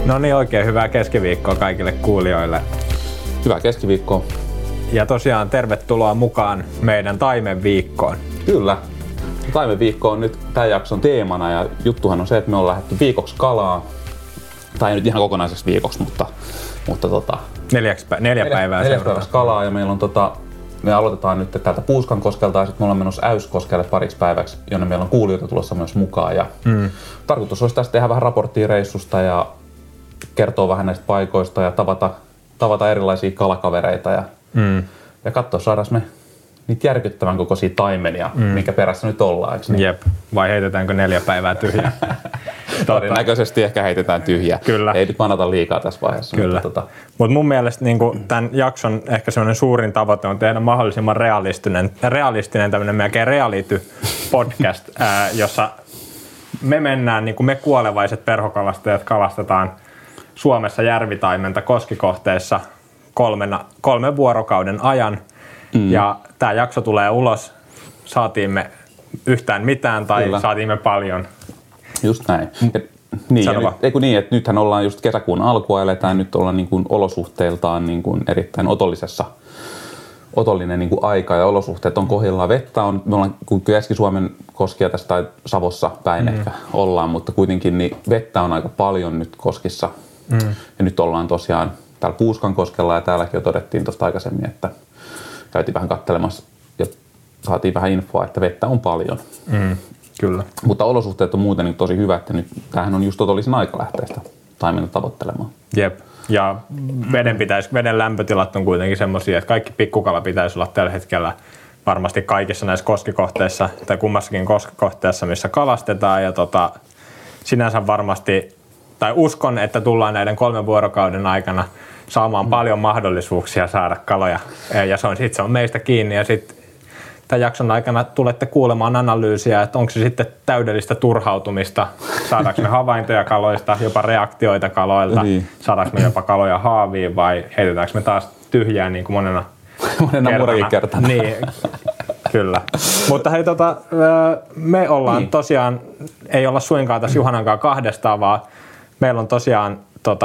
No niin, oikein hyvää keskiviikkoa kaikille kuulijoille. Hyvää keskiviikkoa. Ja tosiaan tervetuloa mukaan meidän Taimenviikkoon. Kyllä. Taimenviikko on nyt tämän jakson teemana ja juttuhan on se, että me on lähdetty viikoksi kalaa. Tai nyt ihan kokonaisessa viikoksi, mutta neljä päivää päiväksi kalaa ja meillä on me aloitetaan nyt täältä Puuskankoskelta ja sitten me ollaan menossa Äyskoskelle pariksi päiväksi, jonne meillä on kuulijoita tulossa myös mukaan. Ja tarkoitus olisi tästä tehdä vähän raporttia reissusta ja kertoa vähän näistä paikoista ja tavata erilaisia kalakavereita ja katsoa, saadaan me niitä järkyttävän kokoisia taimenia, minkä perässä nyt ollaan, eikö niin? Jep, vai heitetäänkö 4 päivää tyhjää? Todennäköisesti ehkä heitetään tyhjää. Kyllä. Ei nyt manata liikaa tässä vaiheessa. Kyllä. Mutta mun mielestä niin tämän jakson ehkä semmoinen suurin tavoite on tehdä mahdollisimman realistinen tämmöinen melkein reality-podcast, jossa me mennään, niin kuin me kuolevaiset perhokalastajat kalastetaan Suomessa järvitaimenta koskikohteissa 3 vuorokauden ajan. Ja tämä jakso tulee ulos, saatiin me yhtään mitään tai Kyllä. saatiin me paljon. Just näin. Että nythän ollaan just kesäkuun alkua, eletään nyt ollaan niin kuin olosuhteiltaan niin kuin erittäin otollinen niin kuin aika ja olosuhteet on kohdillaan. Vettä on, me ollaan Keski-Suomen koskia tästä tai Savossa päin ehkä ollaan, mutta kuitenkin niin vettä on aika paljon nyt koskissa. Ja nyt ollaan tosiaan täällä Puuskankoskella ja täälläkin jo todettiin tuosta aikaisemmin, että käytiin vähän katselemassa ja saatiin vähän infoa, että vettä on paljon. Kyllä. Mutta olosuhteet on muuten niin tosi hyvä, että nyt tämähän on just otollisen aika lähteä sitä taimenta tavoittelemaan. Jep. Ja veden lämpötilat on kuitenkin semmoisia, että kaikki pikkukala pitäisi olla tällä hetkellä varmasti kaikissa näissä koskikohteissa tai kummassakin koskikohteessa, missä kalastetaan. Ja sinänsä varmasti, tai uskon, että tullaan näiden 3 vuorokauden aikana saamaan paljon mahdollisuuksia saada kaloja. Ja se on meistä kiinni. Ja sitten tämän jakson aikana tulette kuulemaan analyysiä, että onko se sitten täydellistä turhautumista, saadaanko me havaintoja kaloista, jopa reaktioita kaloilta, saadaanko me jopa kaloja haaviin vai heitetäänkö me taas tyhjää niin kuin monena muurakin kertana. Niin, kyllä. Mutta hei, me ollaan tosiaan, ei olla suinkaan tässä Juhanankaan kahdestaan, vaan meillä on tosiaan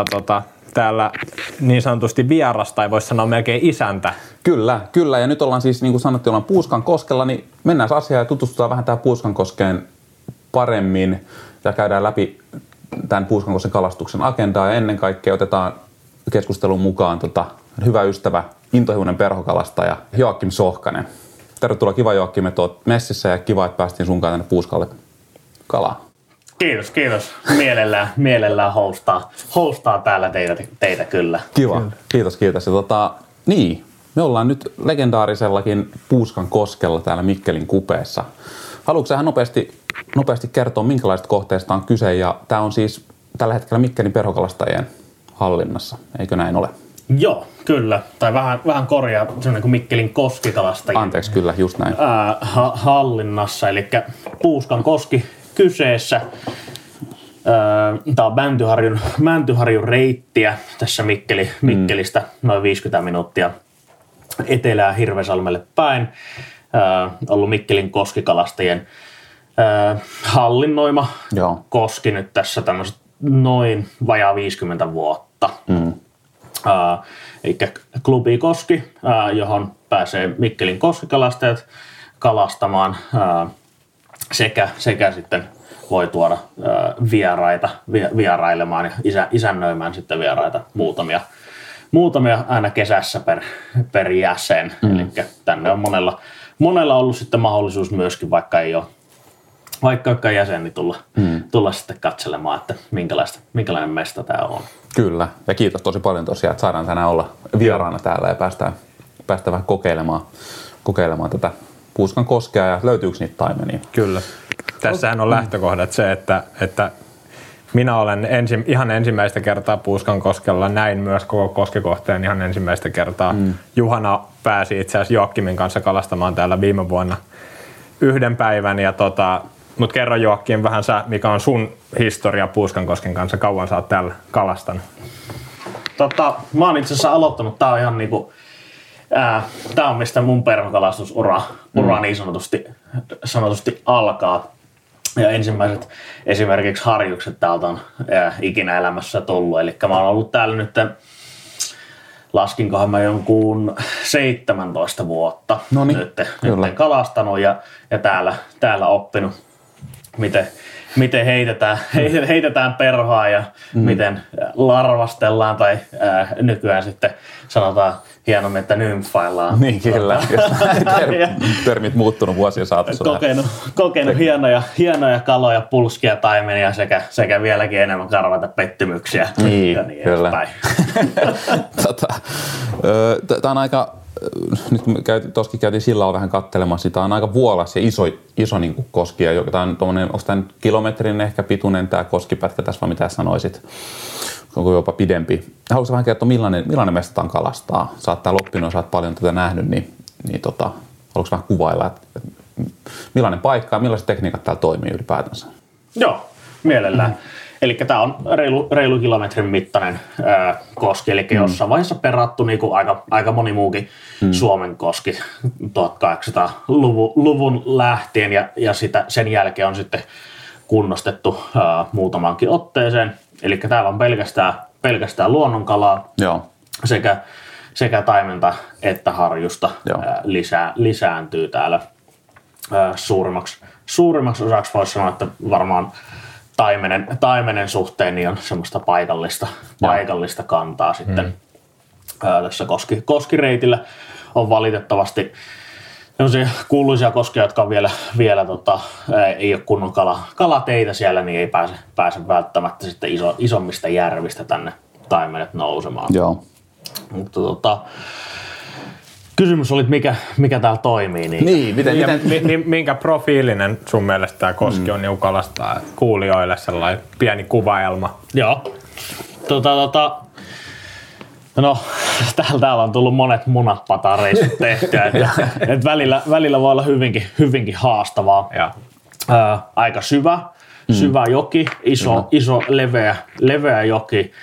täällä niin sanotusti vieras, tai voisi sanoa melkein isäntä. Kyllä. Ja nyt ollaan siis, niin kuin sanottiin, ollaan Puuskankoskella, niin mennään asiaan ja tutustutaan vähän tähän Puuskankoskeen paremmin ja käydään läpi tämän Puuskankosken kalastuksen agendaa ja ennen kaikkea otetaan keskustelun mukaan hyvä ystävä, intohimoinen perhokalastaja Joakim Sohkanen. Tervetuloa, kiva Joakim, että olet messissä ja kiva, että päästiin sunkaan tänne Puuskalle kalaa. Kiitos. Mielellään hostaa täällä teitä kyllä. Kiva. Kiitos. Ja me ollaan nyt legendaarisellakin Puuskankoskella täällä Mikkelin kupeessa. Haluatko sä nopeasti kertoa, minkälaisista kohteista on kyse? Ja tää on siis tällä hetkellä Mikkelin perhokalastajien hallinnassa, eikö näin ole? Joo, kyllä. Tai vähän korjaa sellainen kuin Mikkelin koskikalastajien. Anteeksi, kyllä, just näin. Hallinnassa, eli Puuskankoski kyseessä. Tämä on Mäntyharjun reittiä tässä Mikkelistä noin 50 minuuttia etelää Hirvesalmelle päin. Ollut Mikkelin koskikalastajien hallinnoima koski nyt tässä tämmöiset noin vajaa 50 vuotta. Eli klubikoski, johon pääsee Mikkelin koskikalastajat kalastamaan sekä sitten voi tuoda vieraita vierailemaan ja isännöimään sitten vieraita muutamia aina kesässä per jäsen. Eli tänne on monella ollut sitten mahdollisuus myöskin, vaikka ei ole jäsen, niin tulla sitten katselemaan, että minkälainen mesta tämä on. Kyllä, ja kiitos tosi paljon tosiaan, että saadaan tänään olla vieraana täällä ja päästään vähän kokeilemaan tätä Puuskankoskea ja löytyykö niitä taimenia? Kyllä. Tässähän on lähtökohdat se, että minä olen ihan ensimmäistä kertaa Puuskankoskella, näin myös koko koskikohteen ihan ensimmäistä kertaa. Juhana pääsi itse asiassa Joakimin kanssa kalastamaan täällä viime vuonna 1 päivän. Mutta kerro Joakim vähän mikä on sun historia Puuskankosken kanssa, kauan sä oot täällä kalastanut? Mä oon itse asiassa aloittanut, tää on ihan niinku, tää on mistä mun perhokalastusura niin sanotusti alkaa. Ja ensimmäiset esimerkiksi harjukset täältä on ikinä elämässä tullut. Eli mä oon ollut täällä nyt, laskinkohan mä jonkun 17 vuotta nyt kalastanut ja täällä oppinut, miten heitetään perhoa ja miten larvastellaan tai nykyään sitten sanotaan hienommin, että nymfaillaan. Niin kyllä, termit muuttunut vuosien saatossa. Kokenut hienoja kaloja, pulskia, taimenia sekä vieläkin enemmän karvaita pettymyksiä. Niin, ja niin kyllä. Tämä on aika, nyt kun tuossakin käytiin sillalla vähän katselemassa, niin tämä on aika vuolas ja iso niin kuin koski. Tämä on tuommoinen, onko tämä kilometrin ehkä pituinen tämä koskipätkä tässä, vai mitä sanoisit? Onko jopa pidempi? Haluaisin vähän kertoa, millainen mesta on kalastaa? Sä oot täällä oppinut, sä oot paljon tätä nähnyt, niin haluatko vähän kuvailla, että millainen paikka ja millaiset tekniikat täällä toimii ylipäätänsä? Joo, mielellään. Eli tämä on reilu kilometrin mittainen koski, eli jossain vaiheessa perattu niin kuin aika moni muukin Suomen koski 1800-luvun lähtien, ja sen jälkeen on sitten kunnostettu muutamankin otteeseen. Eli täällä on pelkästään luonnonkalaa. Joo. Sekä taimenta että harjusta lisääntyy täällä suurimmaksi osaksi. Voisi sanoa, että varmaan taimenen suhteen niin on semmoista paikallista kantaa sitten tässä koskireitillä. On valitettavasti sellaisia kuuluisia koskia, jotka on vielä ei ole kunnon kalateitä siellä, niin ei pääse välttämättä sitten isommista järvistä tänne taimenet nousemaan. Joo. Mutta kysymys oli, mikä täällä toimii. Minkä profiilinen sun mielestä tämä koski on, niin kalastaa kuulijoille sellainen pieni kuvaelma? Joo. No, täällä on tullut monet munat patareissut tehtyä, että välillä voi olla hyvinkin haastavaa. Aika syvä joki, iso leveä joki,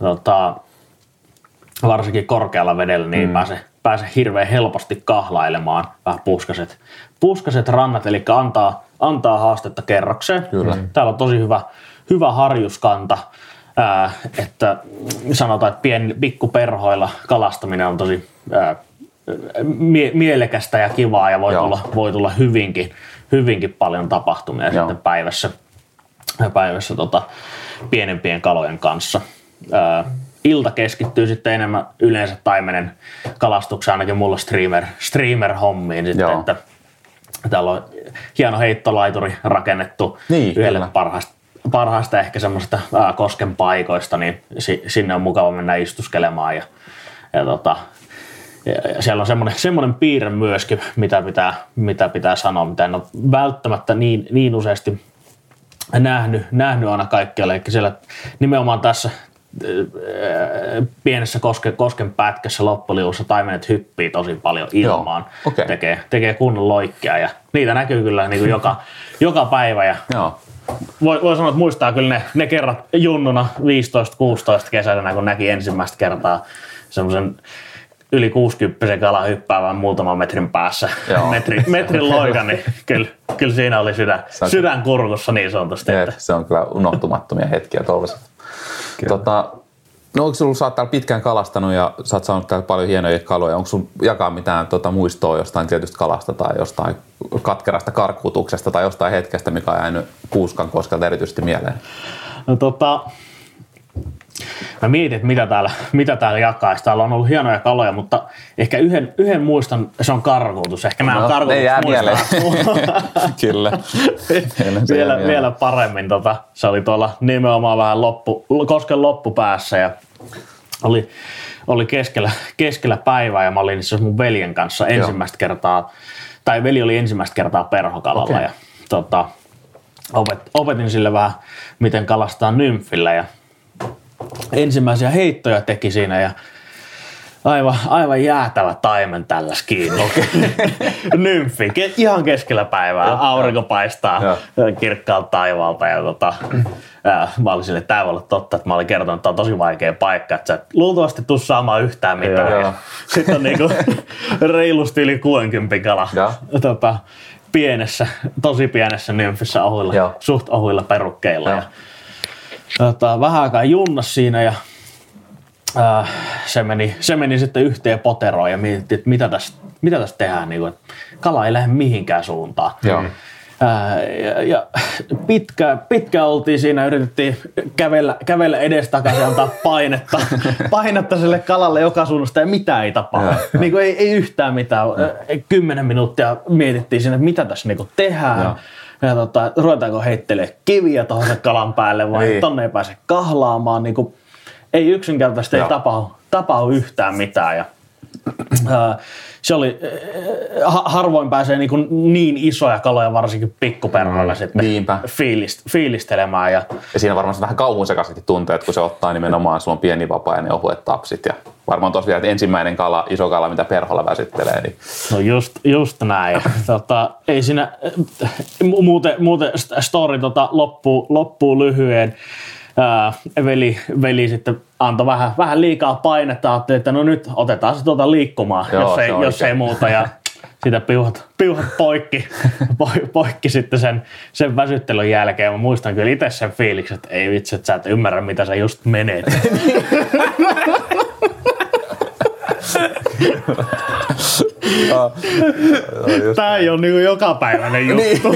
varsinkin korkealla vedellä, niin pääse hirveän helposti kahlailemaan vähän puuskaset rannat, eli antaa haastetta kerrokseen. Kyllä. Täällä on tosi hyvä harjuskanta. Että sanotaan, että pikkuperhoilla kalastaminen on tosi mielekästä ja kivaa ja voi tulla hyvinkin paljon tapahtumia sitten päivässä pienempien kalojen kanssa. Ilta keskittyy sitten enemmän yleensä taimenen kalastukseen, ainakin mulla streamer-hommiin sitten, että täällä on hieno heittolaituri rakennettu yhdelle parhaista ehkä semmoisesta kosken paikoista, niin sinne on mukava mennä istuskelemaan ja siellä on semmoinen piirre myöskin, mitä pitää sanoa, mitä en ole välttämättä niin useasti nähnyt aina kaikkialla, eli siellä nimenomaan tässä pienessä kosken pätkässä loppuliuussa taimenet hyppii tosi paljon ilmaan, tekee kunnon loikkia ja niitä näkyy kyllä niin kuin joka päivä ja voi sanoa, että muistaa kyllä ne kerrat junnuna 15-16 kesäisenä, kun näki ensimmäistä kertaa semmoisen yli 60 kalan hyppäävän muutaman metrin päässä metrin loikan, niin kyllä siinä oli sydän kurkussa niin sanotusti. Se on kyllä unohtumattomia hetkiä tuollaiset. No onko sä oot täällä pitkään kalastanut ja sä oot saanut täällä paljon hienoja kaloja. Onko sun jakaa mitään muistoa jostain tietystä kalasta tai jostain katkerasta karkutuksesta tai jostain hetkestä, mikä on jäänyt Puuskankoskelta erityisesti mieleen? No mä mietin, että mitä täällä jakaa. Täällä on ollut hienoja kaloja, mutta ehkä yhden muistan, se on karkutus. Ehkä mä karkutus muistaa. Kyllä. vielä paremmin. Se oli tuolla nimenomaan vähän kosken loppupäässä ja oli keskellä päivää ja mä olin itse mun veljen kanssa ensimmäistä kertaa, tai veli oli ensimmäistä kertaa perhokalalla ja opetin sille vähän, miten kalastaa nymfillä ja ensimmäisiä heittoja teki siinä ja aivan jäätävä taimen tälläs kiinni. Nymfi, ihan keskellä päivää, aurinko paistaa kirkkaalta taivaalta ja mä olin silleen, että tämä voi olla totta, että mä olin kertonut, että tämä on tosi vaikea paikka, että sä et luultavasti tuu saamaan yhtään mitään. Sitten on niinku reilusti yli 60 kala tosi pienessä nymfissä ohuilla, Joo. suht ohuilla perukkeilla. Ja, vähän aikaa junnas siinä ja se meni sitten yhteen poteroon ja mietittiin, että mitä tässä tehdään, niin kuin, että kala ei lähde mihinkään suuntaan. Joo. Ja pitkään oltiin siinä, yritettiin kävellä edestakaisin, antaa painetta sille kalalle joka suunnasta ja mitään ei tapahdu. Niin kuin ei yhtään mitään. 10 minuuttia mietittiin siinä, että mitä tässä niin kuin tehdään. Ja ruvetaanko heittelemään kiviä tuohon se kalan päälle vai tonne ei pääse kahlaamaan. Niin kuin, ei yksinkertaisesti ei tapahdu yhtään mitään. Ja, se oli, harvoin pääsee niin isoja kaloja, varsinkin pikkuperhoilla sitten fiilistelemään. Ja siinä varmasti vähän kauhun sekaisetkin tunteet, kun se ottaa nimenomaan, sulla on pieni vapaa ja ne ohuet tapsit. Ja varmaan tosiaan, että ensimmäinen iso kala, mitä perholla väsyttelee. Niin. No just näin. Ei siinä, muuten story loppuu lyhyen. Veli sitten antoi vähän liikaa painetta, ajatteli, että no nyt otetaan se liikkumaan, jos ei muuta. Ja sitä piuhat poikki sitten sen väsyttelyn jälkeen. Mä muistan kyllä itse sen fiiliksen, että ei vitsi, että sä et ymmärrä, mitä sä just menet. Tää ei ole niinku jokapäiväinen juttu.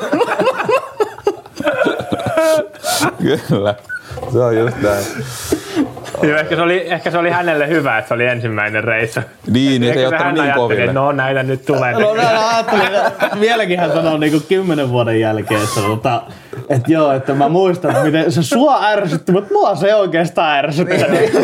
Kyllä. Se on just näin. Joo, ehkä se oli hänelle hyvä, että se oli ensimmäinen reissu. Niin, se ei ottanut niin koville. Että no näitä nyt tulee. No ajattelin, vieläkin hän sanoo niinku 10 vuoden jälkeen, että joo, että mä muistan, että miten se sua ärsytti, mutta mua se oikeastaan ärsytti.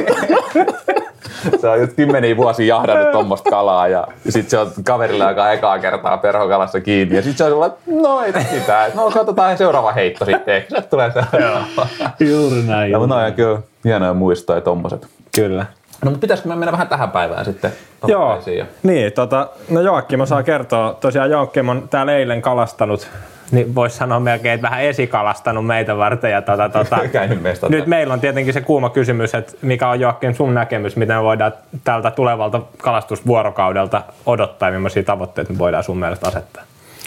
Se on just 10 vuosia jahdannut tommoista kalaa ja sit se on kaverilla, joka on ekaa kertaa perhokalassa kiinni ja sit se on sellainen, että no ei mitään, no katsotaan seuraava heitto sitten, ehkä se tulee seuraava. Juuri näin. Ja no kyllä hienoja muistoja tommoset. Kyllä. No mutta pitäisikö me mennä vähän tähän päivään sitten? Joo, niin no Joakim saa kertoa, tosiaan Joakim on täällä eilen kalastanut, niin voisi sanoa melkein, että vähän esikalastanut meitä varten. Ja nyt meillä on tietenkin se kuuma kysymys, että mikä on Joakim sun näkemys, miten me voidaan tältä tulevalta kalastusvuorokaudelta odottaa, millaisia tavoitteita me voidaan sun mielestä asettaa?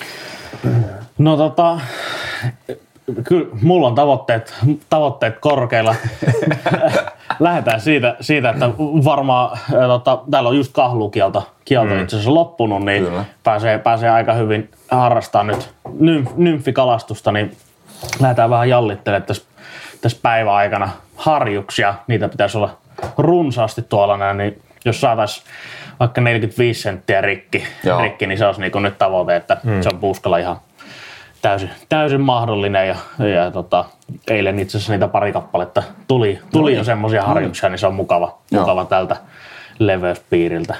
No kyllä mulla on tavoitteet korkeilla. Lähdetään siitä, että varmaan täällä on just kahlukielto itse asiassa loppunut, niin pääsee aika hyvin harrastamaan nyt nymfikalastusta, niin lähdetään vähän jallittelemaan tässä päiväaikana harjuksia. Niitä pitäisi olla runsaasti tuolla näin, niin jos saataisiin vaikka 45 senttiä rikki, niin se olisi niin kuin nyt tavoite, että se on puuskalla ihan täysin mahdollinen ja eilen itse asiassa niitä pari kappaletta tuli jo semmoisia harjuksia, niin se on mukava tältä leveyspiiriltä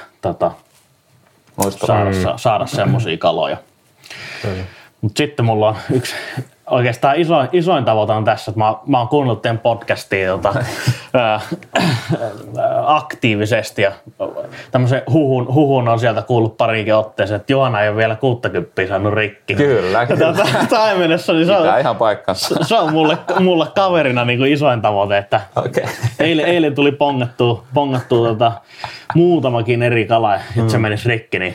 saada semmoisia kaloja. Mutta sitten mulla on yksi oikeastaan isoin tavoite on tässä, että mä oon kuunnellut teidän podcastia aktiivisesti ja tämmöisen huhun on sieltä kuullut pariinkin otteeseen, että Johanna ei ole vielä 60 saanut rikki. Kyllä. Tähän mennessä niin pitää ihan paikkansa. Se on mulle kaverina niin kuin isoin tavoite, että eilen tuli pongattua muutamakin eri kala, että se menisi rikki. Niin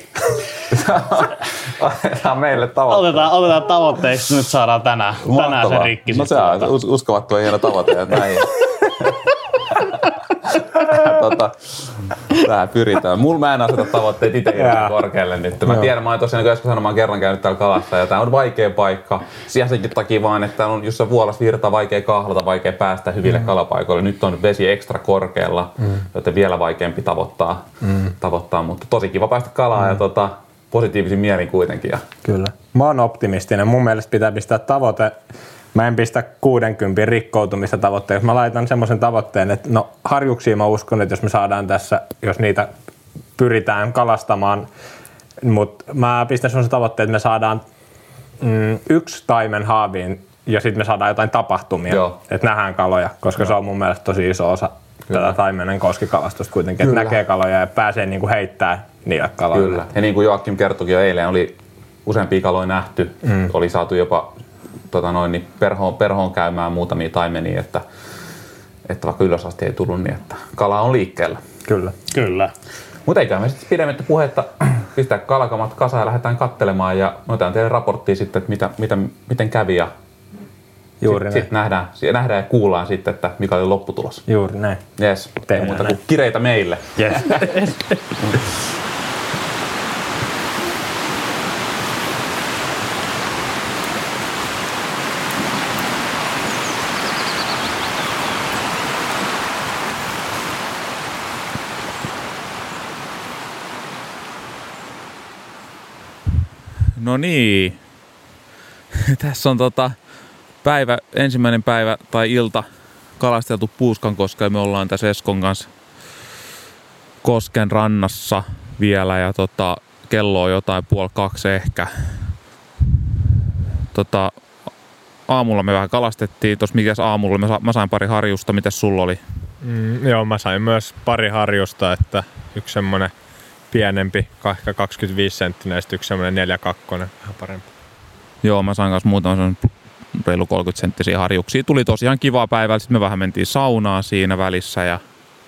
otetaan meille tavoitteeksi. Otetaan tavoitteeksi, nyt saadaan tänään se rikki. No se on uskomattoman hieno tavoite, että näin. Tähän pyritään. Mä en aseta tavoitteet itse korkealle nyt. Mä tiedän, mä oon tosiaan joskus sanomaan kerran käynyt täällä kalassa ja tää on vaikea paikka. Senkin takia vaan, että täällä on jossain vuolas virta vaikea kahlata, vaikea päästä hyville kalapaikoille. Nyt on vesi ekstra korkealla, joten vielä vaikeampi tavoittaa, mutta tosi kiva päästä kalaa ja positiivisin mielin kuitenkin. Kyllä. Mä oon optimistinen. Mun mielestä pitää pistää tavoite. Mä en pistä 60 rikkoutumista tavoitteeksi. Mä laitan semmoisen tavoitteen, että no harjuksia mä uskon, että jos me saadaan tässä, jos niitä pyritään kalastamaan, mutta mä pistän semmoisen tavoitteen, että me saadaan 1 taimen haaviin ja sitten me saadaan jotain tapahtumia, että nähdään kaloja, koska se on mun mielestä tosi iso osa tätä taimenen koskikalastusta kuitenkin, että näkee kaloja ja pääsee niinku heittämään niille kaloille. Kyllä, ja niin kuin Joakim kertoikin jo eilen, oli useampia kaloja nähty, oli saatu jopa niin perhoon käymään muutamia taimenia, että vaikka ylös asti ei tullut, niin että kala on liikkeellä. Kyllä. Mutta eiköhän me sitten pidemmittä puhetta pistää kalakamat kasaan ja lähdetään katselemaan ja otetaan teille raporttia sitten, että miten kävi ja sitten nähdään ja kuullaan sitten, että mikä oli lopputulos. Juuri näin. Jes, ei muuta kuin kireitä meille. Yes. No niin. Tässä on ensimmäinen päivä tai ilta kalasteltu Puuskankoskella. Me ollaan tässä Eskon kanssa kosken rannassa vielä ja kello on jotain 1:30 ehkä. Aamulla me vähän kalastettiin. Tuossa mikäs aamulla mä sain pari harjusta. Mitäs sulla oli? Joo, mä sain myös pari harjusta, että yksi semmonen pienempi, 25 senttinen ja yksi semmoinen 4-2, vähän parempi. Joo, mä sain kanssa muutaman reilu 30 senttisiä harjuksia. Tuli tosiaan kivaa päivällä, sitten me vähän mentiin saunaan siinä välissä ja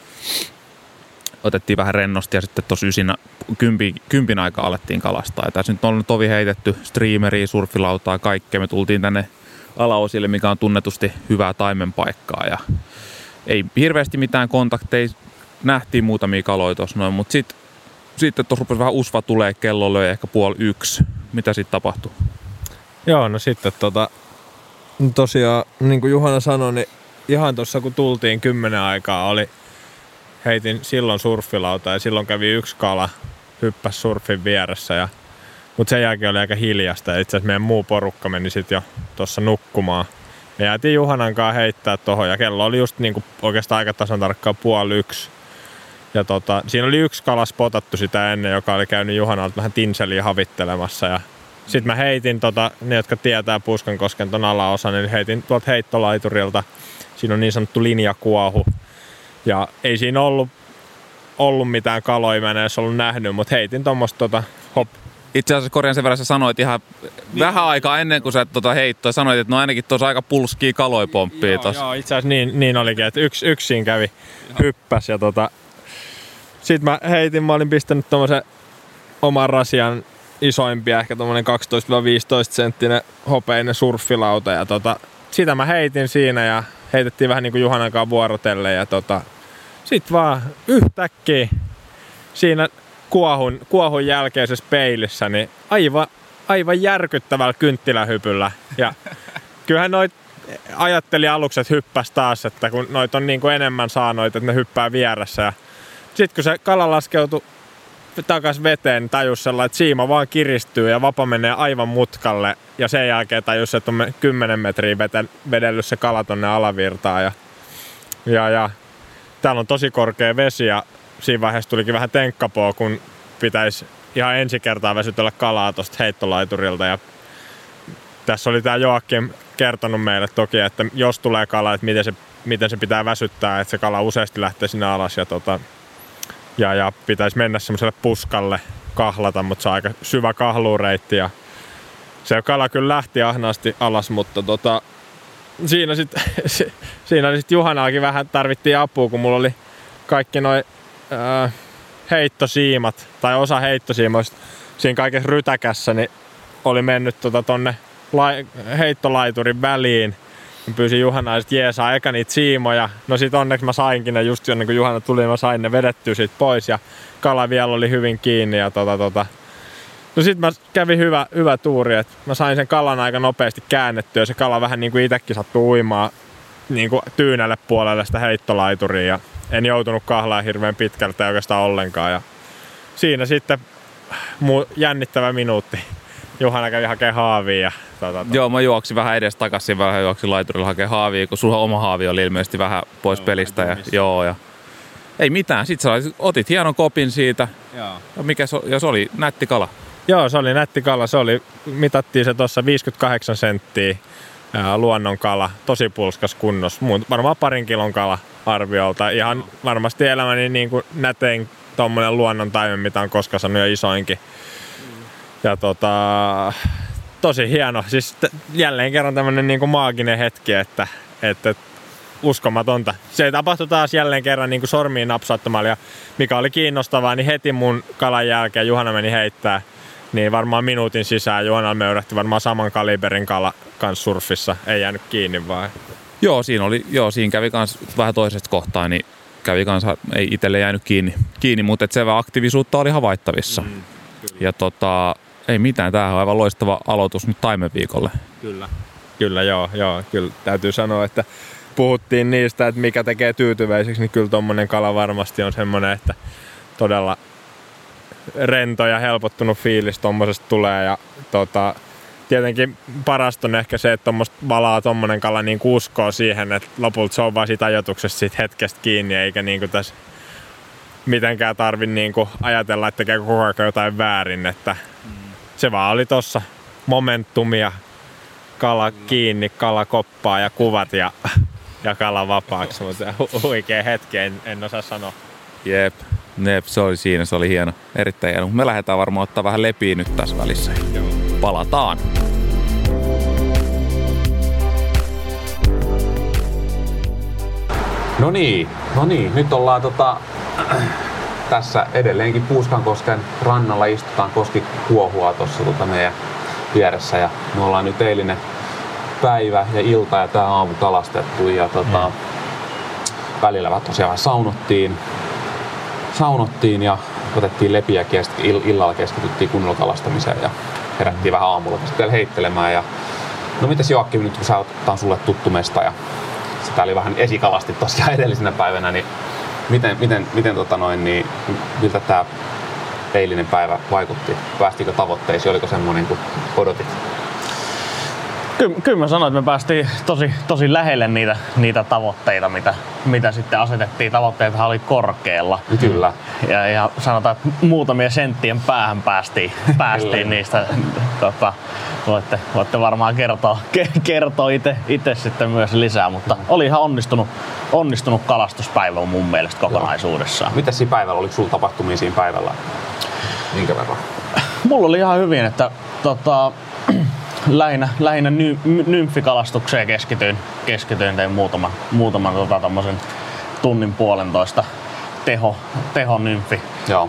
otettiin vähän rennosti ja sitten tuossa kympin aikaa alettiin kalastaa. Ja tässä nyt on tovi heitetty streameria, surfilautaa, kaikkea. Me tultiin tänne alaosille, mikä on tunnetusti hyvää taimenpaikkaa ja ei hirveästi mitään kontakteja. Nähtiin muutamia kaloja tuossa noin, mutta sitten tuossa rupesi vähän usva tulee, kello löi ehkä 1:30. Mitä sitten tapahtui? Joo, no sitten tosiaan, niin kuin Juhana sanoi, niin ihan tuossa kun tultiin 10 aikaa, heitin silloin surffilauta ja silloin kävi yksi kala, hyppäsi surfin vieressä. Mutta sen jälkeen oli aika hiljasta ja itse asiassa meidän muu porukka meni sitten jo tuossa nukkumaan. Me jäätiin Juhanan kanssa heittää tohon ja kello oli just niin kuin oikeastaan aika tasan tarkkaan 1:30. Ja siinä oli yksi kala spotattu sitä ennen, joka oli käynyt Juhanalta vähän tinseliä havittelemassa. Ja sitten mä heitin, ne jotka tietää Puuskankosken ton alaosan, niin heitin tuolta heittolaiturilta. Siinä on niin sanottu linjakuohu. Ja ei siinä ollut mitään kaloja, mä en edes ollut nähnyt, mutta heitin tommoista Itse asiassa korjaan sen verran, sä sanoit ihan vähän aikaa ennen kuin sä heittoi, sanoit, että no ainakin tuossa aika pulskii kaloja pomppii tossa. Joo, itse asiassa niin olikin, että yksi siinä kävi hyppäs ja sitten mä heitin, mä olin pistänyt tommosen oman rasian isoimpia, ehkä tommonen 12-15 senttinen hopeinen surffilauta ja sitä mä heitin siinä ja heitettiin vähän niinku Juhanankaan vuorotelle ja sit vaan yhtäkkiä siinä kuohun jälkeisessä peilissä niin aivan järkyttävällä kynttilähypyllä ja kyllähän noit ajatteli aluksi, että hyppäs taas, että kun noit on niinku enemmän saanoit, että ne hyppää vieressä ja sitten kun se kala laskeutui takas veteen, niin tajus sellainen, että siima vaan kiristyy ja vapa menee aivan mutkalle. Ja sen jälkeen tajus, että on 10 metriä vedellyt se kala tonne alavirtaan. Ja täällä on tosi korkea vesi ja siinä vaiheessa tulikin vähän tenkkapoo, kun pitäisi ihan ensi kertaa väsytellä kalaa tosta heittolaiturilta. Ja tässä oli tää Joakim kertonut meille toki, että jos tulee kala, että miten se pitää väsyttää, että se kala useasti lähtee sinne alas. Ja pitäisi mennä semmoiselle puskalle kahlata, mutta se on aika syvä kahluureitti ja se kala kyllä lähti ahnaasti alas, mutta siinä sitten Juhanaakin vähän tarvittiin apua, kun mulla oli kaikki noi heittosiimat tai osa heittosiimoista siinä kaikessa rytäkässä, niin oli mennyt tonne heittolaiturin väliin. Mä pyysin Juhanaa sit jeesaa eka niitä siimoja. No sit onneksi mä sainkin ne just ennen kuin Juhana tuli, mä sain ne vedettyä siitä pois ja kala vielä oli hyvin kiinni ja No sit mä kävin hyvä tuuri, että mä sain sen kalan aika nopeasti käännettyä ja se kala vähän niinku itekin sattui uimaan niinku tyynälle puolelle sitä heittolaituria ja en joutunut kahlaa hirveän pitkältä oikeastaan ollenkaan ja siinä sitten jännittävä minuutti. Juhana kävi hakemaan haavia ja Joo, mä juoksin vähän edes takaisin, vähän juoksin laiturilla hakemaan haavia, kun sulla oma haavi oli ilmeisesti vähän pois pelistä. Ja ei mitään, sit sä otit hienon kopin siitä. Ja se oli nätti kala. Joo, se oli nätti kala. Mitattiin se tuossa 58 senttiä luonnon kala, tosi pulskas kunnossa. Varmaan 2 kilon kala arviolta. Ihan varmasti elämäni niin kuin nätein tommonen luonnon taimen, mitä on koskaan saanut jo isoinkin. Ja tosi hieno. Siis jälleen kerran tämmönen niinku maaginen hetki, että uskomatonta. Se tapahtui taas jälleen kerran niin kuin sormiin napsauttamalla ja mikä oli kiinnostavaa, niin heti mun kalan jälkeen Juhana meni heittää. Niin varmaan minuutin sisään Juhanalla möyrähti varmaan saman kaliberin kala kans surfissa. Ei jäänyt kiinni vaan. Siinä kävi kans vähän toisesta kohtaa, niin kävi kans, ei itselle jäänyt kiinni mutta se aktiivisuutta oli havaittavissa. Ja ei mitään, tämähän on aivan loistava aloitus nyt taimenviikolle. Kyllä, joo. Kyllä täytyy sanoa, että puhuttiin niistä, että mikä tekee tyytyväiseksi, niin kyllä tommonen kala varmasti on semmonen, että todella rento ja helpottunut fiilis tommosesta tulee ja tietenkin parasta on ehkä se, että tommoista valaa tommonen kala niin uskoo siihen, että lopulta se on vaan siitä ajoituksesta siitä hetkestä kiinni eikä niinku tässä mitenkään tarvi niinku ajatella, että tekee koko ajan jotain väärin, että se vaan oli tossa momentumia, kala kiinni, kala koppaa ja kuvat ja kala vapaaksi, mutta huikea hetki, en osaa sanoa. Jep, se oli siinä, se oli hieno, erittäin hieno. Me lähdetään varmaan ottaa vähän lepiä nyt tässä välissä. Joo. Palataan. No niin, nyt ollaan tässä edelleenkin Puuskankosken rannalla, istutaan koski kuohua tuossa meidän vieressä ja me ollaan nyt eilinen päivä ja ilta ja tää aamu kalastettu ja välillä vähän tosiaan saunottiin ja otettiin lepiä ja illalla keskityttiin kunnolla kalastamiseen ja herättiin vähän aamulla sitten heittelemään ja no mitäs Joakim nyt kun sä otetaan sulle tuttu mesta ja sitä oli vähän esikalastit tosiaan edellisenä päivänä niin miten miltä tää eilinen päivä vaikutti? Päästikö tavoitteisiin? Oliko semmoinen kuin odotit? Kyllä mä sanoin, että me päästiin tosi lähelle niitä tavoitteita, mitä sitten asetettiin. Tavoitteethan oli korkealla. Kyllä. Ja sanotaan, että muutamia senttien päähän päästiin niistä. Voitte varmaan kertoa itse sitten myös lisää, mutta oli ihan onnistunut kalastuspäivä mun mielestä kokonaisuudessaan. Mitäs siinä päivällä? Oliko sulla tapahtumia siinä päivällä? Minkä verran? Mulla oli ihan hyvin, että lähinnä nymfikalastukseen keskityin, tein muutaman tommosen tunnin puolentoista tehonymfi.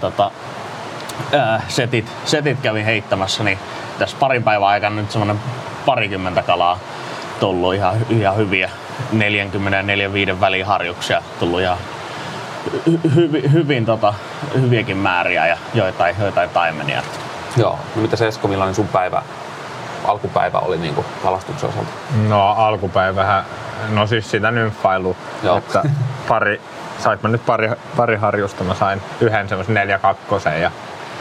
Setit kävin heittämässä, niin tässä parin päivän aikana nyt semmonen 20 kalaa tullut ihan hyviä 40 ja 45 väliharjuksia tullut ihan hyviäkin määriä ja joitain taimenia. Joo, no mitäs Esko, millainen sun alkupäivä oli niinku kalastuksen osalta? No alkupäivähän, no siis sitä nymffailua, että sait mä nyt pari harjusta, mä sain yhden semmosen 4-2 ja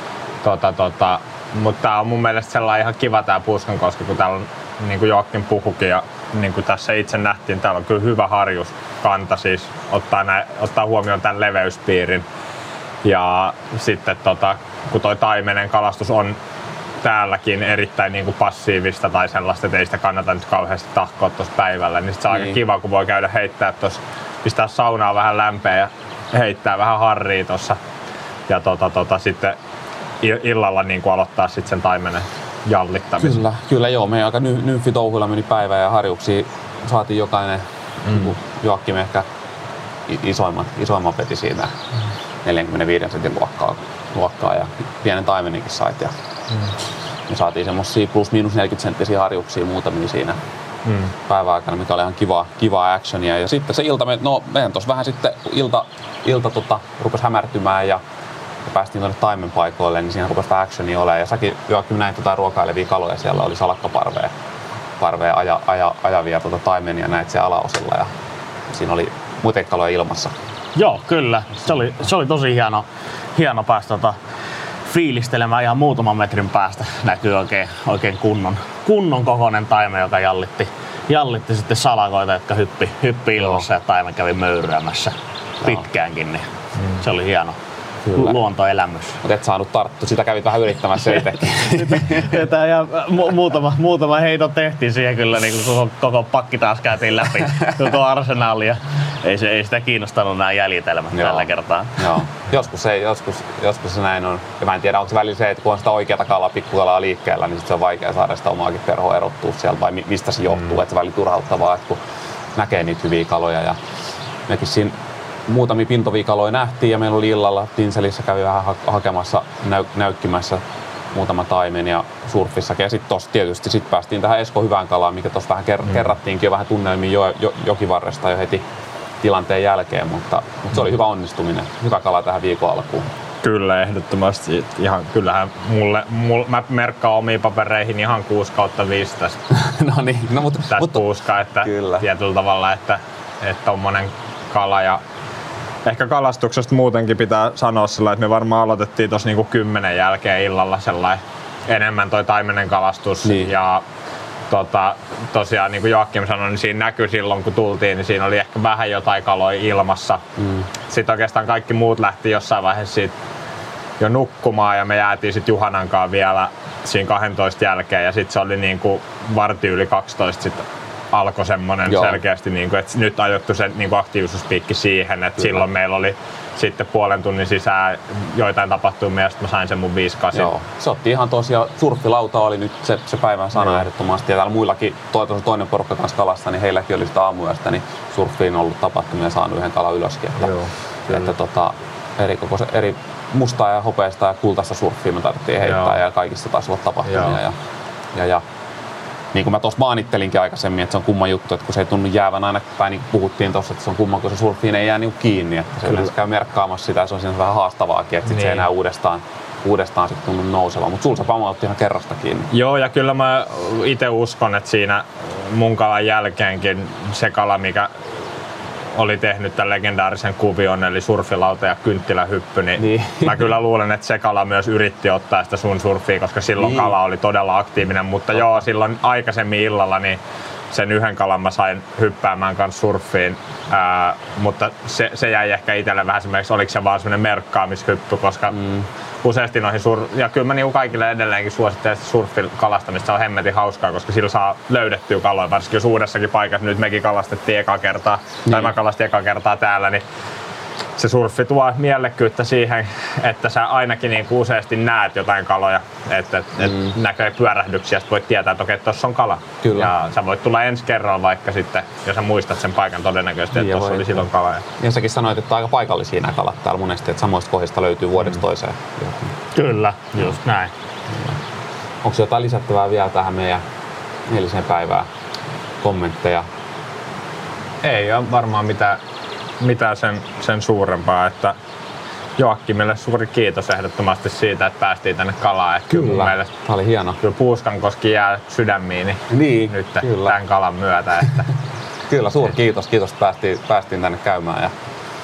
mutta tää on mun mielestä sellainen ihan kiva tää Puuskankoski, kun täällä on niinku Joakim puhukin ja niinku tässä itse nähtiin, täällä on kyllä hyvä harjuskanta siis ottaa huomioon tän leveyspiirin ja sitten kun toi taimenen kalastus on täälläkin erittäin niinku passiivista tai sellaista, että ei sitä kannata nyt kauheasti tahkoa tuossa päivällä, niin sit se on aika kiva, kun voi käydä heittää tuossa, pistää saunaa vähän lämpeä ja heittää vähän harria tuossa ja sitten illalla niinku aloittaa sitten sen taimenen jallittamisen. Kyllä joo, meidän aika nymfitouhuilla meni päivä ja harjuksia saatiin jokainen, Joakim ehkä isoimman peti siitä 45 sentin luokkaa ja pienen taimeninkin sait ja me saatiin semmosia plus miinus 40 senttisiä harjuksia muutamia siinä päivän aikana, mikä oli ihan kivaa actionia ja sitten se ilta, meidän tossa vähän sitten ilta rupesi hämärtymään ja päästiin tuonne taimenpaikoille, niin siinä rupesi vähän actionia olemaan ja säkin Joakim näin ruokailevia kaloja, siellä oli salakkaparvea ajavia taimenia näit siellä alaosilla ja siinä oli muita kaloja ilmassa. Joo, kyllä. Se oli tosi hieno päästä fiilistelemään ihan muutaman metrin päästä. Näkyy oikein kunnon kokoinen taime, joka jallitti sitten salakoita, jotka hyppi ilmassa ja taime kävi möyryämässä pitkäänkin. Niin se oli hieno. Kyllä. Luontoelämys. Mutta et saanut tarttua, sitä kävit vähän yrittämässä itsekin. Ja muutama heito tehtiin siihen kyllä, niin kun koko pakki taas käytiin läpi, koko arsenaali ja ei sitä kiinnostanut nämä jäljitelmät tällä kertaa. Joo. Joskus se näin on. Ja mä en tiedä, onko se välillä se, että kun on sitä oikeata kalaa, pikkukalaa liikkeellä, niin se on vaikea saada sitä omaakin perhoa erottua sieltä vai mistä se johtuu, että se välillä turhauttavaa, että kun näkee niitä hyviä kaloja. Ja mekin siinä muutamia pintovia kaloja nähtiin ja meillä oli illalla Tinselissä kävi vähän hakemassa, näykkimässä muutama taimen ja surfissakin. Ja sitten tossa tietysti sit päästiin tähän Esko hyvään kalaan, mikä tuossa vähän kerrattiinkin jo vähän tunnelmiin jokivarresta jo heti tilanteen jälkeen, mutta se oli hyvä onnistuminen. Hyvä kala tähän viikon alkuun. Kyllä, ehdottomasti. Kyllähän mä merkkaan omiin papereihin ihan 6/5 tästä. No niin, tästä puuskaa, että kyllä. Tietyllä tavalla, että tommonen kala ja ehkä kalastuksesta muutenkin pitää sanoa sellainen, että me varmaan aloitettiin tuossa niinku 10 jälkeen illalla sellainen enemmän toi taimenen kalastus niin. Ja tosiaan niin kuin Joakim sanoi, niin siinä näkyi silloin kun tultiin, niin siinä oli ehkä vähän jotain kaloja ilmassa. Sitten oikeastaan kaikki muut lähti jossain vaiheessa siitä jo nukkumaan ja me jäätiin sitten Juhanankaan vielä siinä 12 jälkeen ja sitten se oli niin kuin varti yli 12 sitten alkoi semmoinen selkeästi, niin kuin, että nyt ajoittu se niin kuin aktiivisuuspiikki siihen, että Kyllä. silloin meillä oli sitten puolen tunnin sisään joitain tapahtumia ja sitten mä sain sen mun 5/8. Joo, se otti ihan tosiaan, surffilauta oli nyt se päivän sana ehdottomasti ja täällä muillakin toinen porukka kanssa kalassa, niin heilläkin oli sitä aamuyöstä, niin surffiin on ollut tapahtumia ja saanut yhden kalan ylöskin. Eri mustaa ja hopeasta ja kultaista surffiin me tarvittiin heittää ja kaikissa taisi olla tapahtumia. Ja niin kuin mä tuossa maanittelinkin aikaisemmin, että se on kumma juttu, että kun se ei tunnu jäävän aina, tai niin kuin puhuttiin tuossa, että se on kumma, kun se surffiin ei jää niin kiinni, että se yleensä käy merkkaamassa sitä ja se on siinä vähän haastavaakin, että sit se ei enää uudestaan sit tunnu nousevaa, mutta sulla se pamautti ihan kerrasta kiinni. Joo, ja kyllä mä itse uskon, että siinä mun kalan jälkeenkin se kala, mikä oli tehnyt tämän legendaarisen kuvion, eli surfilauta ja kynttilähyppy, niin mä kyllä luulen, että se kala myös yritti ottaa sitä sun surfia, koska silloin kala oli todella aktiivinen, mutta joo, silloin aikaisemmin illalla niin sen yhden kalan mä sain hyppäämään kanssa surffiin, mutta se jäi ehkä itselle vähän semmoiksi, oliko se vaan semmoinen merkkaamishyppy, koska useasti noihin ja kyllä mä niinku kaikille edelleenkin suosittelen surffikalastamista, se on hemmetin hauskaa, koska sillä saa löydettyä kaloja, varsinkin jos uudessakin paikassa, nyt mekin kalastettiin eka kertaa, tai mä kalastin eka kertaa täällä, niin se surffi tuo mielekkyyttä siihen, että sä ainakin niin useasti näet jotain kaloja, että näkee pyörähdyksiä, ja voit tietää, että okei, tossa on kala. Kyllä. Ja sä voit tulla ensi kerralla vaikka sitten, jos sä muistat sen paikan todennäköisesti, että tossa oli silloin kala. Ja säkin sanoit, että aika paikallisia nämä kalat täällä monesti, että samoista kohdista löytyy vuodesta toiseen. Kyllä, just näin. Onko jotain lisättävää vielä tähän meidän eiliseen päivään? Kommentteja? Ei ole varmaan mitään sen suurempaa, että Joakimille suuri kiitos ehdottomasti siitä, että päästiin tänne kalaan. Kyllä, tämä oli hieno. Kyllä Puuskankoski jää sydämiin nyt kyllä. Tämän kalan myötä. Että kyllä, suuri kiitos, että päästiin tänne käymään. Ja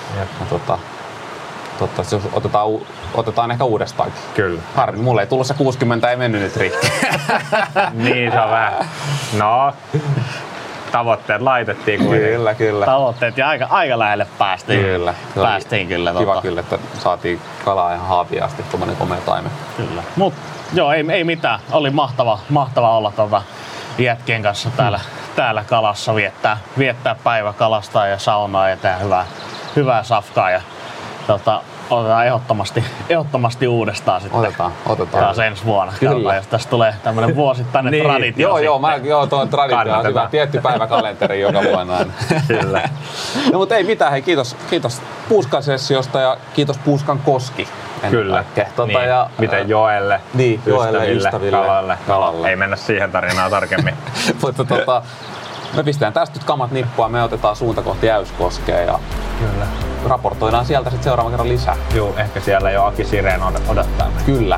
otetaan ehkä uudestaankin. Kyllä. Harmi, mulle ei tullut se 60, ei mennyt nyt rikki. Niin se on vähän. No. Tavoitteet laitettiin kuitenkin. Kyllä. Tavoitteet ja aika lähelle päästiin. Kyllä. Päästiin kyllä. Kiva kyllä, että saatiin kalaa ihan haavia asti, tuommoinen komea taimen. Kyllä. Mut joo, ei mitään. Oli mahtava olla jätkien kanssa täällä kalassa viettää päivä kalastaa ja saunaa ja tehdä hyvää safkaa ja otetaan ehdottomasti uudestaan sitten. Otetaan. Taas ensi vuonna. Katsotaan, jos tässä tulee tämmönen vuosittainen niin. traditio. Tuo on traditio on hyvä. Tietty päiväkalenteri joka vuonna aina. Kyllä. No mutta ei mitään, hei kiitos Puuskan sessiosta ja kiitos Puuskan Koski. Kyllä. Niin. Miten Joelle, ystäville, kalalle. Ei mennä siihen tarinaan tarkemmin. Mutta me pistetään tästä nyt kamat nippua, me otetaan suunta kohti Äyskoskea ja Kyllä. raportoidaan sieltä sitten seuraavan kerran lisää. Joo, ehkä siellä jo Aki Sireen odottaa meitä. Kyllä.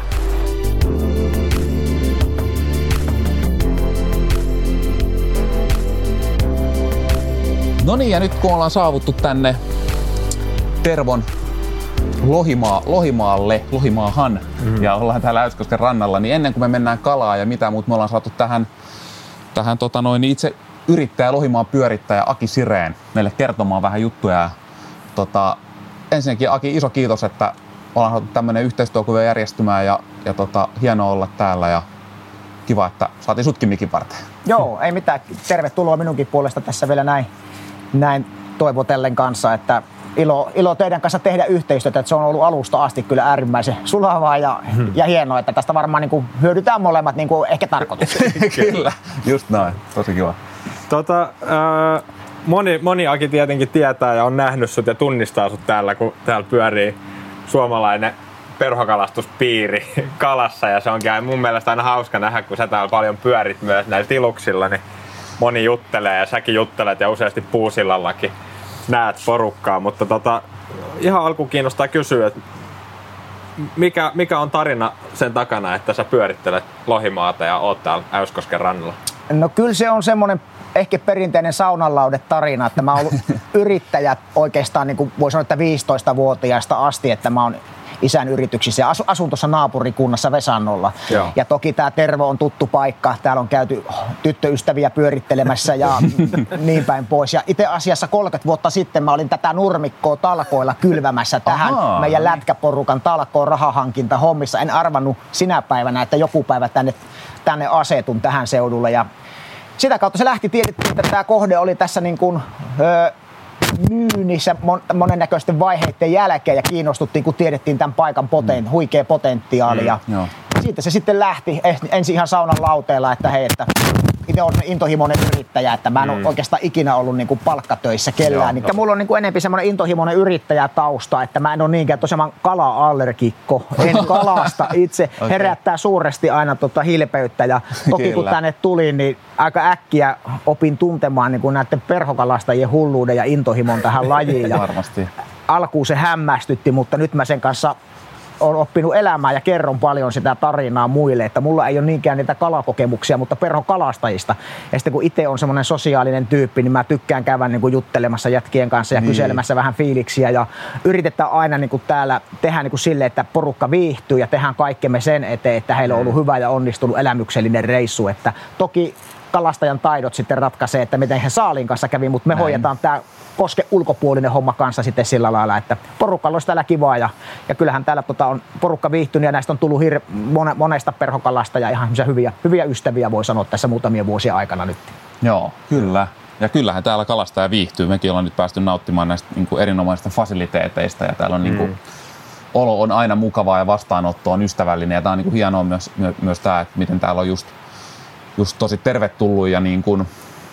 No niin, ja nyt kun ollaan saavuttu tänne Tervon Lohimaahan ja ollaan täällä Äyskosken rannalla, niin ennen kuin me mennään kalaa ja mitä muut me ollaan saatu tähän itse yrittäjä, Lohimaan pyörittäjä Aki Sireen meille kertomaan vähän juttuja. Ensinnäkin Aki, iso kiitos, että ollaan saatu tämmönen yhteistyökuvio järjestymään ja hienoa olla täällä ja kiva, että saatiin sutkin mikin varten. Joo, ei mitään. Tervetuloa minunkin puolesta tässä vielä näin toivotellen kanssa, että ilo teidän kanssa tehdä yhteistyötä, että se on ollut alusta asti kyllä äärimmäisen sulavaa ja hienoa, että tästä varmaan niin kuin hyödytään molemmat niin kuin ehkä tarkoitus. Kyllä, just näin. Tosi kiva. moni Aki tietenkin tietää ja on nähnyt sut ja tunnistaa sut täällä, kun täällä pyörii suomalainen perhokalastuspiiri kalassa ja se onkin mun mielestä aina hauska nähdä, kun sä täällä paljon pyörit myös näillä tiluksilla, niin moni juttelee ja säkin juttelet ja useasti Puusillallakin näet porukkaa, mutta ihan alkuun kiinnostaa kysyä, että mikä on tarina sen takana, että sä pyörittelet Lohimaata ja oot täällä Äyskosken rannalla? No kyllä se on semmoinen ehkä perinteinen saunanlaude-tarina, että mä oon ollut yrittäjä oikeastaan niin kuin voi sanoa, että 15-vuotiaasta asti, että mä oon isän yrityksissä ja asun tuossa naapurikunnassa Vesannolla. Joo. Ja toki tää Tervo on tuttu paikka, täällä on käyty tyttöystäviä pyörittelemässä ja niin päin pois. Ja itse asiassa 30 vuotta sitten mä olin tätä nurmikkoa talkoilla kylvämässä tähän meidän lätkäporukan talkoon rahahankinta hommissa. En arvannut sinä päivänä, että joku päivä tänne asetun tähän seudulle. Ja sitä kautta se lähti, tiedettiin, että tämä kohde oli tässä niin kuin, myynnissä monennäköisten vaiheiden jälkeen ja kiinnostuttiin, kun tiedettiin tämän paikan huikea potentiaali. Ja siitä se sitten lähti ensin ihan saunan lauteella, että hei, että itse olen intohimoinen yrittäjä, että mä en ole oikeastaan ikinä ollut niin kuin palkkatöissä kellään. Niin mulla on niin kuin enemmän semmoinen intohimoinen yrittäjätausta, että mä en ole niinkään tosiaan kala-allergikko. En kalasta itse. Herättää suuresti aina hilpeyttä ja toki kun tänne tulin, niin aika äkkiä opin tuntemaan niin kuin näiden perhokalastajien hulluuden ja intohimon tähän lajiin. Ja varmasti. Alkuun se hämmästytti, mutta nyt mä sen kanssa olen oppinut elämään ja kerron paljon sitä tarinaa muille, että mulla ei ole niinkään niitä kalakokemuksia, mutta perhokalastajista. Ja sitten kun itse on semmoinen sosiaalinen tyyppi, niin mä tykkään käydä niin kuin juttelemassa jätkien kanssa ja kyselemässä vähän fiiliksiä ja yritetään aina niin kuin täällä tehdä niin kuin silleen, että porukka viihtyy ja tehdään kaikkemme sen eteen, että heillä on ollut hyvä ja onnistunut elämyksellinen reissu. Että toki kalastajan taidot sitten ratkaisee, että miten he saaliin kanssa kävi, mutta me hoidetaan tämä koske ulkopuolinen homma kanssa sitten sillä lailla, että porukalla olisi täällä kivaa ja kyllähän täällä on porukka viihtynyt ja näistä on tullut monesta perhokalasta ja ihan hyviä ystäviä voi sanoa tässä muutamia vuosia aikana nyt. Joo, kyllä. Ja kyllähän täällä kalastaja viihtyy. Mekin ollaan nyt päästy nauttimaan näistä niin kuin erinomaisista fasiliteeteista ja täällä on niin kuin, olo on aina mukavaa ja vastaanotto on ystävällinen ja tää on niin kuin hienoa myös tämä, että miten täällä on just tosi tervetullut ja niin kuin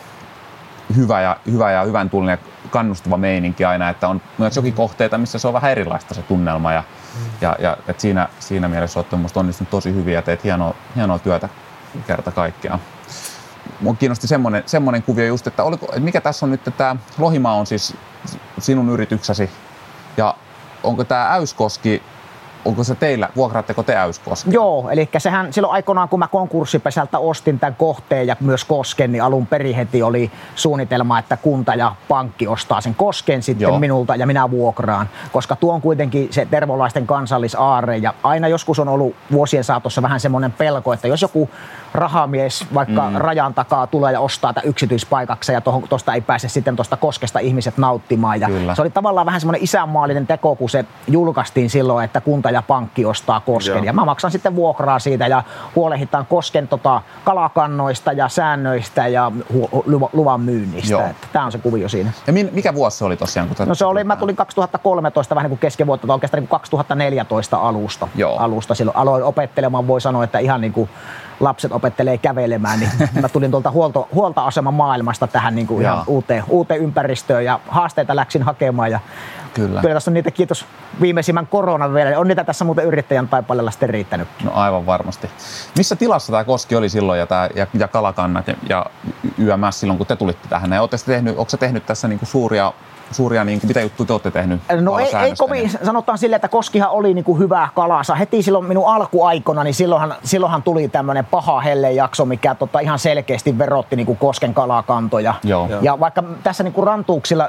hyvä ja hyvän tuulinen ja kannustava meininki aina, että on myös jokin kohteita, missä se on vähän erilaista se tunnelma ja että siinä mielessä olet minusta onnistunut tosi hyvin ja teet hienoa työtä kerta kaikkiaan. Minua kiinnosti semmoinen kuvio just, että mikä tässä on nyt, että tämä Lohimaa on siis sinun yrityksesi ja onko tämä Äyskoski, onko se teillä, vuokraatteko te Äyskoski? Joo, eli sehän silloin aikoinaan, kun mä konkurssipesältä ostin tämän kohteen ja myös kosken, niin alun perin heti oli suunnitelma, että kunta ja pankki ostaa sen kosken sitten minulta ja minä vuokraan, koska tuo on kuitenkin se tervolaisten kansallisaarre ja aina joskus on ollut vuosien saatossa vähän semmoinen pelko, että jos joku rahamies vaikka rajan takaa tulee ja ostaa tämän yksityispaikaksi ja tuosta ei pääse sitten tuosta koskesta ihmiset nauttimaan ja se oli tavallaan vähän semmoinen isänmaallinen teko, kun se julkaistiin silloin, että kunta ja pankki ostaa kosken. Ja mä maksan sitten vuokraa siitä ja huolehditaan kosken kalakannoista ja säännöistä ja luvan myynnistä. Tämä on se kuvio siinä. Ja mikä vuosi se oli tosiaan? No se oli, mä tulin 2013 vähän niin kuin keskivuotta, oikeastaan niin kuin 2014 alusta silloin aloin opettelemaan, voi sanoa, että ihan niin kuin lapset opettelee kävelemään, niin mä tulin tuolta huoltoaseman maailmasta tähän niin kuin ihan uuteen ympäristöön ja haasteita läksin hakemaan ja kyllä tässä on niitä, kiitos viimeisimmän koronan vielä, on niitä tässä muuten yrittäjän taipaleella sitten riittänyt. No aivan varmasti. Missä tilassa tämä koski oli silloin ja kalakannat ja YMS silloin, kun te tulitte tähän? Onko se tehnyt tässä niinku suuria niin, mitä juttuja te olette tehnyt? No ei kovin, sanotaan silleen, että koskihan oli niin kuin hyvä kalansa. Heti silloin minun alkuaikona, niin silloinhan tuli tämmöinen paha hellejakso, mikä ihan selkeästi verotti niin kuin kosken kalakantoja. Ja vaikka tässä niin kuin rantuuksilla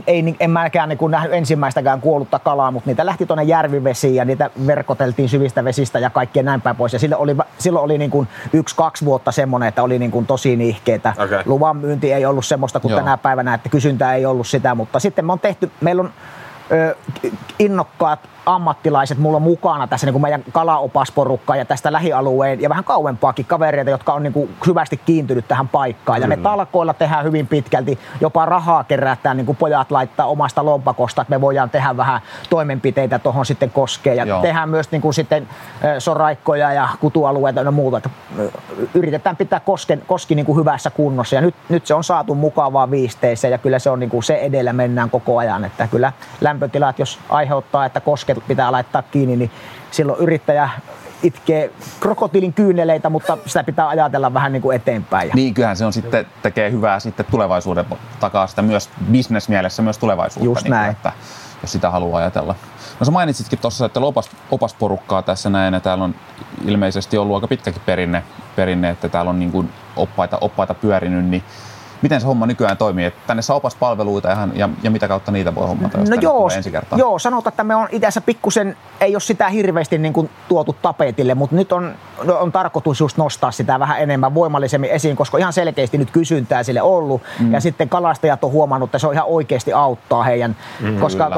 en mäkään niin kuin nähnyt ensimmäistäkään kuollutta kalaa, mutta niitä lähti tuonne järvivesiin ja niitä verkoteltiin syvistä vesistä ja kaikkea näin päin pois. Ja silloin oli niin kuin 1-2 vuotta semmoinen, että oli niin kuin tosi nihkeetä. Okay. Luvan myynti ei ollut semmoista kuin tänä päivänä, että kysyntää ei ollut sitä, mutta sitten meillä on innokkaat ammattilaiset mulla on mukana tässä niin kuin meidän kalaopasporukkaa ja tästä lähialueen ja vähän kauempaakin kavereita, jotka on niin kuin hyvästi kiintynyt tähän paikkaan. Ja me talkoilla tehdään hyvin pitkälti, jopa rahaa kerätään, niin kuin pojat laittaa omasta lompakosta, että me voidaan tehdä vähän toimenpiteitä tuohon sitten koskeen. Ja tehdään myös niin kuin sitten soraikkoja ja kutualueita ja muuta. Että yritetään pitää koski niin kuin hyvässä kunnossa ja nyt se on saatu mukavaa viisteeseen ja kyllä se on niin kuin se edellä mennään koko ajan. Että kyllä lämpötilat, jos aiheuttaa, että kosket pitää laittaa kiinni, niin silloin yrittäjä itkee krokotiilin kyyneleitä, mutta sitä pitää ajatella vähän niin kuin eteenpäin. Niin, kyllähän se on sitten, tekee hyvää sitten tulevaisuuden takaa sitä myös business-mielessä myös tulevaisuutta. Just niin, näin. Että, jos sitä haluaa ajatella. No sä mainitsitkin tuossa, että opasporukkaa tässä näin, ja täällä on ilmeisesti ollut aika pitkäkin perinne että täällä on niin kuin oppaita pyörinyt, niin miten se homma nykyään toimii? Että tänne saa opaspalveluita ja mitä kautta niitä voi hommata, jos tänne tulee ensi kertaa? Joo, sanotaan, että me on itse asiassa pikkusen, ei ole sitä hirveästi niin kuin tuotu tapetille, mutta nyt on tarkoitus just nostaa sitä vähän enemmän voimallisemmin esiin, koska ihan selkeästi nyt kysyntää sille ollut. Ja sitten kalastajat on huomannut, että se on ihan oikeasti auttaa heidän, koska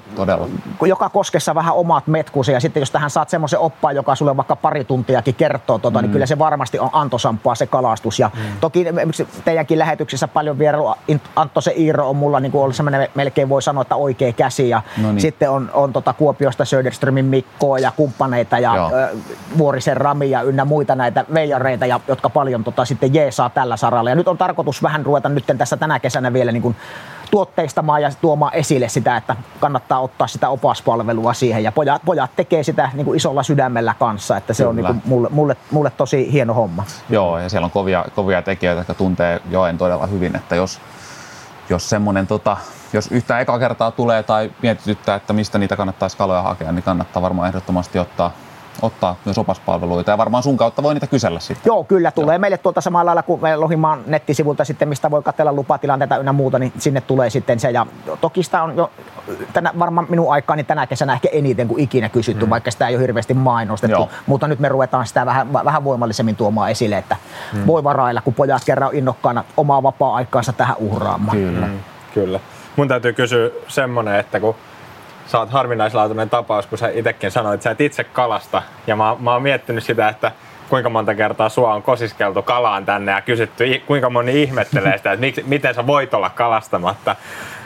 joka koskessa vähän omat metkusi ja sitten jos tähän saat semmoisen oppaan, joka sulle vaikka pari tuntiakin kertoo, niin kyllä se varmasti on antoisampaa se kalastus. Ja toki teidänkin lähetyksissä paljon vierailu, Anttosen Iiro on mulla niin kuin ollut semmoinen, melkein voi sanoa, että oikea käsi ja sitten on Kuopiosta Söderströmin Mikkoa ja kumppaneita ja Vuorisen Ramia ynnä muita näitä veijareita, jotka paljon sitten jeesaa tällä saralla. Ja nyt on tarkoitus vähän ruveta nyt tässä tänä kesänä vielä niin kuin tuotteistamaan ja tuomaan esille sitä, että kannattaa ottaa sitä opaspalvelua siihen ja pojat tekee sitä niin kuin isolla sydämellä kanssa, että se on niin kuin mulle tosi hieno homma. Joo, ja siellä on kovia tekijöitä, jotka tuntee joen todella hyvin, että jos semmoinen jos yhtään eka kertaa tulee tai mietityttää, että mistä niitä kannattaisi kaloja hakea, niin kannattaa varmaan ehdottomasti ottaa myös opaspalveluita ja varmaan sun kautta voi niitä kysellä sitten. Joo, kyllä tulee meille tuolta samalla lailla kuin Lohimaan nettisivulta sitten, mistä voi katsella lupatilanteita ynnä muuta, niin sinne tulee sitten se. Ja toki sitä on jo varmaan minun aikaani tänä kesänä ehkä eniten kuin ikinä kysytty, vaikka sitä ei ole hirveästi mainostettu. Mutta nyt me ruvetaan sitä vähän voimallisemmin tuomaan esille, että voi varailla, kun pojat kerran innokkaana omaa vapaa-aikaansa tähän uhraamaan. Kyllä. Mun täytyy kysyä semmonen, että kun sä oot harvinaislaatuinen tapaus, kun sä itsekin sanoit, että sä et itse kalasta. Ja mä oon miettinyt sitä, että kuinka monta kertaa sua on kosiskeltu kalaan tänne ja kysytty, kuinka moni ihmettelee sitä, että miten sä voit olla kalastamatta.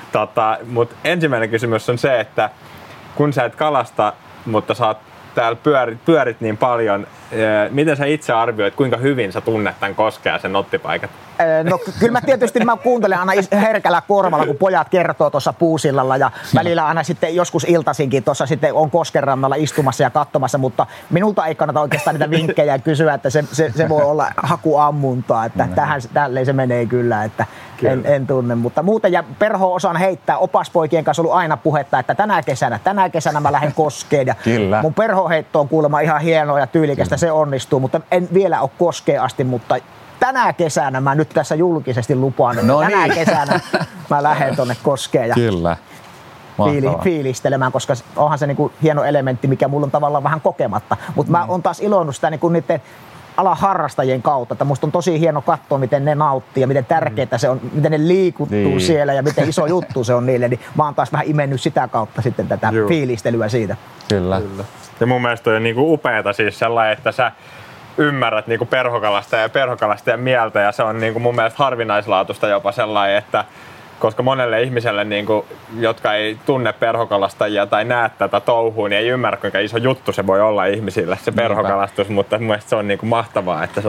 Mutta ensimmäinen kysymys on se, että kun sä et kalasta, mutta sä oot täällä pyörit niin paljon, miten sä itse arvioit, kuinka hyvin sä tunnet tämän koskea sen nottipaikat? No kyllä mä tietysti kuuntelen aina herkällä korvalla, kun pojat kertoo tuossa puusillalla ja välillä aina sitten joskus iltaisinkin tuossa sitten on koskenrannalla istumassa ja katsomassa, mutta minulta ei kannata oikeastaan niitä vinkkejä kysyä, että se voi olla hakuammuntaa, että tälleen se menee kyllä, että en tunne, mutta muuten ja Perho osaan heittää, opaspoikien kanssa on ollut aina puhetta, että tänä kesänä mä lähden koskeen ja mun Perho-heitto on kuulemma ihan hienoa ja tyylikästä, se onnistuu, mutta en vielä ole koskeen asti, mutta tänä kesänä mä nyt tässä julkisesti lupaan, että tänä kesänä mä lähden tonne koskeen ja fiilistelemään, koska onhan se niinku hieno elementti, mikä mulla on tavallaan vähän kokematta. Mutta mä oon taas iloinnut sitä niinku niiden alan harrastajien kautta, että musta on tosi hieno katsoa, miten ne nauttii ja miten tärkeää se on, miten ne liikuttuu siellä ja miten iso juttu se on niille, niin mä oon taas vähän imennyt sitä kautta sitten tätä fiilistelyä siitä. Kyllä. Ja mun mielestä on niinku upeeta siis sellainen, että sä ymmärrät niinku perhokalastajan ja perhokalastajan mieltä ja se on niinku mun mielestä harvinaislaatuista jopa sellainen, että koska monelle ihmiselle, niinku, jotka ei tunne perhokalastajia tai näe tätä touhua, niin ei ymmärrä, kuinka iso juttu se voi olla ihmisille, se perhokalastus, mutta mun mielestä se on niinku mahtavaa, että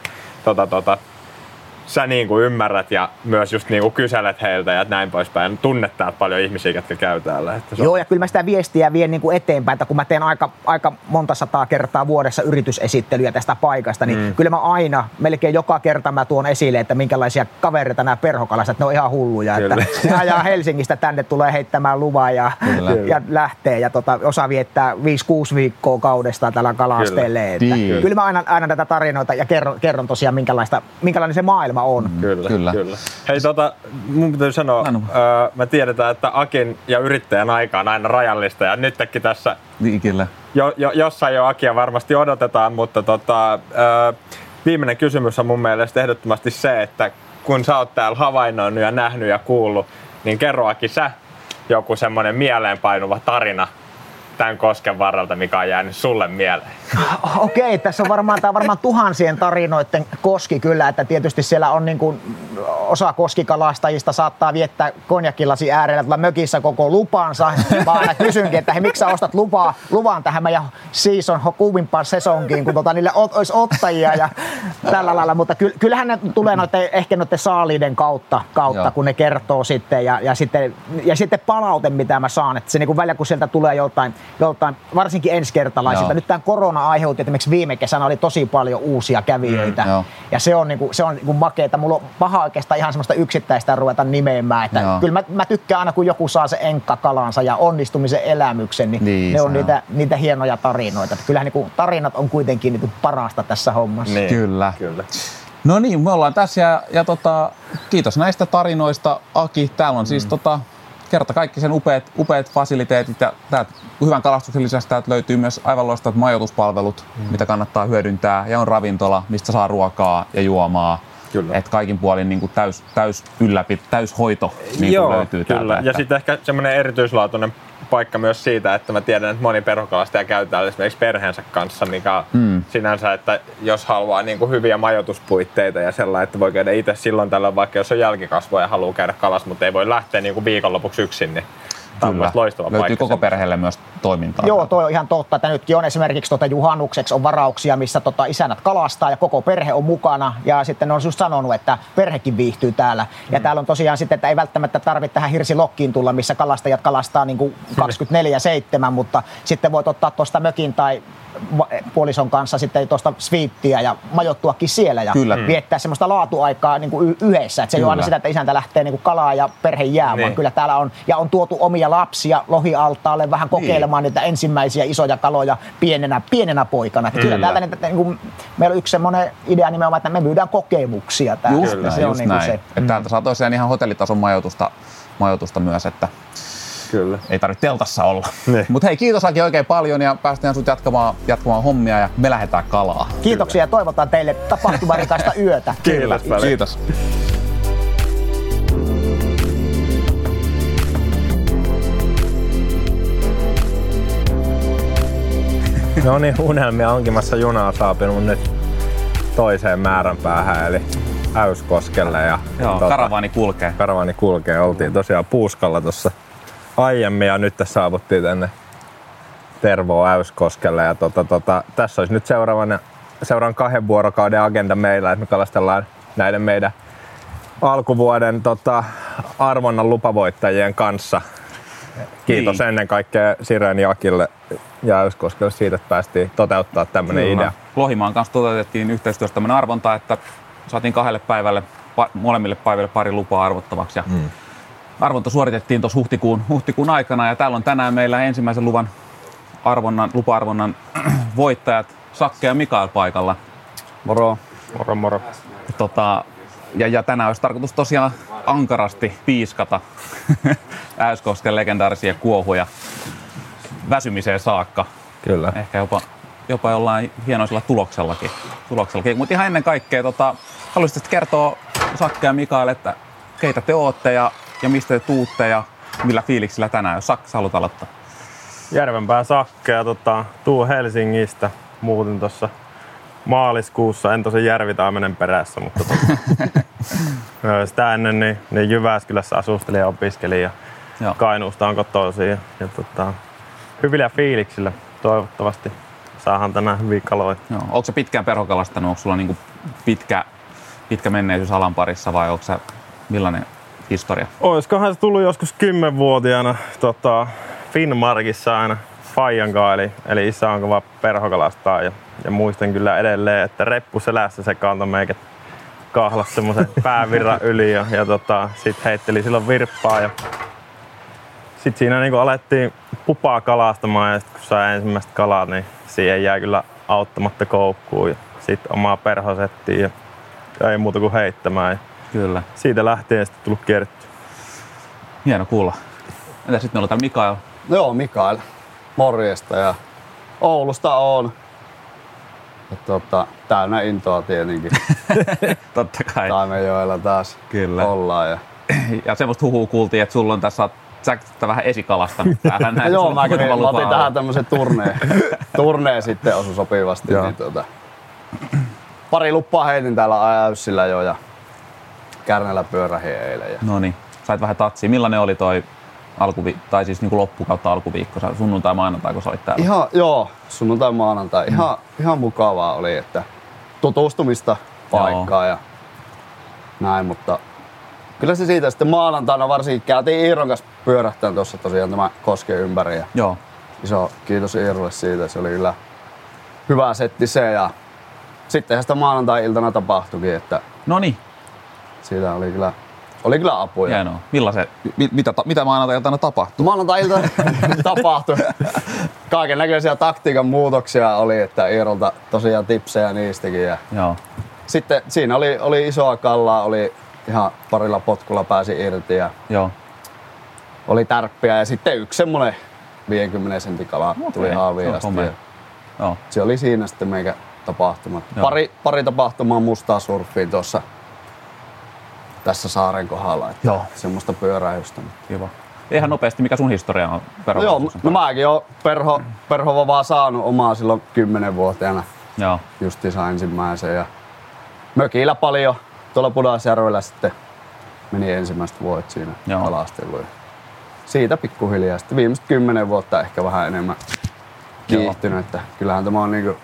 sä sä niinku ymmärrät ja myös just niinku kyselet heiltä ja näin poispäin. Tunnet täältä paljon ihmisiä, jotka käy täällä. Joo, ja kyllä mä sitä viestiä vien niinku eteenpäin, että kun mä teen aika monta sataa kertaa vuodessa yritysesittelyjä tästä paikasta, niin kyllä mä aina, melkein joka kerta mä tuon esille, että minkälaisia kavereita nämä perhokalastajat, että ne on ihan hulluja. Että ne ajaa Helsingistä tänne, tulee heittämään luvan ja lähtee ja osa viettää 5-6 viikkoa kaudesta tällä kalasteelle. Kyllä mä aina tätä tarinoita ja kerron tosiaan minkälainen se maailma on. Kyllä. Hei, mun pitää sanoa, mä tiedetään, että Akin ja yrittäjän aika on aina rajallista ja nytkin tässä jossain jo Akia varmasti odotetaan, mutta viimeinen kysymys on mun mielestä ehdottomasti se, että kun sä oot täällä havainnoinut ja nähnyt ja kuullut, niin kerro Aki sä, joku semmoinen mieleenpainuva tarina tämän kosken varrelta, mikä on jäänyt sulle mieleen? Okei, tässä on varmaan tuhansien tarinoiden koski kyllä, että tietysti siellä on niin kuin, osa koskikalastajista saattaa viettää konjakilasi äärellä tuolla mökissä koko lupansa. Mä aina kysynkin, että hei, miksi sä ostat luvan tähän meidän season kuumimpaan sesonkiin, kun niille olisi ottajia ja tällä lailla, mutta kyllähän ne tulee ehkä noiden saaliiden kautta kun ne kertoo sitten ja sitten palaute, mitä mä saan, että se niin kuin välillä kun sieltä tulee joltain varsinkin ensikertalaisilta. Nyt tämän korona aiheutti, että esimerkiksi viime kesänä oli tosi paljon uusia kävijöitä. Ja se on niinku makeeta. Mulla on paha oikeastaan ihan semmoista yksittäistä ruveta nimeämään. Että kyllä mä tykkään aina, kun joku saa se enkkakalansa ja onnistumisen elämyksen, niin ne on niitä hienoja tarinoita. Että kyllähän niinku tarinat on kuitenkin niinku parasta tässä hommassa. Niin. Kyllä. No niin, me ollaan tässä ja kiitos näistä tarinoista, Aki. Täällä on siis kerta kaikki sen upeat fasiliteetit ja hyvän kalastuksen lisäksi täältä löytyy myös aivan loistavat majoituspalvelut, mitä kannattaa hyödyntää, ja on ravintola, mistä saa ruokaa ja juomaa. Että kaikin puolin niin täys hoito niin löytyy täältä. Ja sitten ehkä semmoinen erityislaatuinen paikka myös siitä, että mä tiedän, että moni perhokalastaja käy täällä esimerkiksi perheensä kanssa, mikä sinänsä, että jos haluaa niin kuin hyviä majoituspuitteita ja sellainen, että voi käydä itse silloin tällöin, vaikka jos on jälkikasvua ja haluaa käydä kalassa, mutta ei voi lähteä niin kuin viikonlopuksi yksin, niin tämä on loistava paikka. Löytyy koko perheelle myös toimintaa. Joo, toi on ihan totta, että nytkin on esimerkiksi juhannukseksi on varauksia, missä isännät kalastaa ja koko perhe on mukana. Ja sitten ne on just sanonut, että perhekin viihtyy täällä. Ja täällä on tosiaan sitten, että ei välttämättä tarvitse tähän hirsilokkiin tulla, missä kalastajat kalastaa niin kuin 24/7, mutta sitten voit ottaa tuosta mökin tai puolison kanssa sitten tuosta sviittiä ja majoittuakin siellä ja viettää semmoista laatuaikaa niin kuin yhdessä. Että se ei ole aina sitä, että isäntä lähtee niin kuin kalaa ja perhe jää, vaan kyllä täällä on, ja on tuotu omia lapsia lohialtaalle vähän kokeilemaan niitä ensimmäisiä isoja kaloja pienenä poikana. Että kyllä täältä niin kuin, meillä on yksi semmoinen idea nimenomaan, että me myydään kokemuksia täällä. Se on niin kuin se. Että täältä saa tosiaan ihan hotellitason majoitusta myös, että kyllä. Ei tarvitse teltassa olla. Mutta hei, kiitos Aki oikein paljon ja päästään sut jatkamaan hommia ja me lähdetään kalaa. Kiitoksia ja toivotaan teille tapahtumarikaista yötä. Kiitos. No niin, unelmia onkimassa junaa saapinut nyt toiseen määränpäähän eli Äyskoskelle. Ja karavaani kulkee. Karavaani kulkee. Oltiin tosiaan Puuskalla tuossa aiemmin ja nyt tässä saavuttiin tänne Tervoon Äyskoskelle. Ja tässä olisi nyt seuraavan 2 vuorokauden agenda meillä, että me kalastellaan näiden meidän alkuvuoden arvonnan lupavoittajien kanssa. Kiitos ennen kaikkea Siren ja Akille ja Äyskoskelle siitä, että päästiin toteuttaa tämmöinen idea. Lohimaan kanssa toteutettiin yhteistyössä tämmöinen arvonta, että saatiin 2 päivälle, molemmille päiville pari lupaa arvottavaksi. Ja arvonta suoritettiin tuossa huhtikuun aikana ja täällä on tänään meillä ensimmäisen lupa-arvonnan voittajat Sakke ja Mikael paikalla. Moro. Ja tänään olisi tarkoitus tosiaan ankarasti piiskata Äyskosken legendaarisia kuohuja väsymiseen saakka. Kyllä. Ehkä jopa jollain hienoisella tuloksellakin. Mutta ihan ennen kaikkea haluaisitte kertoa Sakke ja Mikael, että keitä te ootte ja mistä te tuutte ja millä fiiliksillä tänään, jos Sakke haluat aloittaa. Järvenpään Sakke ja tuu Helsingistä. Muutin tuossa maaliskuussa. En tosi Järvitaamenen perässä, mutta sitä ennen niin Jyväskylässä asustelin ja opiskelin ja Kainuusta on kotoisin. Ja hyvillä fiiliksillä toivottavasti saadaan tänään hyviä kaloja. Onko sä pitkään perhokalastanut? Onko sulla niinku pitkä menneisyys alan parissa vai onko sä millainen historia? Oiskohan se tullut joskus 10-vuotiaana Finnmarkissa aina faijankaan, eli isä on kova perhokalastaa ja muistan kyllä edelleen, että reppu selässä se kantoi meikät kahlas semmoisen päävirran yli ja sit heitteli silloin virppaa ja sit siinä niinku alettiin pupaa kalastamaan ja sit kun sai ensimmäiset kalat, niin siihen jäi kyllä auttamatta koukkuun ja sit omaa perhosettiin ja ei muuta kuin heittämään. Ja kyllä. Siitä lähtien sitten tullut kierretty. Hieno kuulla. Entä sitten meillä on täällä Mikael? Joo, Mikael. Morjesta ja Oulusta on. Täynnä intoa tietenkin. Totta kai. Taimenjoella taas kyllä ollaan. Ja semmoista huhua kuultiin, että sulla on tässä Sä vähän esikalastanut täällä. Joo, mä otin tähän tämmösen turneen sitten osu sopivasti. Niin pari luppaa heitin täällä Äyssillä jo ja Kärnällä pyörähin eilen. No niin, sait vähän tatsia. Millainen oli toi tai siis niinku loppukautta alkuviikko? Sunnuntai, maanantai, kun sä olit täällä? Ihan, joo, sunnuntai, maanantai. Ihan mukavaa oli, että tutustumista paikkaan ja näin, mutta kyllä se siitä sitten maanantaina varsinkin käytiin Iiron kanssa pyörähtämään tuossa tosiaan tämä Kosken ympäri. Ja joo. Iso kiitos Iirolle siitä, se oli kyllä hyvä setti se ja sittenhän sitä maanantai-iltana tapahtuikin, että Noniin. siitä oli kyllä apuja. Hienoa. Mitä maanantai-iltana tapahtui? Maanantai-iltana tapahtui. Kaiken näköisiä taktiikan muutoksia oli, että Iirolta tosiaan tipsejä niistäkin. Ja joo. Sitten siinä oli isoa kallaa, oli ihan parilla potkulla pääsi irti ja joo. Oli tärppiä ja sitten yksi semmonen 50 sentin kala tuli haaviin asti. Joo. Se oli siinä sitten meikä tapahtumat. Pari tapahtumaa mustaa surffiin tuossa tässä saaren kohdalla. Että joo. Semmoista pyöräilystä. Kiva. Ihan nopeasti, mikä sun historia on perhokalastuksen? Joo, no mäkin oon perhovavaa saanut omaa silloin 10-vuotiaana. Joo. Justiinsa ensimmäisen ja mökillä paljon. Tuolla Pudasjärvellä sitten meni ensimmäiset vuodet siinä kalasteluun. Siitä pikkuhiljaa. Sitten viimeiset 10 vuotta ehkä vähän enemmän kiihtynyt, että kyllähän tämä on niinku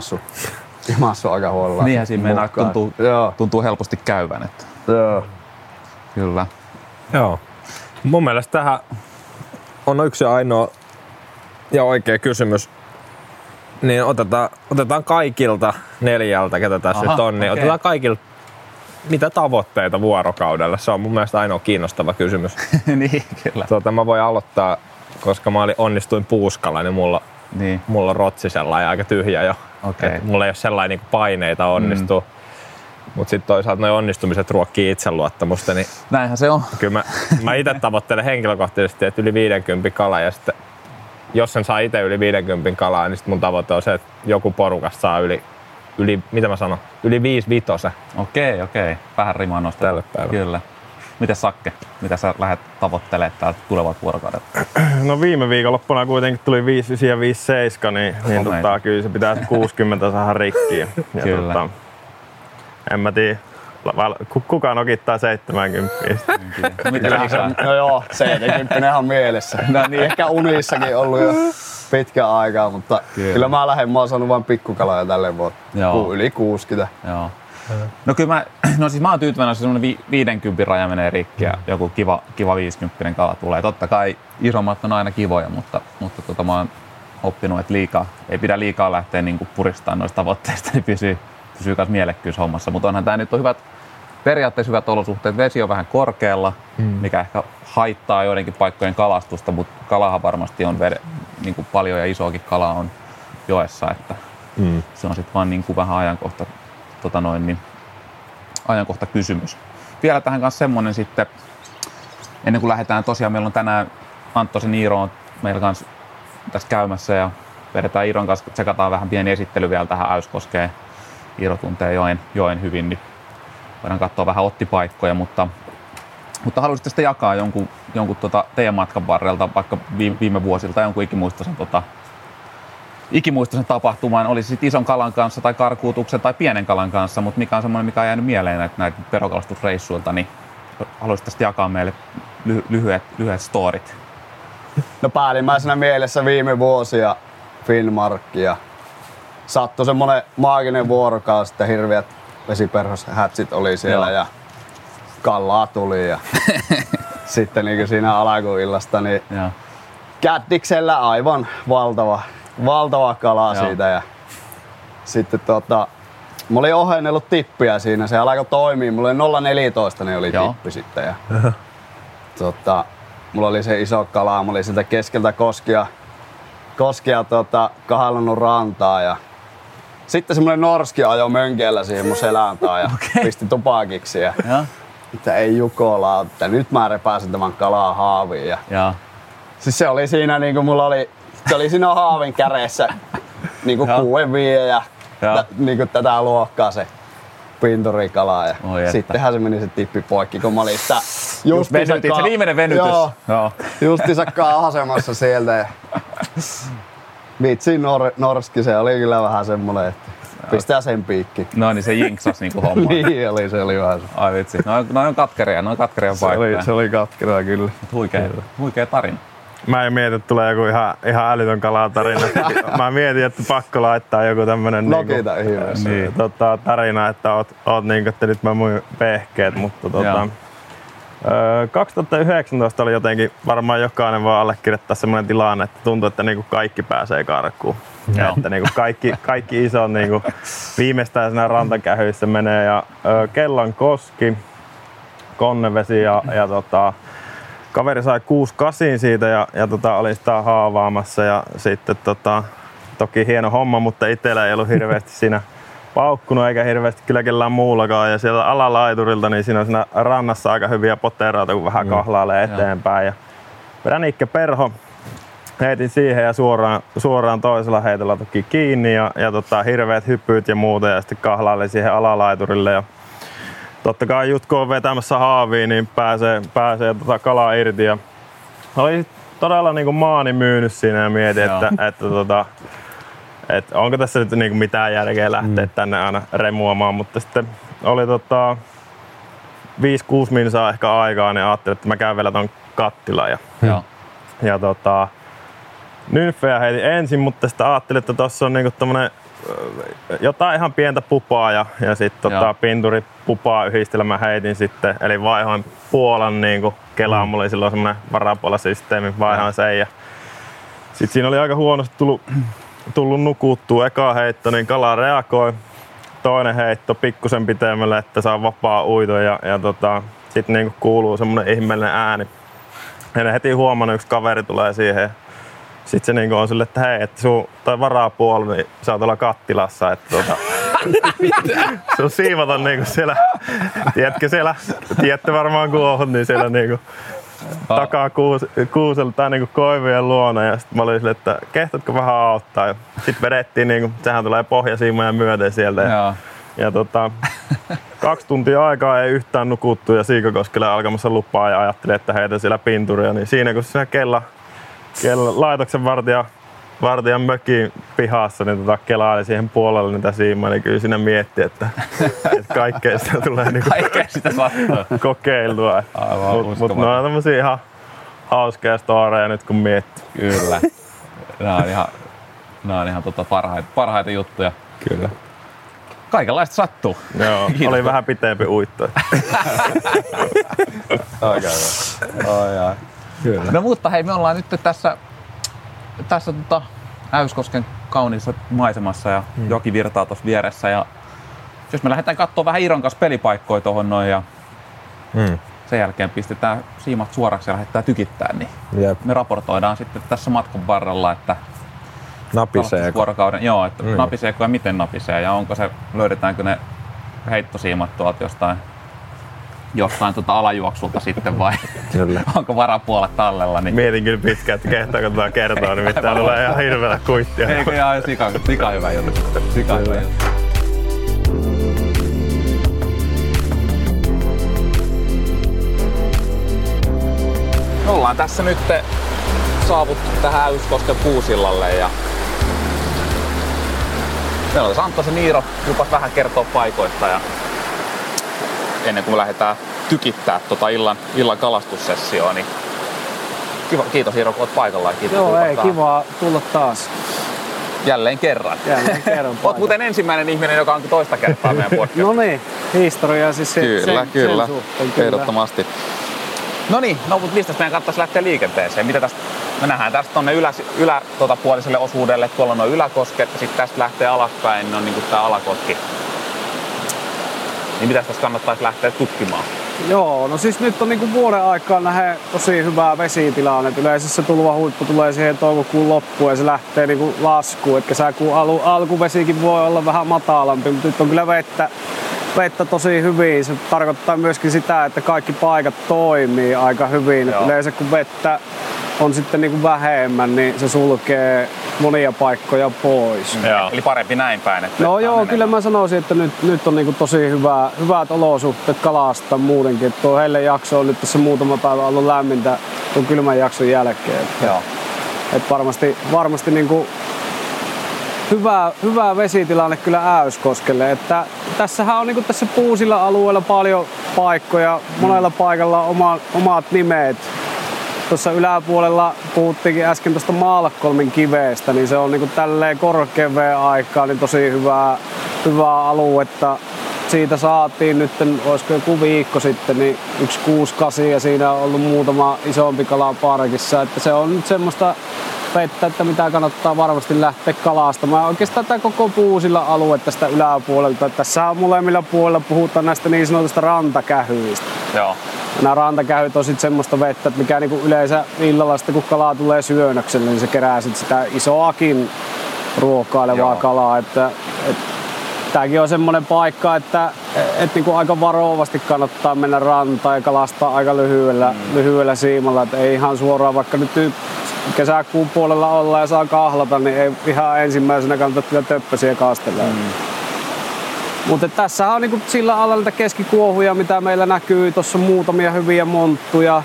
imassu aika huolella. Niinhän siinä meinaa tuntuu helposti käyvän. Että. Joo. Kyllä. Joo. Mun mielestä tähän on yksi ainoa ja oikea kysymys. Niin otetaan kaikilta 4, ketä tässä nyt on, niin otetaan kaikilta mitä tavoitteita vuorokaudella? Se on mun mielestä ainoa kiinnostava kysymys. Niin, kyllä. Mä voin aloittaa, koska mä onnistuin puuskalla, niin mulla on rotsi sellainen aika tyhjä jo. Okay. Mulla ei ole sellainen niin paineita onnistua. Mutta sitten toisaalta nuo onnistumiset ruokkii itseluottamusta. Niin näinhän se on. Kyllä mä itse tavoittelen henkilökohtaisesti, että yli 50 kalaa ja sitten jos sen saa itse yli 50 kalaa, niin sitten mun tavoite on se, että joku porukasta saa mitä mä sanon, yli 5 vitosen. Okei. Vähän rimaa noista. Tälle päivälle. Kyllä. Mites Sakke, mitä sä lähdet tavoittelemaan täältä tulevat vuorokaudet? No viime viikonloppuna kuitenkin tuli 5,9 ja 5,7, niin kyllä se pitää 60 saada rikkiä. Kyllä. En mä tiedä. Kuka nokittaa 70? No joo, 70 on mielessä. No niin. Ehkä unissakin ollut jo pitkän aikaa, mutta kyllä mä oon saanut vain pikkukaloja tälle vuotta. Yli 60. Joo. No kyllä mä oon tyytyväinen, jos semmonen 50 raja menee rikki ja joku kiva 50 kala tulee. Totta kai isommat on aina kivoja, mutta mä oon oppinut, että ei pidä liikaa lähteä niinku puristamaan noista tavoitteista, niin pysyy myös mielekkyys hommassa. Mutta onhan tää nyt periaatteessa hyvät olosuhteet. Vesi on vähän korkealla, mikä ehkä haittaa joidenkin paikkojen kalastusta, mutta kalahan varmasti on niinku paljon ja isoakin kalaa on joessa, että se on sitten vaan niinku vähän ajankohta kysymys. Vielä tähän kanssa semmonen sitten, ennen kuin lähdetään, tosiaan meillä on tänään Anttosen Iiro on meillä kanssa tässä käymässä ja vedetään Iiron kanssa, tsekataan vähän pieni esittely vielä tähän Äyskoskeen. Iiro tuntee joen hyvin, niin voidaan katsoa vähän ottipaikkoja, mutta haluaisitte sitten jakaa jonkun teidän matkan varrelta, vaikka viime vuosilta jonkun ikimuistoisen tapahtuman, oli se sitten ison kalan kanssa tai karkuutuksen tai pienen kalan kanssa, mutta mikä on semmoinen, mikä on jäänyt mieleen näitä verokalastusreissuilta, niin haluaisitte sitten jakaa meille lyhyet storit. No päällimmäisenä mielessä viime vuosia Finnmarkia. Sattui semmonen maaginen vuorokausi, että hirviät vesiperhoshätsit oli siellä ja kallaa tuli ja sitten niin siinä alkuillasta niin kättiksellä aivan valtava kala siitä ja sitten mä olin ohennellut tippiä siinä, se alkoi toimia, mulla oli 0,14 niin oli tippi sitten ja mulla oli se iso kala, mä olin sieltä keskeltä koskia kahallannut rantaa ja sitten semmonen norski ajoi mönkeellä siihen mun selän taa ja pisti tupakiksi ja että ei jukola, että nyt mä repäsin tämän kalaa haaviin ja siis se oli siinä niinku se oli siinä haavin kädessä niinku 6-5 ja niinku tätä luokkaa se pinturikala ja sittenhän se meni se tippi poikki, kun mä olin sitä Venytit, se viimeinen venytys. Joo. Justiinsa kaahasemassa sieltä. Ja vitsi Norski, se oli kyllä vähän semmonen, että pistää sen piikki. No niin, se jinksas niinku homma. Niin oli, se oli vähän se. Ai vitsi, noi on katkeria paikkoja. Se oli katkeria kyllä. Huikea tarina. Mä en mieti, että tulee joku ihan älytön kalatarina. Mä mietin, että pakko laittaa joku tämmönen Nokita ihmeessä. niin, tarina, että oot niinku, että nyt mä muin vehkeet, mutta 2019 oli jotenkin varmaan jokainen voi allekirjoittaa semmoinen tilanne, että tuntuu, että niinku kaikki pääsee karkuun. Että niinku kaikki isot niinku viimeistään siinä rantakähyissä menee ja Kellankoski, Konnevesi ja kaveri sai 6-8 siitä ja oli sitä haavaamassa ja sitten toki hieno homma, mutta itsellä ei ollut hirveästi siinä paukkunut eikä hirveästi kyllä kellään muullakaan ja siellä alalaiturilta niin siinä on siinä rannassa aika hyviä poteroita kun vähän kahlailee eteenpäin ja Pränikke Perho heitin siihen ja suoraan toisella heitolla toki kiinni ja hirveät hypyt ja muuta ja sitten kahlailin siihen alalaiturille ja totta kai just kun on vetämässä haaviin, niin pääsee kalaa irti. Ja oli todella niin kuin maani myynyt siinä ja mietin, että onko tässä nyt niin kuin mitään järkeä lähteä tänne aina remuamaan. Mutta sitten oli 5-6 minsaa ehkä aikaa, niin ajattelin, että mä käyn vielä ton kattilan. Ja nymfejä heitin ensin, mutta sitten ajattelin, että tossa on niinku tommonen jotain ihan pientä pupaa ja sitten pinturipupaa yhdistelmä heitin sitten. Eli vaihoin puolan niinku Kelaan, mulla oli silloin semmonen varapuolasysteemi, vaihoin sen ja sitten siinä oli aika huonosti tullut nukuttua. Eka heitto, niin kala reagoi. Toinen heitto pikkusen pitemmälle, että saa vapaa uito ja sitten niinku kuuluu semmonen ihmeellinen ääni. En heti huomannut, yksi kaveri tulee siihen. Sitten se niinku on sille, että hei, että toi varapuoli, niin sä oot olla kattilassa, että sun siivota niinku siellä, tiedätte varmaan kun oot, niin siellä niinku takaa kuusella tai niinku koivujen luona ja sit mä olin sille, että kehtatko vähän auttaa ja sit vedettiin niinku, sehän tulee pohjasiimoja myöten sieltä ja 2 tuntia aikaa ei yhtään nukuttu ja Siikakoskelle alkamassa lupaa ja ajattelin, että heitän siellä pinturia, niin siinä kun siinä laitoksen vartijan mökin pihassa, niin kelaili siihen puolelle niitä siimaa, niin kyllä siinä mietti, että kaikkea sitä tulee niinku kokeiltua. Mutta ne on tämmösiä ihan hauskoja storeja nyt kun miettii. Kyllä. Nämä on ihan parhaita juttuja. Kyllä. Kaikenlaista sattuu. Joo, oli vähän pitempi uitto. Oikein hyvä. Kyllä. No mutta hei, me ollaan nyt tässä Äyskosken kauniissa maisemassa ja joki virtaa tuossa vieressä. Ja jos me lähdetään katsomaan vähän Iiron kanssa pelipaikkoja tuohon noin ja sen jälkeen pistetään siimat suoraksi ja lähdetään tykittämään, niin me raportoidaan sitten tässä matkan varrella, että napiseeko. Että napiseeko ja miten napisee ja löydetäänkö ne heittosiimat tuolta jostain alajuoksulta sitten vai onko varapuolet tallella? Niin... Mietin kyllä pitkään, että kehtaako tätä kertoa, nimittäin tulee ihan hirveellä kuittia. Eikö ihan sika hyvä juttu. Me ollaan tässä nyt saavuttu tähän Äyskosken puusillalle ja meillä on tässä Anttosen Niiro lupas vähän kertoa paikoista ja ennen kuin me lähdetään tykittää illan kalastussessioon, niin kiitos Iiro, kun oot paikalla. Kiva tulla taas. Jälleen kerran. Oot muuten ensimmäinen ihminen, joka on toista kertaa meidän podcastissa. No niin, historiaa siis Kyllä. Sen suhteen, ehdottomasti. No niin, mutta mistä meidän kannattaisi lähteä liikenteeseen? Me nähdään tästä tuonne yläpuoliselle osuudelle, tuolla on yläkosket ja sitten tästä lähtee alaspäin, niin on niin kuin tää alakoski. Niin mitä tässä kannattaisi lähteä tutkimaan? Joo, no siis nyt on niinku vuoden aikaan nähdään tosi hyvää vesitilanne. Yleensä se tulvahuippu tulee siihen toukokuun loppuun ja se lähtee niinku laskuun. Et kesäkuun alkuvesikin voi olla vähän matalampi, mutta nyt on kyllä vettä tosi hyvin. Se tarkoittaa myöskin sitä, että kaikki paikat toimii aika hyvin. Yleensä kun vettä on sitten niinku vähemmän, niin se sulkee monia paikkoja pois. Joo. Eli parempi näin päin. Että No joo, kyllä mä sanoisin, että nyt on niinku tosi hyvät olosuhteet kalastaa muutenkin. Että tuo Hellen jakso on nyt tässä muutama päivä ollut lämmintä tuon kylmän jakson jälkeen. Joo. Että varmasti niinku hyvä vesitilanne kyllä Äyskoskelle. Että tässähän on niinku tässä Puusilla alueella paljon paikkoja, monella paikalla omat nimet. Tuossa yläpuolella puhuttiinkin äsken tuosta Malkolmin kivestä, niin se on niinku tälleen korkean aikaa niin tosi hyvää aluetta. Siitä saatiin nyt, olisiko joku viikko sitten, niin 168 ja siinä on ollut muutama isompi kala parkissa. Että se on nyt semmoista vettä, että mitä kannattaa varmasti lähteä kalastamaan. Oikeastaan tämä koko Puusilla alue tästä yläpuolelta. Tässä on molemmilla puolilla puhutaan näistä niin sanotusta rantakähyistä. Joo. Nämä rantakähyt on sitten semmoista vettä, että mikä niinku yleensä illalla sitten kun kala tulee syönnökselle, niin se kerää sit sitä isoakin ruokailevaa kalaa. Tämäkin on semmoinen paikka, että niinku aika varovasti kannattaa mennä rantaan ja kalastaa aika lyhyellä siimalla. Että ei ihan suoraan, vaikka nyt kesäkuun puolella ollaan ja saa kahlata, niin ei ihan ensimmäisenä kannata kyllä töppösiä kastella. Mutta tässä on niinku sillä alalla näitä keskikuohuja, mitä meillä näkyy. Tuossa on muutamia hyviä monttuja.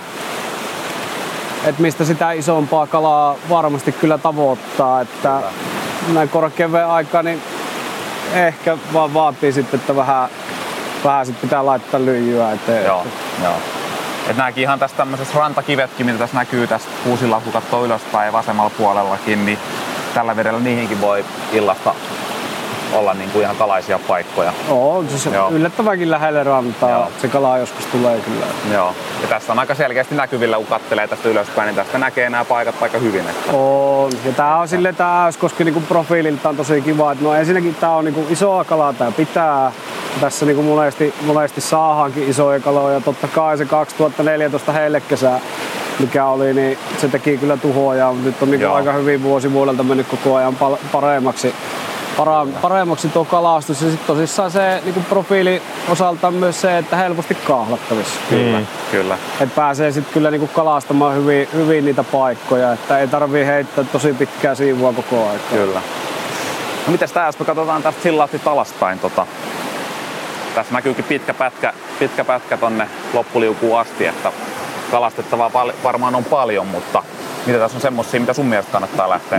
Et mistä sitä isompaa kalaa varmasti kyllä tavoittaa. Että näin korkean aikaa niin ehkä vaan vaatii sitten, että vähän sit pitää laittaa lyijyä eteen. Joo. Et nääkin ihan tässä tämmöisessä rantakivetkin, mitä tässä näkyy tässä Puusilla, kun katsoo ylöspäin ja vasemmalla puolellakin, niin tällä vedellä niihinkin voi illasta olla niin kuin ihan kalaisia paikkoja. On siis yllättävänkin lähelle rantaa. Joo. Se kala joskus tulee kyllä. Joo. Ja tässä on aika selkeästi näkyvillä, kun katselee tästä ylöspäin, niin tästä näkee nämä paikat aika hyvin. Että on. Ja tää on silleen tää Äyskoski niinku profiililtaan tosi kiva. Että no ensinnäkin tää on niinku isoa kalaa tää pitää. Tässä niinku monesti saadaankin isoja kaloja. Totta kai se 2014 hellekesä, mikä oli, niin se teki kyllä tuhoja. Nyt on niinku aika hyvin vuodelta mennyt koko ajan paremmaksi tuo kalastus. Ja sitten tosissaan se niinku profiili osaltaan myös se, että helposti kahlattavissa. Kyllä. Et pääsee sitten kyllä niinku kalastamaan hyvin niitä paikkoja, että ei tarvii heittää tosi pitkää siivua koko ajan. Kyllä. No mites tää, jos me katsotaan tästä sillaasti alaspäin. Tässä näkyykin pitkä pätkä tonne loppuliukuun asti, että kalastettavaa varmaan on paljon, mutta mitä tässä on semmosia, mitä sun mielestä kannattaa lähteä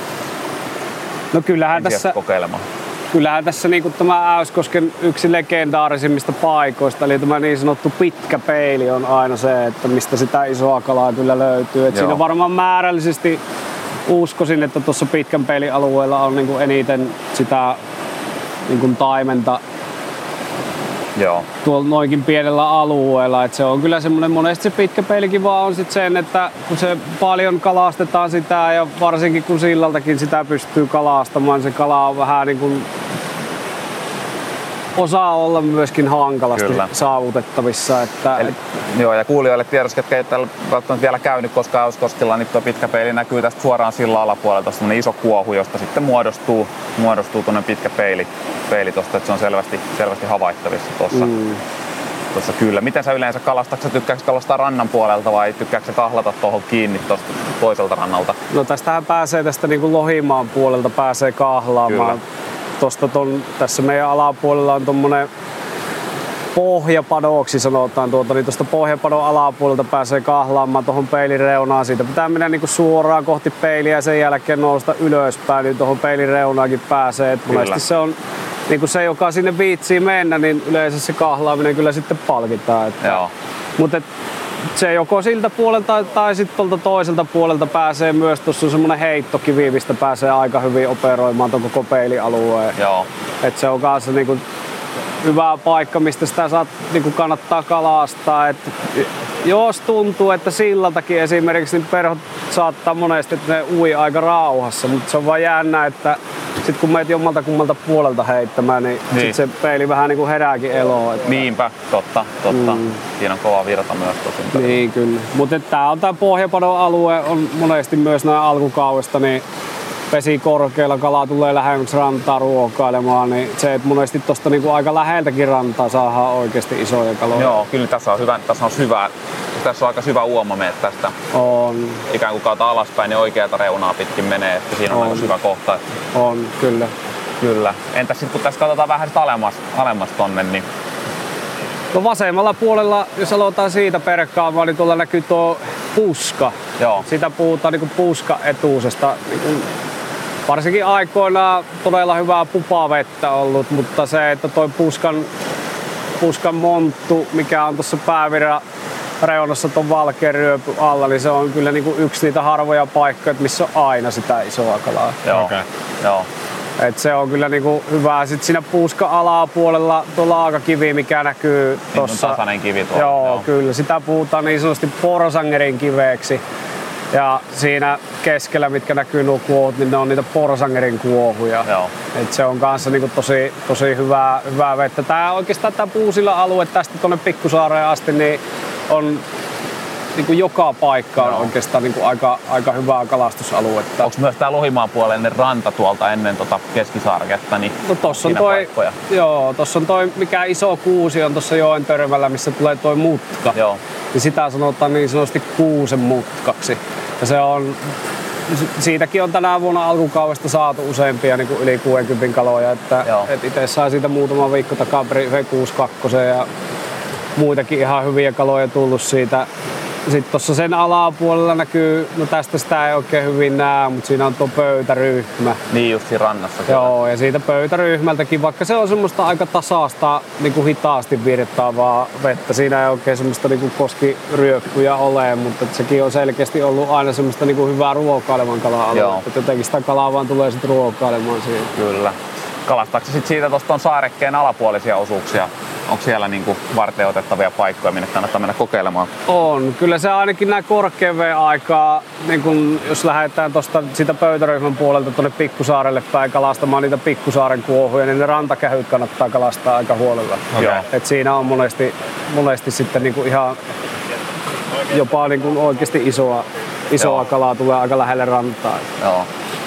no kyllähän tässä niinku tämä Äyskosken yksi legendaarisimmista paikoista, eli tämä niin sanottu pitkä peili on aina se, että mistä sitä isoa kalaa kyllä löytyy. Et siinä varmaan määrällisesti uskoisin, että tuossa pitkän peilin alueella on niinku eniten sitä niinku taimenta. Joo. Tuolla noinkin pienellä alueella, että se on kyllä semmoinen, monesti se pitkä peilikin vaan on sit sen, että kun se paljon kalastetaan sitä ja varsinkin kun sillaltakin sitä pystyy kalastamaan, se kala on vähän niin kuin osaa olla myöskin hankalasti saavutettavissa. Joo, ja kuulijoille tiedossa, ketkä ei täällä välttämättä vielä käynyt koskaan Äyskoskella, niin tuo pitkä peili näkyy tästä suoraan sillan alapuolelta, semmoinen iso kuohu, josta sitten muodostuu tuonne pitkä peili tosta, että se on selvästi havaittavissa tuossa kyllä. Miten sä yleensä kalastat? Tykkääkö kalastaa rannan puolelta vai tykkääkö kahlata tuohon kiinni tuosta toiselta rannalta? No tästähän pääsee tästä niin kuin Lohimaan puolelta pääsee kahlaamaan. Tässä meidän alapuolella on tommonen pohjapadoksi sanotaan niin tuosta pohjapadon alapuolelta pääsee kahlaamaan tuohon peilin reunaan. Siitä pitää mennä niinku suoraan kohti peiliä ja sen jälkeen nousta ylöspäin, niin tuohon peilin reunaakin pääsee. Et monesti se on niinku se, joka sinne viitsii mennä, niin yleensä se kahlaaminen kyllä sitten palkitaan. Mutta se joko siltä puolelta tai sitten tuolta toiselta puolelta pääsee myös, tuossa on semmoinen heittokivi, mistä pääsee aika hyvin operoimaan tuon koko peilialueen. Et se on kanssa niinku hyvä paikka, mistä sitä niinku kannattaa kalastaa. Et jos tuntuu, että sillaltakin esimerkiksi niin perhot saattaa monesti, että ne ui aika rauhassa, mutta se on vaan jännä, että sit kun meet jommalta kummalta puolelta heittämään, niin sit se peili vähän niinku herääkin eloon. Niinpä, totta. Siinä on kova virta myös tosin. Niin kyllä. Mutta tää on tää pohjapadon alue, on monesti myös näin alkukaudesta, niin vesi korkealla, kala tulee lähemmäksi rantaa ruokailemaan, niin se, että monesti tosta niinku aika läheltäkin rantaa saadaan oikeasti isoja kaloja. Joo, kyllä tässä on hyvä tässä on aika syvä uoma mene tästä. On. Ikään kuin kautta alaspäin, niin oikeata reunaa pitkin menee, että siinä on aika syvä kohta. On, kyllä. Kyllä. Entäs sitten kun tässä katsotaan vähän alemmas tonne, niin... No vasemmalla puolella, jos aloitetaan siitä perkaamaan, niin tuolla näkyy tuo puska. Joo. Sitä puhutaan niin kuin puskaetuusesta. Niin varsinkin aikoinaan todella hyvää pupavettä ollut, mutta se, että toi puskan monttu, mikä on tuossa päävirran reunassa tuon valkean ryöpy alla, niin se on kyllä niin kuin yksi niitä harvoja paikkoja, missä on aina sitä isoa kalaa. Joo. Okay. Joo. Et se on kyllä niinku hyvä. Sitten siinä puuskan alapuolella tuo laakakivi, mikä näkyy tuossa. Niin tasainen kivi tuolla. Joo, kyllä. Sitä puhutaan niin sanotusti porsangerin kiveeksi. Ja siinä keskellä, mitkä näkyy nuo kuohut, niin ne on niitä porsangerin kuohuja. Joo. Et se on kanssa niinku tosi hyvää vettä. Tää oikeastaan tää Puusila-alue tästä tuonne Pikkusaareen asti, niin on niinku joka paikka on oikeastaan niinku aika hyvää kalastusaluetta. Onko myös tää Lohimaan puolelle ranta tuolta ennen Keskisaarketta? Niin no tossa on toi, tossa on toi mikä iso kuusi on tuossa joen törmällä, missä tulee toi mutka. Joo. Ja sitä sanotaan niin sanotusti kuusen mutkaksi. Ja se on, siitäkin on tänä vuonna alkukaudesta saatu useampia niin kuin yli 60 kaloja. Että itse sai siitä muutama viikko takaperin 62 ja muitakin ihan hyviä kaloja tullut siitä. Sitten tuossa sen alapuolella näkyy, no tästä sitä ei oikein hyvin näe, mutta siinä on tuo pöytäryhmä. Niin just siinä rannassa. Joo, ja siitä pöytäryhmältäkin, vaikka se on semmoista aika tasaista, niin kuin hitaasti virtaavaa vettä. Siinä ei oikein semmoista niin kuin koskiryöppyjä ole, mutta sekin on selkeästi ollut aina semmoista niin kuin hyvää ruokailevan kala-aluetta. Jotenkin sitä kalaa vaan tulee sitten ruokailemaan siihen. Kyllä. Kalastaako sitten siitä tuosta saarekkeen alapuolisia osuuksia? Onko siellä niinku varteenotettavia paikkoja, minne kannattaa mennä kokeilemaan? On. Kyllä se ainakin näin korkean veen aikaa, niin kun jos lähdetään tuosta sitä pöytäryhmän puolelta tuonne Pikkusaarelle päin kalastamaan niitä Pikkusaaren kuohuja, niin ne rantakähyt kannattaa kalastaa aika huolella. Okay. Et siinä on monesti sitten niinku ihan jopa niinku oikeasti isoa kalaa tulee aika lähelle rantaa. Joo.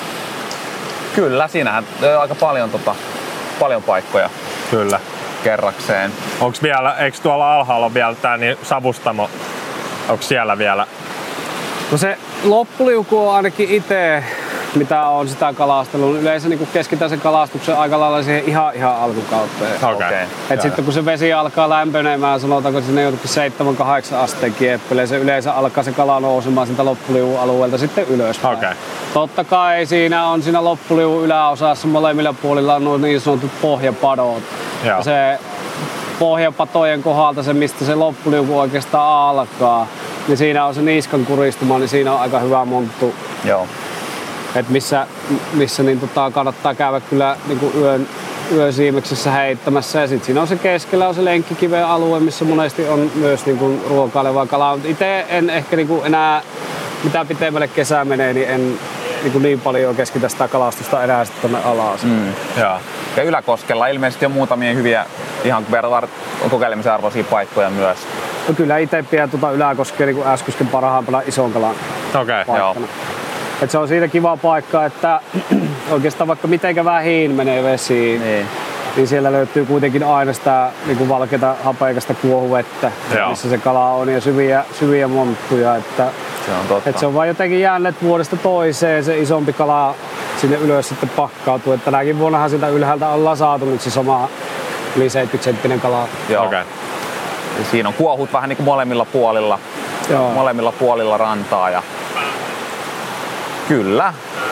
Kyllä, siinähän on aika paljon paikkoja. Kyllä. Kerrakseen. Onks vielä, eikö tuolla alhaalla vielä tää niin savustamo, onks siellä vielä? No se loppuliuku on ainakin itse, mitä on sitä kalastellut, yleensä niin keskitään sen kalastuksen aika lailla siihen ihan alkukauteen. Okay. Et sitten kun se vesi alkaa lämpenemään, sanotaanko sinne jotenkin 7-8 asteen kieppeleen, se yleensä alkaa se kala nousemaan siltä loppuliuvun alueelta sitten ylöspäin. Okay. Totta kai siinä loppuliuvun yläosassa molemmilla puolilla on nuo niin sanotut pohjapadot. Ja se pohjapatojen kohdalta se, mistä se loppuliuku oikeastaan alkaa, niin siinä on se niskan kuristuma, niin siinä on aika hyvä monttu. Joo. Et missä niin kannattaa käydä kyllä niin yön siimeksessä heittämässä. Ja sit siinä on se keskellä on se lenkkikiven alue, missä monesti on myös niin ruokailevaa kalaa. Itse en ehkä niin enää, mitä pitemmälle kesä menee, niin en niin paljon keskitä sitä kalastusta enää sitten tonne alas. Ja Yläkoskella ilmeisesti on muutamia hyviä ihan kokeilemisen arvoisia paikkoja myös. No kyllä itse pidän Yläkoskea niin Äskysken parhaimpana ison kalan paikkana. Et se on siitä kiva paikka, että oikeastaan vaikka mitenkä vähin menee vesiin, niin siellä löytyy kuitenkin aina sitä niin valkeata hapeikasta kuohuvettä, missä se kala on ja syviä monttuja. Että se on totta. Että se on vaan jotenkin jäänyt vuodesta toiseen se isompi kala sinne ylös sitten pakkautuu. Että tänäkin vuonnahan sitä ylhäältä ollaan saatu nyt se sama yli 70-senttinen kala. Joo. Okay. Siinä on kuohut vähän niin kuin molemmilla puolilla rantaa. Ja... Kyllä.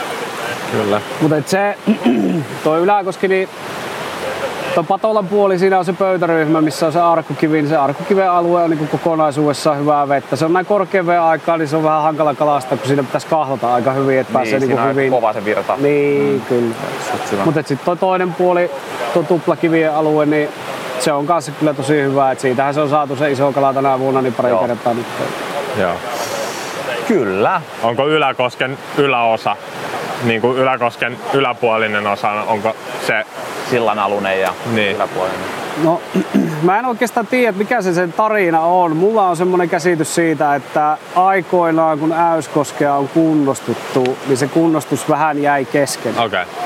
Mutta se, toi Yläkoski, niin tuo Patolan puoli, siinä on se pöytäryhmä, missä on se arkkukivi, niin se arkkukiven alue on niin kokonaisuudessaan hyvää vettä. Se on näin korkean veen aikaa, niin se on vähän hankala kalastaa, kun siinä pitäisi kahlata aika hyvin, että pääsee niin hyvin. Kova se virta. Niin, kyllä. Mutta sitten tuo toinen puoli, tuo tuplakivien alue, niin se on kanssa kyllä tosi hyvä. Et siitähän se on saatu se iso kala tänä vuonna niin pari kertaa nyt. Joo. Kyllä. Onko Yläkosken yläosa, niin kuin Yläkosken yläpuolinen osa, onko se sillan alunen ja yläpuolinen? No, mä en oikeastaan tiedä, mikä se sen tarina on. Mulla on semmoinen käsitys siitä, että aikoinaan kun Äyskoskea on kunnostuttu, niin se kunnostus vähän jäi kesken. Okay.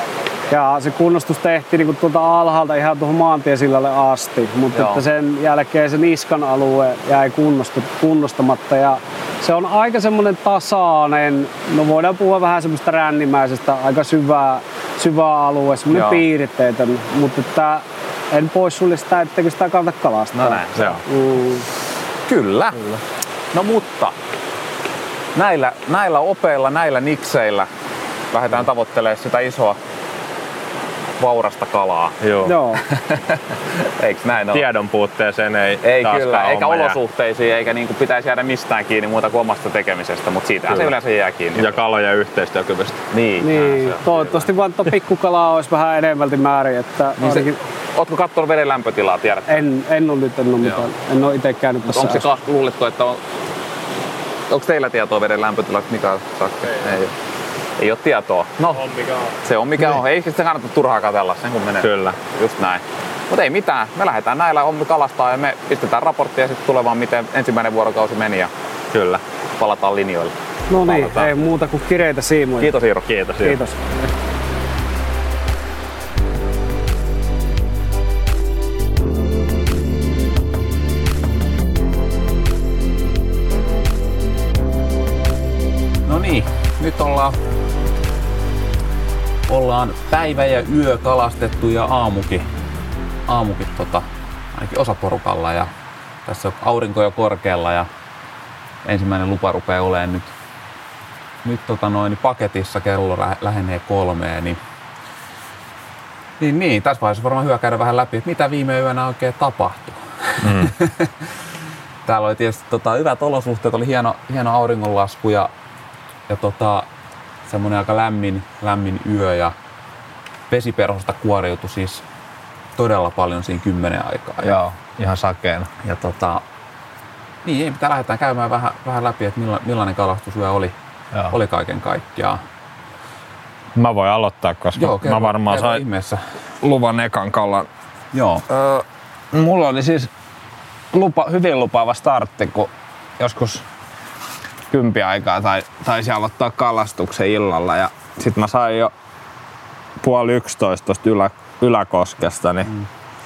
Ja se kunnostus tehtiin niin tuolta alhaalta ihan tuohon maantiesillalle asti, mutta että sen jälkeen se niskan alue jäi kunnostamatta. Ja se on aika semmoinen tasainen, no voidaan puhua vähän semmoista rännimäisestä, aika syvää alue, semmoinen piiritteetön, mutta että en poissulje sitä, etteikö sitä kannata kalastaa. No näin, se on. Kyllä. No mutta näillä opeilla, näillä nikseillä lähdetään tavoittelemaan sitä isoa vaurasta kalaa. Joo. Eiks näin ole? Tiedon puutteeseen ei kyllä, eikä olosuhteisiin, eikä niinku pitäisi jäädä mistään kiinni muuta kuin omasta tekemisestä, mutta siitä se yleensä jää kiinni. Ja kalojen yhteistyökyvystä. Niin. Toivottavasti vaan pikkukalaa olisi vähän enemmälti määrin. Että niin ootko katsonut veden lämpötilaa, tiedätkö? En ole mitään. En ole itse käynyt tässä. Onko se luuletko, että onko teillä tietoa veden lämpötilasta, mikä Sakke? Ei ole tietoa. No, se on mikä on. Ei sitä kannata turhaa katsella sen kun menee. Kyllä. Just näin. Mutta ei mitään. Me lähdetään näillä kalastaa ja me pistetään raporttia sitten tulevaan, miten ensimmäinen vuorokausi meni ja kyllä, palataan linjoille. No niin, ei muuta kuin kireitä siimuja. Kiitos Iiro. Kiitos. No niin, nyt ollaan päivä ja yö kalastettu ja aamukin ainakin osa porukalla ja tässä on aurinko jo korkealla ja ensimmäinen lupa rupeaa olemaan nyt paketissa, kello lähenee 3, niin tässä vaiheessa varmaan hyvä käydä vähän läpi, että mitä viime yönä oikein tapahtui. Täällä oli tietysti hyvät olosuhteet, oli hieno auringonlasku ja semmoinen aika lämmin yö ja vesiperhosta kuoriutui siis todella paljon siinä 10 aikaa. Joo, ihan sakeena. Ja niin, pitää lähdetään käymään vähän läpi, että millainen kalastusyö oli kaiken kaikkiaan. Mä voin aloittaa, koska mä varmaan sain luvan ekan kalan. Joo. Mulla oli siis hyvin lupaava startti, kun joskus 10 aikaa taisi aloittaa kalastuksen illalla ja sit mä sain jo 10:30 tosta Yläkoskesta, niin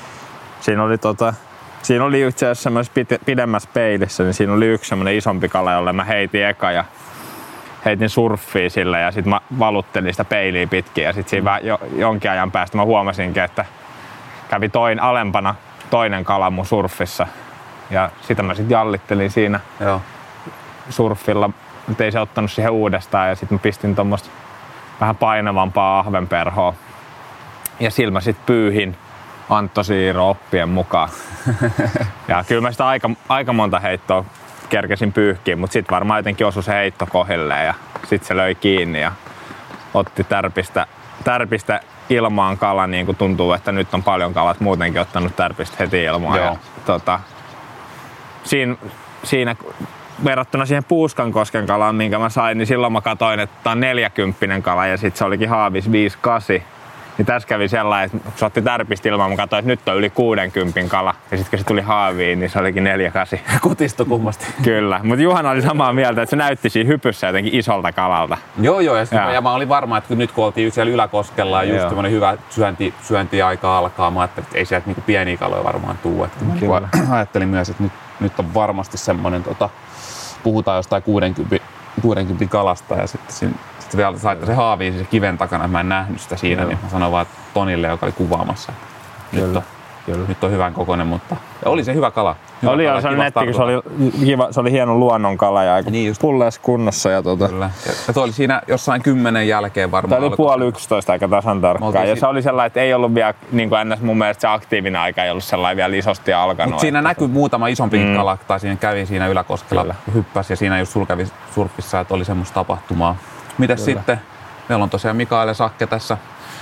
siinä oli itse asiassa semmoisessa pidemmässä peilissä, niin siinä oli yksi semmoinen isompi kala, jolle mä heitin eka ja heitin surffia sille ja sit mä valuttelin sitä peiliä pitkin ja sit siinä jonkin ajan päästä mä huomasinkin, että kävi alempana toinen kala mun surffissa ja sitä mä sit jallittelin siinä surffilla, mutta ei se ottanut siihen uudestaan ja sit mä pistin tommoista vähän painavampaa ahvenperhoa ja sillä mä sit pyyhin Antto Siiro oppien mukaan. Ja kyllä mä sitä aika monta heittoa kerkesin pyyhkiä, mutta sit varmaan jotenkin osui se heitto kohilleen ja sit se löi kiinni ja otti tärpistä ilmaan kala, niin kuin tuntuu, että nyt on paljon kalat muutenkin ottanut tärpistä heti ilmaan. Ja, siinä verrattuna siihen Puuskankosken kalaan, minkä mä sain, niin silloin mä katsoin, että tää on 40 kala ja sit se olikin haavis 5-8. Niin tässä kävi sellainen, että kun se otti tärpistä ilmaan, mä katsoin, että nyt on yli 60 kala. Ja sitten kun se tuli haaviin, niin se olikin 4-8. Kutistui kummasti. Kyllä, mutta Juhana oli samaa mieltä, että se näytti siinä hypyssä jotenkin isolta kalalta. Joo, ja mä olin varma, että nyt kun oltiin siellä Yläkoskella ja just semmoinen hyvä syöntiaika alkaa, mä ajattelin, että ei sieltä niinku pieniä kaloja varmaan tuu. Ajattelin myös, että nyt on varmasti semmoinen, puhutaan jostain 60 kalasta ja sitten vielä saitte se haaviin se kiven takana, että mä en nähnyt sitä siinä, niin mä sanoin vaan Tonille, joka oli kuvaamassa, että nyt on hyvän kokoinen, mutta oli se hyvä kala. Oli se oli netti, kun se oli hieno luonnonkala ja aika pulleessa kunnossa. Kyllä. Ja toi oli siinä jossain 10 jälkeen varmaan. Tämä oli 10:30 aika tasan tarkkaan. Ja se oli sellainen, että ei ollut vielä, niin kuin ns. Mun mielestä se aktiivinen aika ei ollut sellainen vielä isosti alkanut. Mutta siinä näkyi muutama isompi kala, tai siinä kävi siinä Yläkoskella, hyppäsi ja siinä just sul kävi surffissa, että oli semmoista tapahtumaa. Mitäs sitten? Meillä on tosiaan Mikael ja Sakke tässä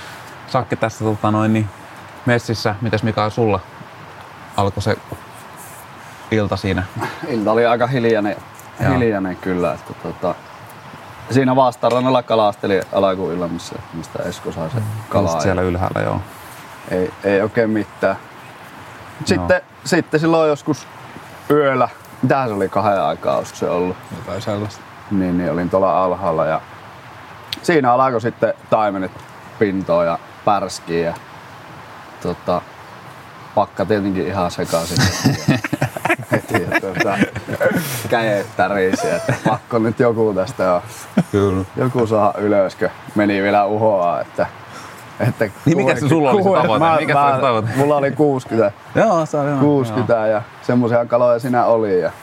messissä. Mitäs Mikael sulla alkoi se ilta siinä? Ilta oli aika hiljainen kyllä. Että siinä vastarannalla kalastelin alakuilla, mistä Esko sai se kalaa. Siellä ylhäällä, joo. Ei oikein mitään. Sitten silloin joskus yöllä, mitähän se oli 2 aikaa, olisiko se ollut? Jotain sellaista. Niin olin tuolla alhaalla ja siinä alkoi sitten taimenet pintoon ja pärskiin ja pakka tietenkin ihan sekaisin. Heti kädet tärisi, että pakko nyt joku tästä on. Kyllä. Joku saa ylöskö. Meni vielä uhoa, että niin mikä se sulla oli se tavoite? Mulla oli 60. Joo, se oli 60 ja semmoisia kaloja siinä oli. Ja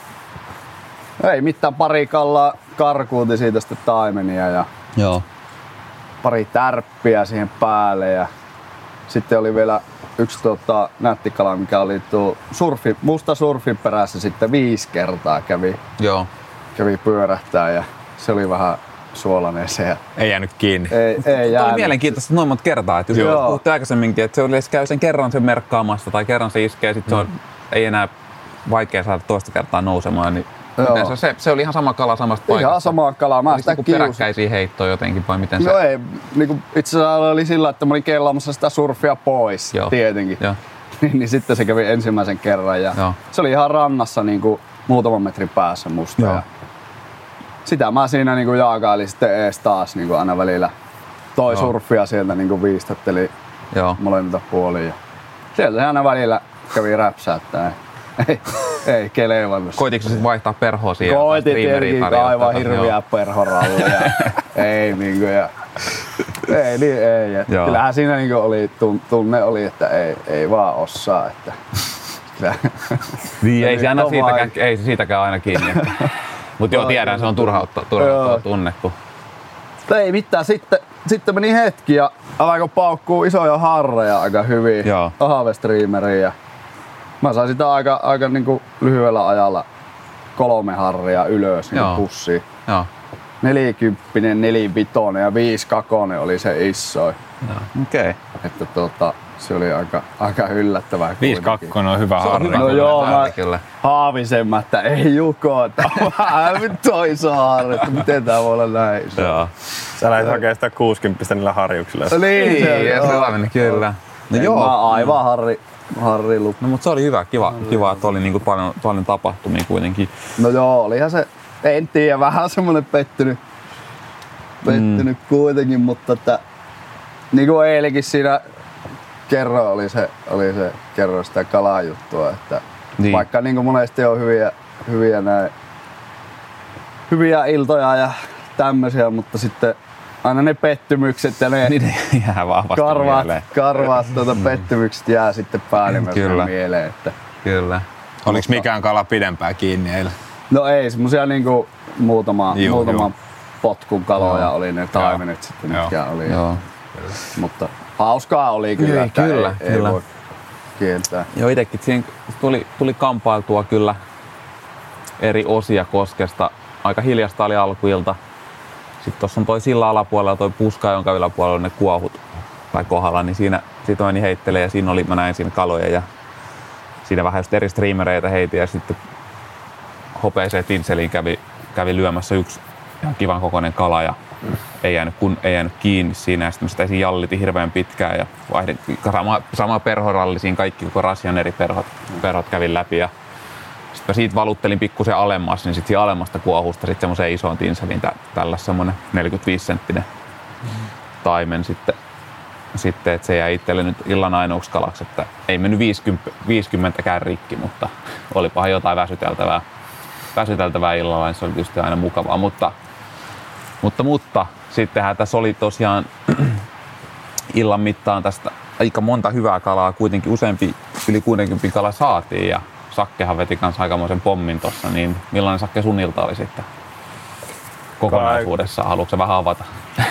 ei mitään, pari kallaa karkuuti siitä sitten taimenia ja joo. Pari tärppiä siihen päälle ja sitten oli vielä yksi nättikala, mikä oli tuo musta surfin perässä sitten 5 kertaa kävi pyörähtää ja se oli vähän suolainen se. Ei jäänyt kiinni. Ei jäänyt. Oli mielenkiintoista noin monta kertaa, että jos puhuttiin aikaisemminkin, että se oli, käy sen kerran sen merkkaamassa tai kerran se iskee, sitten se on, ei enää vaikea saada toista kertaa nousemaan, niin se oli ihan sama kala samasta paikasta. Ihan sama kala. Mä sitä peräkkäisiä heittoja jotenkin vai miten se? No ei, niinku itse asiassa oli sillä, että mä olin kellaamassa sitä surfia pois tietenkin. Niin sitten se kävi ensimmäisen kerran ja se oli ihan rannassa niinku muutaman metrin päässä musta. Ja sitä mä siinä niinku jaakailin sitten ees taas niinku aina välillä. Toi surfia sieltä niinku viistatteli molemmilta puolin. Ja sieltä aina välillä kävi räpsäyttää. Ei kelevannut. Koititko sitten vaihtaa perhoa siihen? Koitin tietenkin aivan hirviä perhorallia. Ei niinku ja ei. Kyllähän siinä niinku oli tunne oli, että ei vaan osaa, että niin, ei se siitäkään aina kiinni. Mutta joo, tiedän, se on turhauttava tunne. Ei mitään, sitten meni hetki ja alkoi paukkuu isoja harreja aika hyvin. Ahave-striimeriä. Mä sain sitä aika niinku lyhyellä ajalla 3 harria ylös niin pussiin. 40, 45 ja 52 oli se isoin. Okei. Että se oli aika yllättävää. 52 on hyvä harri. No joo, mä haavisemmä, että ei Juko, että on toi iso harri, että miten tää voi olla näin iso. Joo. Sä lähdit hakemaan sitä 60 niillä harjuksilla. Niin, se meni kyllä. No joo. Aivan harri luku. No mutta se oli hyvä, kiva että oli niinku paljon tapahtumia kuitenkin. No joo, olihan se, en tiedä, vähän semmonen pettynyt kuitenkin, mutta että niinku eilenkin siinä kerran oli se kerran sitä kalajuttua, että vaikka niinku monesti on hyviä iltoja ja tämmösiä, mutta sitten aina ne pettymykset ja ne jää vahvasti karvaat pettymykset jää sitten päällimmäisenä mieleen. Että. Kyllä. Oliko mikään kala pidempää kiinni eilen? No ei, semmosia niinku muutama potkun kaloja oli ne taimenet sitten, mitkä oli. Mutta hauskaa oli kyllä, että ei voi kieltää. Joo, itekin siinä tuli kampailtua kyllä eri osia koskesta. Aika hiljasta oli alkuilta. Sitten tuossa on toi sillan alapuolella, toi puska, jonka yläpuolella on ne kuohut tai kohdalla, niin siitä meni heittelee ja siinä mä näin siinä kaloja ja siinä vähän just eri striimereitä heitin ja sitten hopeiseen tinsseliin kävi lyömässä yksi ihan kivan kokoinen kala ja ei jäänyt kiinni siinä ja sitten mä sitä jallitin hirveän pitkään ja sama perhoralli siinä kaikki koko rasian eri perhot kävin läpi ja sitten mä siitä valuttelin pikkusen alemmas, niin sitten alemmasta kuohusta sitten semmoiseen isoon tinsseliin tällä semmonen 45-senttinen taimen sitten että se jäi itselle nyt illan ainoaksi kalaksi, että ei mennyt 50 rikki, mutta olipahan jotain väsyteltävää illalla, niin se oli tietysti aina mukavaa, mutta sittenhän tässä oli tosiaan illan mittaan tästä aika monta hyvää kalaa, kuitenkin yli 60 kalaa saatiin ja Sakkehan veti kanssa aikamoisen pommin tossa, niin millainen Sakke sun ilta oli sitten kokonaisuudessaan? Haluatko vähän avata?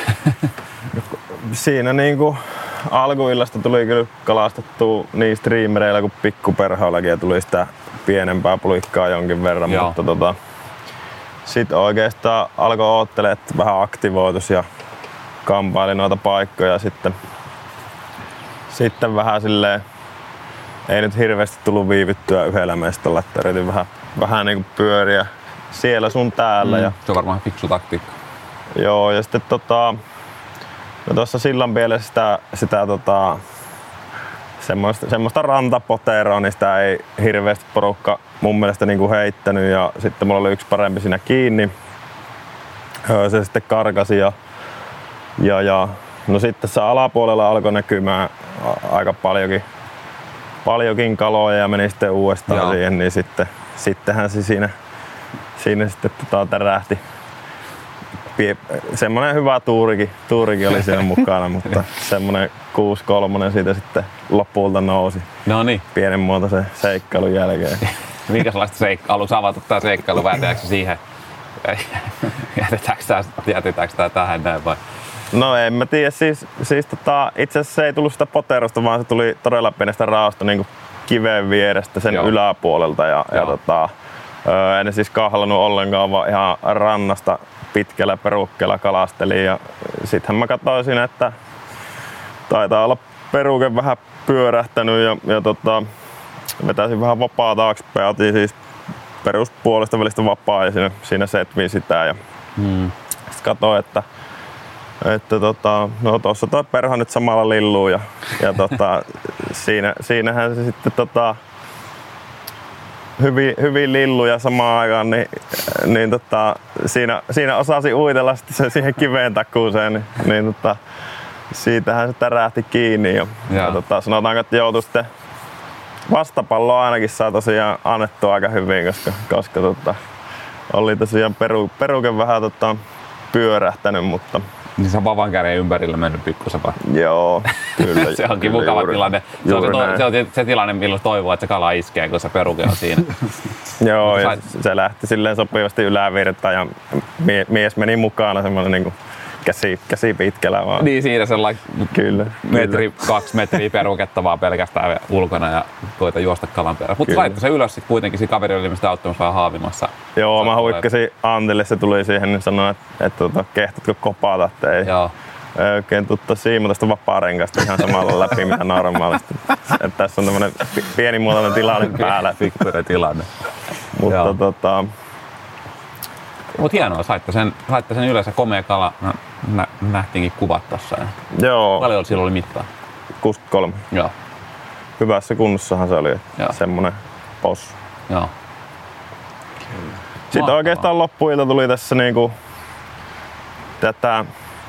Siinä niinku alkuillasta tuli kyllä kalastettua niin striimereillä kuin pikkuperhoillakin ja tuli sitä pienempää pulikkaa jonkin verran, mutta sitten oikeastaan alkoi oottelemaan, että vähän aktivoitus ja kampaili noita paikkoja sitten vähän silleen ei nyt hirveästi tullut viivyttyä yhdellä mestolla, että yritin vähän niinku pyöriä siellä sun täällä. Ja se on varmaan fiksu taktiikka. Joo, ja sitten no tuossa sillan pielessä sitä semmoista rantapoteroa, niin sitä ei hirveästi porukka mun mielestä niinku heittänyt ja sitten mulla oli yksi parempi siinä kiinni. Se sitten karkasi ja No sitten tässä alapuolella alkoi näkymään aika paljonkin kaloja ja meni sitten uudestaan siihen, niin sittenhän se siinä sitten tärähti. Semmoinen hyvä tuurikin oli siellä mukana, mutta semmoinen 6-3 siitä sitten lopulta nousi. No niin. Pienenmuotoisen seikkailun jälkeen. Minkälaista aluksi avata tämä seikkailu, päätetäänkö siihen? Jätetäänkö tämä tähän näin vai? No en mä tiedä, siis itse asiassa se ei tullut sitä poterosta, vaan se tuli todella pienestä raosta niin kiven vierestä sen yläpuolelta. En siis kahlannut ollenkaan, vaan ihan rannasta pitkällä perukkeella kalastelin. Ja sittenhän mä katsoin siinä, että taitaa olla peruke vähän pyörähtänyt ja vetäisin vähän vapaa taaksepäin. Otin siis peruspuolesta välistä vapaa ja siinä setvin sitä. Ja sitten katsoin, että no tuossa toi perho nyt samalla lilluu ja siinähän se sitten hyvin lilluja samaan aikaan, niin siinä osasi uitella sitten se siihen kiveen takuuseen, niin siitähän se tärähti kiinni ja sanotaanko, että joutui sitten vastapalloa ainakin saa tosiaan annettua aika hyvin, koska oli tosiaan peruke vähän pyörähtänyt, mutta niin se on vavan käden ympärillä mennyt pikkusen vaan. Joo, kyllä. Se onkin mukava tilanne. Se on se tilanne, milloin toivoo, että se kala iskee, kun se peruke on siinä. Joo, ja se lähti silleen sopivasti ylävirtaan ja mies meni mukana semmoinen niin käsi pitkällä vaan. Niin, siinä sellainen kyllä. 2 metriä peruketta vaan pelkästään ulkona ja koita juosta kalan perään. Mutta laittoi se ylös sitten kuitenkin, siinä kaveri oli ilmeisesti auttamassa vähän haavimassa. Joo, mä huikkasin Antille, se tuli siihen, niin sanoi, että kehtatko kopata, että ei oikein siimata sitä vapaa-renkaista ihan samalla läpi mitä normaalisti. Että tässä on tämmönen pienimuotoinen tilanne päällä. Pikkuinen tilanne. Mutta Mut hienoa, saitte sen ylös ja komea kala. Nähtiinkin kuvat tossa. Joo. Paljon sillä oli mittaa? 63. Joo. Hyvässä kunnossahan se oli, semmonen possu. Joo. Sitten oikeastaan loppuilta tuli tässä niinku tätä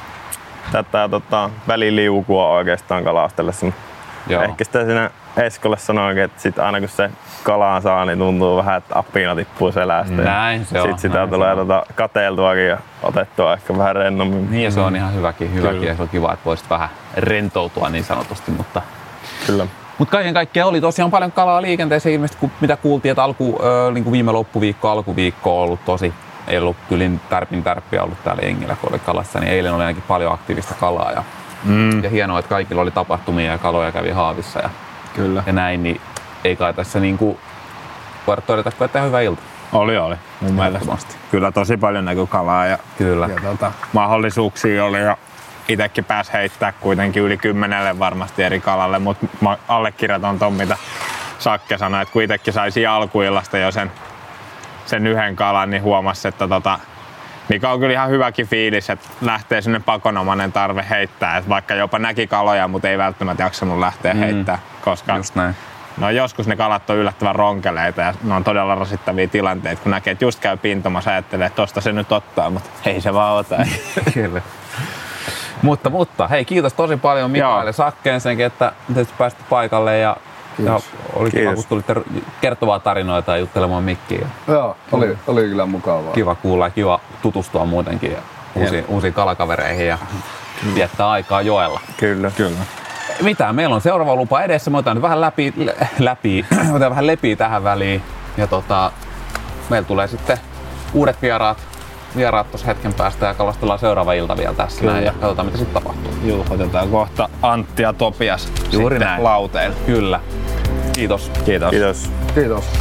väliliukua oikeastaan kalastellessa. Ehkä sitä siinä Eskolle sanoinkin, että sit aina kun se kalaan saa, niin tuntuu vähän, että apina tippuu selästä. Näin se on. Sitten sitä tulee kateeltuakin ja otettua ehkä vähän rennommin. Niin ja se on ihan hyväkin ja se on kiva, että voisit vähän rentoutua niin sanotusti. Mutta kaiken kaikkiaan oli tosiaan paljon kalaa liikenteessä ilmeisesti, mitä kuultiin, että niin viime alkuviikko on ollut tosi. Ei ollut kyllä tärppiä ollut täällä jengillä, kun oli kalassa, niin eilen oli ainakin paljon aktiivista kalaa. Ja hienoa, että kaikilla oli tapahtumia ja kaloja kävi haavissa ja näin, niin ei kai tässä niinku voida todeta, että hyvä ilta. Oli. Mun mielestä kyllä tosi paljon näkyy kalaa ja mahdollisuuksia oli ja itsekin pääsi heittää kuitenkin yli 10 varmasti eri kalalle, mutta allekirjoitan ton mitä Sakke sanoi, että kun itsekin saisi alkuillasta jo sen yhden kalan, niin huomasi, että mikä on kyllä ihan hyväkin fiilis, että lähtee sinne pakonomainen tarve heittää, että vaikka jopa näki kaloja, mutta ei välttämättä jaksanut lähteä heittää, koska joskus ne kalat on yllättävän ronkeleita ja ne on todella rasittavia tilanteita, kun näkee, että just käy pintomassa, ajattelee, että tosta se nyt ottaa, mutta ei se vaan ota. Kyllä. Mutta hei, kiitos tosi paljon Mikael Sakkeensenkin, että pääsitte paikalle ja oli kiva, kun tulitte kertovaa tarinoita ja juttelemaan mikkiin. Joo, oli kyllä mukavaa. Kiva kuulla ja kiva tutustua muutenkin uusiin kalakavereihin ja viettää aikaa joella. Kyllä. Mitä? Meillä on seuraava lupa edessä. Me otetaan nyt vähän otetaan vähän lepiä tähän väliin. Ja meillä tulee sitten uudet vieraat tuossa hetken päästä ja kalastellaan seuraava ilta vielä tässä näin ja katsotaan mitä sitten tapahtuu. Joo, otetaan kohta Antti ja Topias juuri sitten näin. Lauteille. Kyllä. Kiitos. Kiitos.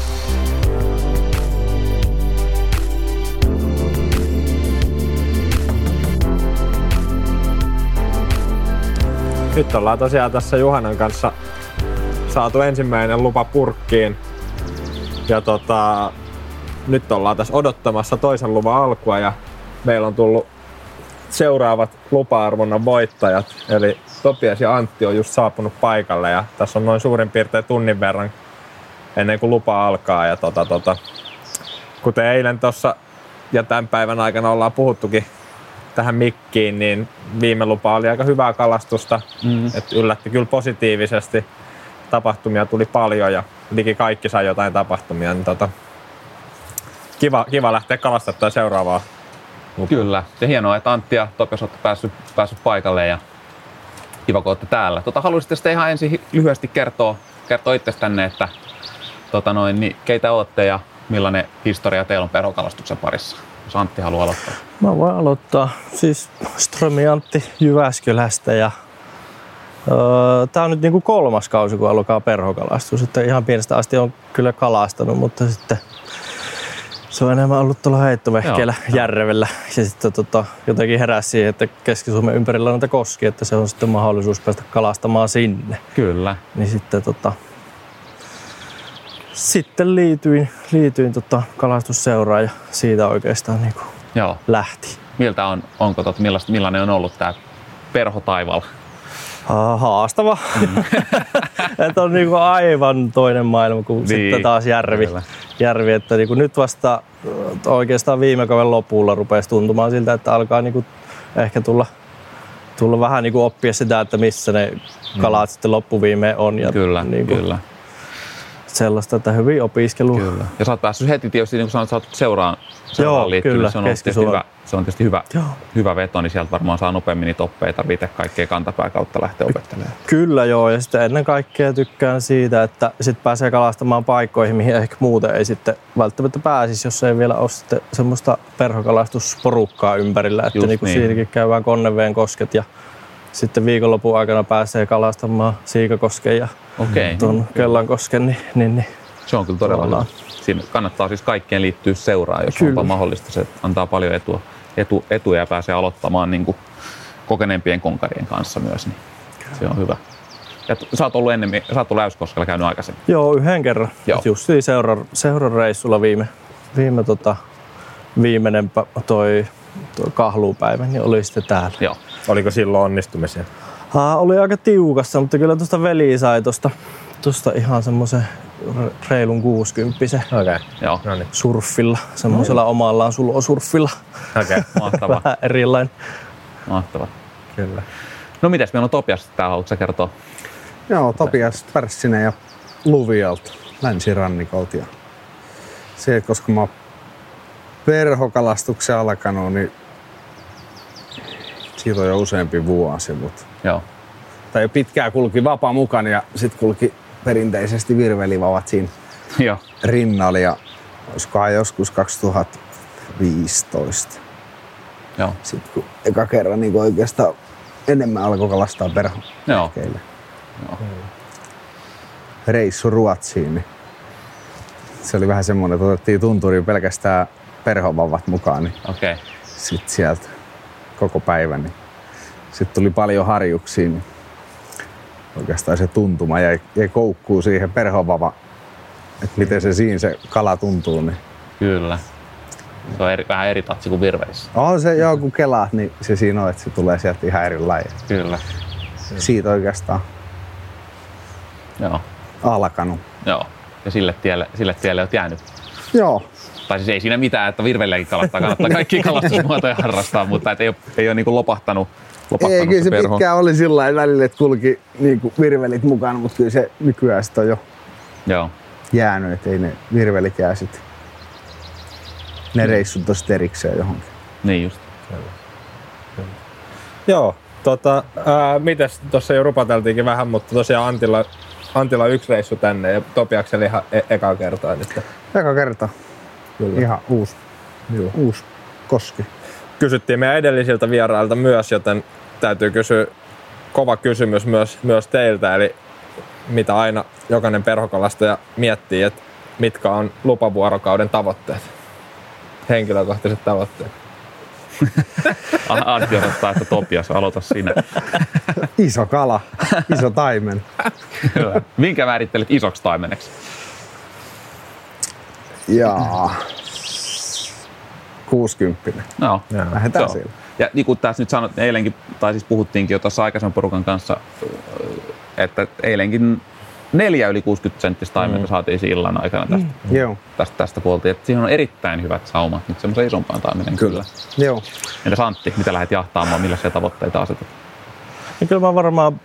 Nyt ollaan tosiaan tässä Juhanan kanssa saatu ensimmäinen lupa purkkiin. Ja nyt ollaan tässä odottamassa toisen luvan alkua ja meillä on tullut seuraavat lupa-arvonnan voittajat. Eli Topias ja Antti on just saapunut paikalle ja tässä on noin suurin piirtein tunnin verran ennen kuin lupa alkaa. Ja kuten eilen tuossa ja tämän päivän aikana ollaan puhuttukin tähän mikkiin, niin viime lupa oli aika hyvää kalastusta. Et yllätti kyllä positiivisesti. Tapahtumia tuli paljon ja liki kaikki sai jotain tapahtumia. Niin kiva lähteä kalastamaan seuraavaa. Kyllä. Ja hienoa, että Antti ja Topias olette päässyt paikalle ja kiva, kun olette täällä. Haluaisitte sitten ihan ensin lyhyesti kertoa itsestänne, että niin keitä olette ja millainen historia teillä on perhokalastuksen parissa? Jos Antti haluaa aloittaa. Mä voin aloittaa. Siis Strömi Antti Jyväskylästä ja tää on nyt niinku 3. kausi, kun alkaa perhokalastus. Että ihan pienestä asti on kyllä kalastanut, mutta sitten se on enemmän ollut tuolla heittovehkeellä järvellä. Ja sitten jotenkin heräsi siihen, että Keski-Suomen ympärillä on näitä koskia, että se on sitten mahdollisuus päästä kalastamaan sinne. Kyllä. Niin sitten liityin kalastusseuraan ja siitä oikeastaan niinku lähti. Miltä onko millainen on ollut tää perhotaival? Haastava. Että on niinku aivan toinen maailma kuin sitten taas järvi. Että niinku nyt vasta oikeastaan viime kauden lopulla rupesi tuntumaan siltä, että alkaa niinku ehkä tulla vähän niinku oppia sitä, että missä ne kalat sitten loppuviimeen on. Ja kyllä. Sellaista, että hyvin opiskelu. Kyllä. Ja sä oot päässyt heti tietysti, niin kuin sanoit, sä oot seuraan liittynyt. Kyllä, se on tietysti hyvä veto, niin sieltä varmaan saa nopeammin niitä oppeja, tarvitsee kaikkea kantapää kautta lähteä opettelemaan. Kyllä joo, ja sitten ennen kaikkea tykkään siitä, että sit pääsee kalastamaan paikkoihin, mihin ehkä muuten ei sitten välttämättä pääsisi, jos ei vielä ole sitten semmoista perhokalastusporukkaa ympärillä, että niin kuin siinäkin käydään Konneveen kosket ja sitten viikonlopun aikana pääsee kalastamaan Siikakosken ja tuon Kellankosken, niin se on kyllä todella hyvä. Siinä kannattaa siis kaikkien liittyä seuraan, jos on mahdollista. Se antaa paljon etuja ja pääsee aloittamaan niin kuin kokeneempien konkarien kanssa myös. Niin se on hyvä. Ja sä oot ollut Äyskoskella käynyt aikaisemmin? Joo, yhden kerran. Justiin seuran reissulla viimeinen toi kahluupäivä, niin oli sitten täällä. Joo. Oliko silloin onnistumisia? Oli aika tiukassa, mutta kyllä tuosta veli sai tuosta ihan semmoisen reilun 60. Joo. Surffilla, semmoisella omallaan sulosurffilla. Mahtavaa. Vähän erilainen. Mahtavaa. Kyllä. No mites meillä on Topias täällä, haluatko sä kertoa? Joo, Topias Pärssinen ja Luvialta, länsirannikolta. Se, koska mä oon perhokalastuksen alkanut, niin siitä on jo useampi vuosi, mutta tai pitkään kulki vapa mukana ja sitten kulki perinteisesti virvelivavat siinä rinnalla ja olisikohan joskus 2015. Joo. Sitten kun eka kerran niin oikeastaan enemmän alkoi kalastaa perhovehkeillä. Reissu Ruotsiin, niin se oli vähän semmoinen, että otettiin tunturiin pelkästään perhovavat mukaan, niin sitten sieltä koko päivän. Niin sitten tuli paljon harjuksia, niin oikeastaan se tuntuma jäi koukkuu siihen perhovava, että miten se siinä se kala tuntuu. Niin. Kyllä. Se on vähän eri tatsi kuin virveissä. On se kun kelaat, niin se siinä on, että se tulee sieltä ihan eri lajeja. Kyllä. Siitä oikeastaan alkanut. Joo. Ja sille tielle olet jäänyt. Joo. Tai siis ei siinä mitään, että virvelläkin kalastaa, kannattaa kaikkia kalastusmuotoja harrastaa, mutta ei ole niinku lopahtanut. Ei, kyllä se pitkään oli sillä välillä, että kulki niinku virvelit mukana, mutta kyllä se nykyään sit on jo jäänyt, että ei ne virvelit jää sit. Ne reissut tosta erikseen johonkin. Niin just. Joo, mites tuossa jo rupateltiinkin vähän, mutta tosiaan Antilla yksi reissu tänne ja Topiaksella ihan eka kertaa nyt. Eka kerta. Kyllä. Ihan uusi koski. Kysyttiin meidän edellisiltä vierailta myös, joten täytyy kysyä kova kysymys myös teiltä, eli mitä aina jokainen perhokalastaja miettii, että mitkä on lupavuorokauden tavoitteet, henkilökohtaiset tavoitteet. Antti odottaa, että Topias, aloita sinä. Iso kala, iso taimen. Minkä määrittelet isoksi taimeneksi? Jaa, 60. No, lähdetään siellä. Ja niin kuin tässä nyt sanot, eilenkin, tai siis puhuttiinkin jo tuossa aikaisemman porukan kanssa, että eilenkin 4 yli 60 senttistä taimenta saatiin illan aikana tästä puolta. Siihen on erittäin hyvät saumat nyt semmoisen isompaan taimenen kyllä. Joo. Entäs Antti, mitä lähdet jahtaamaan, millaisia tavoitteita asetat? Ja kyllä mä varmaan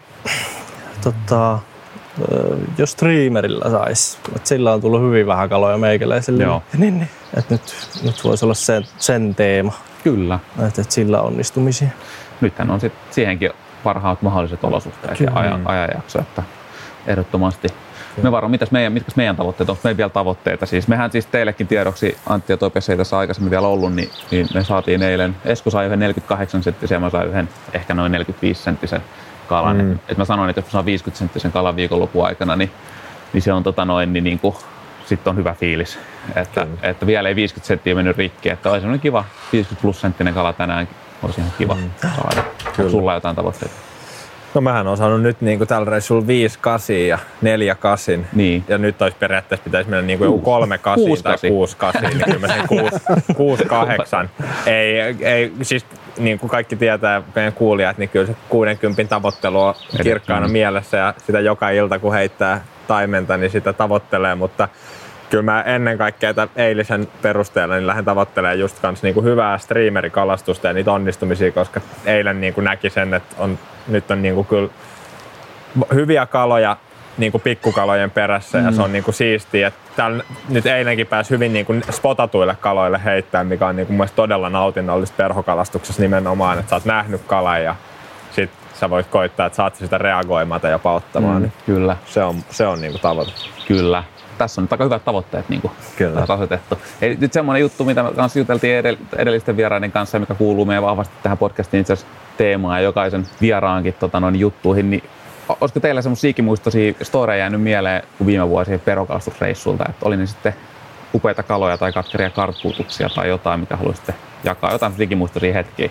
jos streamerilla sais, että sillä on tullut hyvin vähän kaloja meikäläiselle. Joo. Niin. Että nyt voisi olla sen teema. Kyllä. Että sillä onnistumisia. Nythän on sitten siihenkin parhaat mahdolliset olosuhteet ja ajanjakso, että ehdottomasti. Me varmaan, mitkä meidän tavoitteet on? Meillä vielä tavoitteita. Siis mehän siis teillekin tiedoksi, Antti ja Topias ei tässä aikaisemmin vielä ollut, niin me saatiin eilen, Esko sai yhden 48 senttisen ja mä sain yhden ehkä noin 45 senttisen kalan. Et mä sanoin, että jos mä saan 50 senttisen kalan viikonlopun aikana, niin se on sitten on hyvä fiilis. Että vielä ei 50 senttiä mennyt rikki, että olisi semmoinen kiva 50 plus senttinen kala tänäänkin. Olisi ihan kiva saada. Onko sulla jotain tavoitteita? No mähän on saanut nyt niinku tällä reissulla 5 kasia ja 4 kasin. Niin. Ja nyt olisi periaatteessa pitäisi mennä niinku joku 3 kasia tai 6 kasia, niin kyllä mä sen 6-8. Ei, siis niin kuin kaikki tietää, meidän kuulijat, niin kyllä se 60 tavoittelu on kirkkaana mielessä ja sitä joka ilta kun heittää taimenta, niin sitä tavoittelee, mutta kyllä mä ennen kaikkea eilisen perusteella niin lähden tavoittelemaan just kans niinku hyvää streamerikalastusta ja niitä onnistumisia, koska eilen niinku näki sen, että nyt on niinku kyllä hyviä kaloja niinku pikkukalojen perässä ja se on niinku siistiä. Nyt eilenkin pääsi hyvin niinku spotatuille kaloille heittämään, mikä on niinku mun mielestä todella nautinnollista perhokalastuksessa nimenomaan, että sä oot nähnyt kalan ja sit sä voit koittaa, että saat sitä reagoimaan tai jopa ottamaan. Niin kyllä. Se on niinku tavoite. Kyllä. Tässä on aika hyvät tavoitteet niin asetettu. Eli nyt semmoinen juttu, mitä me kanssa juteltiin edellisten vieraiden kanssa, mikä kuuluu meidän vahvasti tähän podcastiin itse asiassa teemaan ja jokaisen vieraankin juttuihin, niin olisiko teillä semmoisia ikimuistoisia storeja jäänyt mieleen kuin viime vuosien perhokalastusreissulta, että oli ne sitten upeita kaloja tai katkeria karttuutuksia tai jotain, mitä haluaisitte jakaa, jotain ikimuistoisia hetkiä?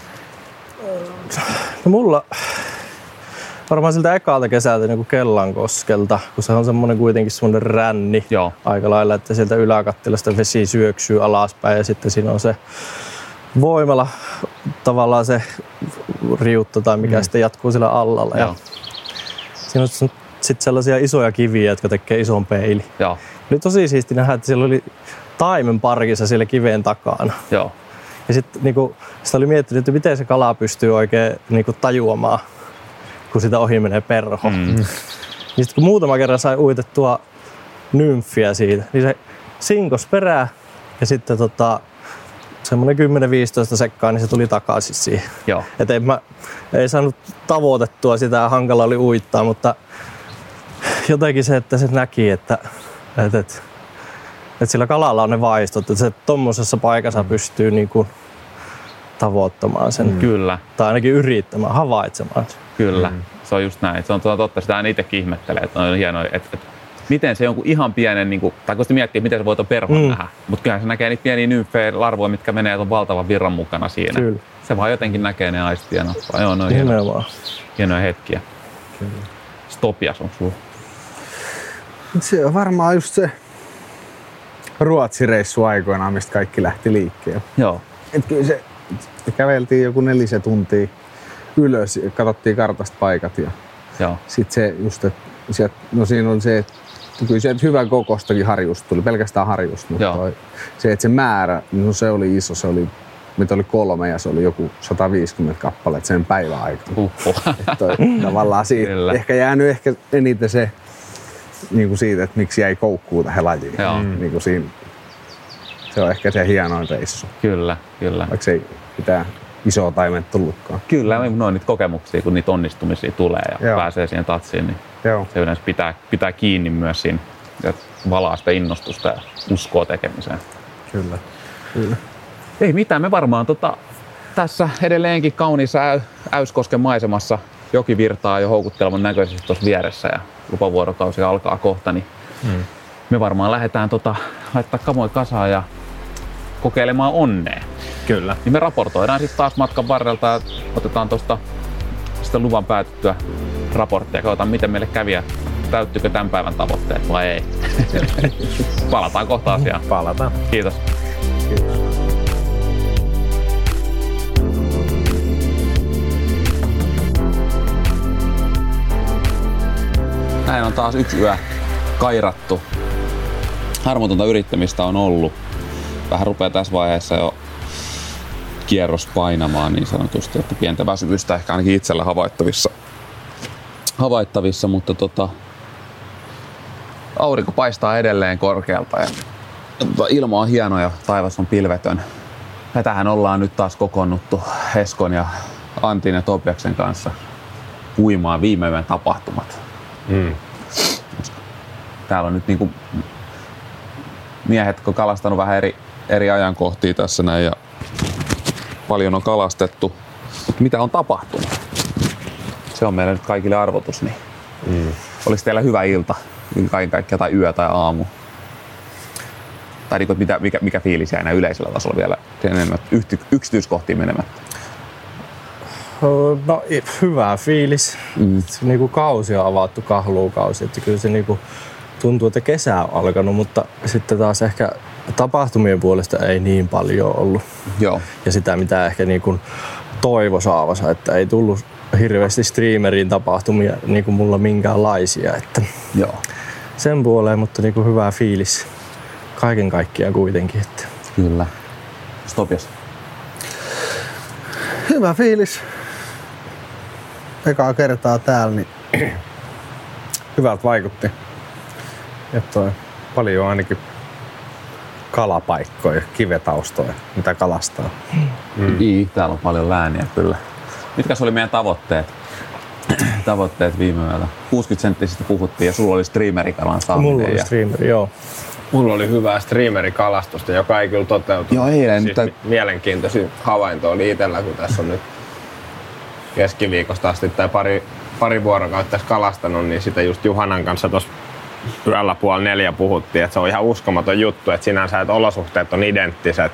No mulla varmaan siltä ekalta kesältä niin kuin Kellankoskelta, kun se on semmoinen kuitenkin semmoinen ränni aika lailla, että sieltä yläkattilasta vesi syöksyy alaspäin ja sitten siinä on se voimalla tavallaan se riutto tai mikä sitten jatkuu siellä allalla. Ja siinä on sitten sellaisia isoja kiviä, jotka tekee ison peili. Oli tosi siisti nähdä, että siellä oli taimen parkissa siellä kiveen takana. Ja sitten niinku, sitä oli miettinyt, että miten se kala pystyy oikein niinku tajuamaan, kun sitä ohi menee perho. Niin sitten kun muutama kerran sai uitettua nymfiä siitä, niin se sinkos perää ja sitten semmoinen 10-15 sekkaa, niin se tuli takaisin siihen. Et ei saanut tavoitettua sitä ja hankala oli uittaa, mutta jotenkin se, että se näki, että sillä kalalla on ne vaistot, että se tommosessa paikassa pystyy niinku tavoittamaan sen. Kyllä. Tai ainakin yrittämään, havaitsemaan sen. Kyllä, se on just näin. Se on totta, sitä aina itsekin ihmettelee, että on hienoa, että miten se jonkun ihan pienen, niin tai kun sitä miettii, miten se voi tuon perhon nähdä. Mutta kyllähän se näkee niitä pieniä nymfejä, larvoja, mitkä menee tuon valtavan virran mukana siinä. Kyllä. Se vaan jotenkin näkee ne aistia ja nappaa. Joo, ne on hienoja hetkiä. Kyllä. Topias on sulla. Se on varmaan just se Ruotsi-reissu aikoinaan, mistä kaikki lähti liikkeelle. Joo. Et kyllä se käveltiin joku 4 tuntia ylös ja katsottiin kartasta paikat ja sitten se just, että siinä on se, että kyllä sieltä hyvän kokostakin harjusta tuli, pelkästään harjusta, mutta se, että se määrä, no se oli iso, se oli, mitä oli 3 ja se oli joku 150 kappaletta sen päivän aikana. Tavallaan siitä ehkä jäänyt eniten se niin kuin siitä, että miksi jäi koukkuun tähän lajiin. Niin kuin siinä, se on ehkä se hienoin reissu. Kyllä. Vaikka se ei mitään isoa taimen tullutkaan. Kyllä, noin niitä kokemuksia, kun niitä onnistumisia tulee ja pääsee siihen tatsiin, niin se yleensä pitää kiinni myös siinä ja valaa sitä innostusta ja uskoa tekemiseen. Kyllä. Ei mitään, me varmaan tässä edelleenkin kauniissa Äyskosken maisemassa joki virtaa jo houkuttelevan näköisesti tuossa vieressä ja lupavuorokausi alkaa kohta, niin me varmaan lähdetään laittaa kamoja kasaan ja kokeilemaan onnea. Kyllä. Niin me raportoidaan sitten taas matkan varrelta ja otetaan tuosta sitä luvan päätettyä raporttia ja katsotaan miten meille kävi ja täyttyykö tämän päivän tavoitteet vai ei. Palataan kohta asiaan. Palataan. Kiitos. näin on taas yksi yö kairattu. Harmotonta yrittämistä on ollut. Vähän rupeaa tässä vaiheessa jo kierros painamaan niin sanotusti, että pientä väsymystä ehkä ainakin itsellä havaittavissa, mutta aurinko paistaa edelleen korkealta ja ilma on hieno ja taivas on pilvetön. Ja tähän ollaan nyt taas kokoonnuttu Eskon ja Antin ja Topiaksen kanssa puimaan viime yön tapahtumat. Täällä on nyt niinku miehet kalastanut vähän eri ajankohtia tässä näin ja paljon on kalastettu. Mutta mitä on tapahtunut? Se on meille nyt kaikille arvotus. Niin. Oliko teillä hyvä ilta, kaiken kaikkiaan, tai yö tai aamu? Tai niin, mikä fiilis jäi näin yleisellä tasolla vielä enemmän yksityiskohtiin menemättä? No hyvä fiilis. Niinku kausi on avattu, kahluukausi. Että kyllä se niinku tuntuu, että kesä on alkanut, mutta sitten taas ehkä tapahtumien puolesta ei niin paljon ollut. Joo. Ja sitä mitä ehkä niinku toivo saavansa, että ei tullut hirveästi streamerin tapahtumia niinku mulla minkäänlaisia. Että joo. Sen puoleen, mutta niinku hyvä fiilis kaiken kaikkiaan kuitenkin. Että. Kyllä. Topias. Hyvä fiilis. Ekaa kertaa täällä, niin hyvältä vaikutti. Että paljon ainakin kalapaikkoja, kivetaustoja, mitä kalastaa. Niin, täällä on paljon lääniä kyllä. Mitkä oli meidän tavoitteet viime yöllä? 60 senttisistä puhuttiin ja sulla oli streamerikalan saaminen. Mulla oli streameri, joo. Mulla oli hyvää streamerikalastusta, joka ei kyllä toteutunut. Joo, eilen. Siis mielenkiintoisin havainto oli itsellä, kun tässä on nyt keskiviikosta asti tai pari vuorokautta tässä kalastanut, niin sitä just Juhanan kanssa tuossa yöllä 3:30 puhuttiin, että se on ihan uskomaton juttu, että sinänsä että olosuhteet on identtiset,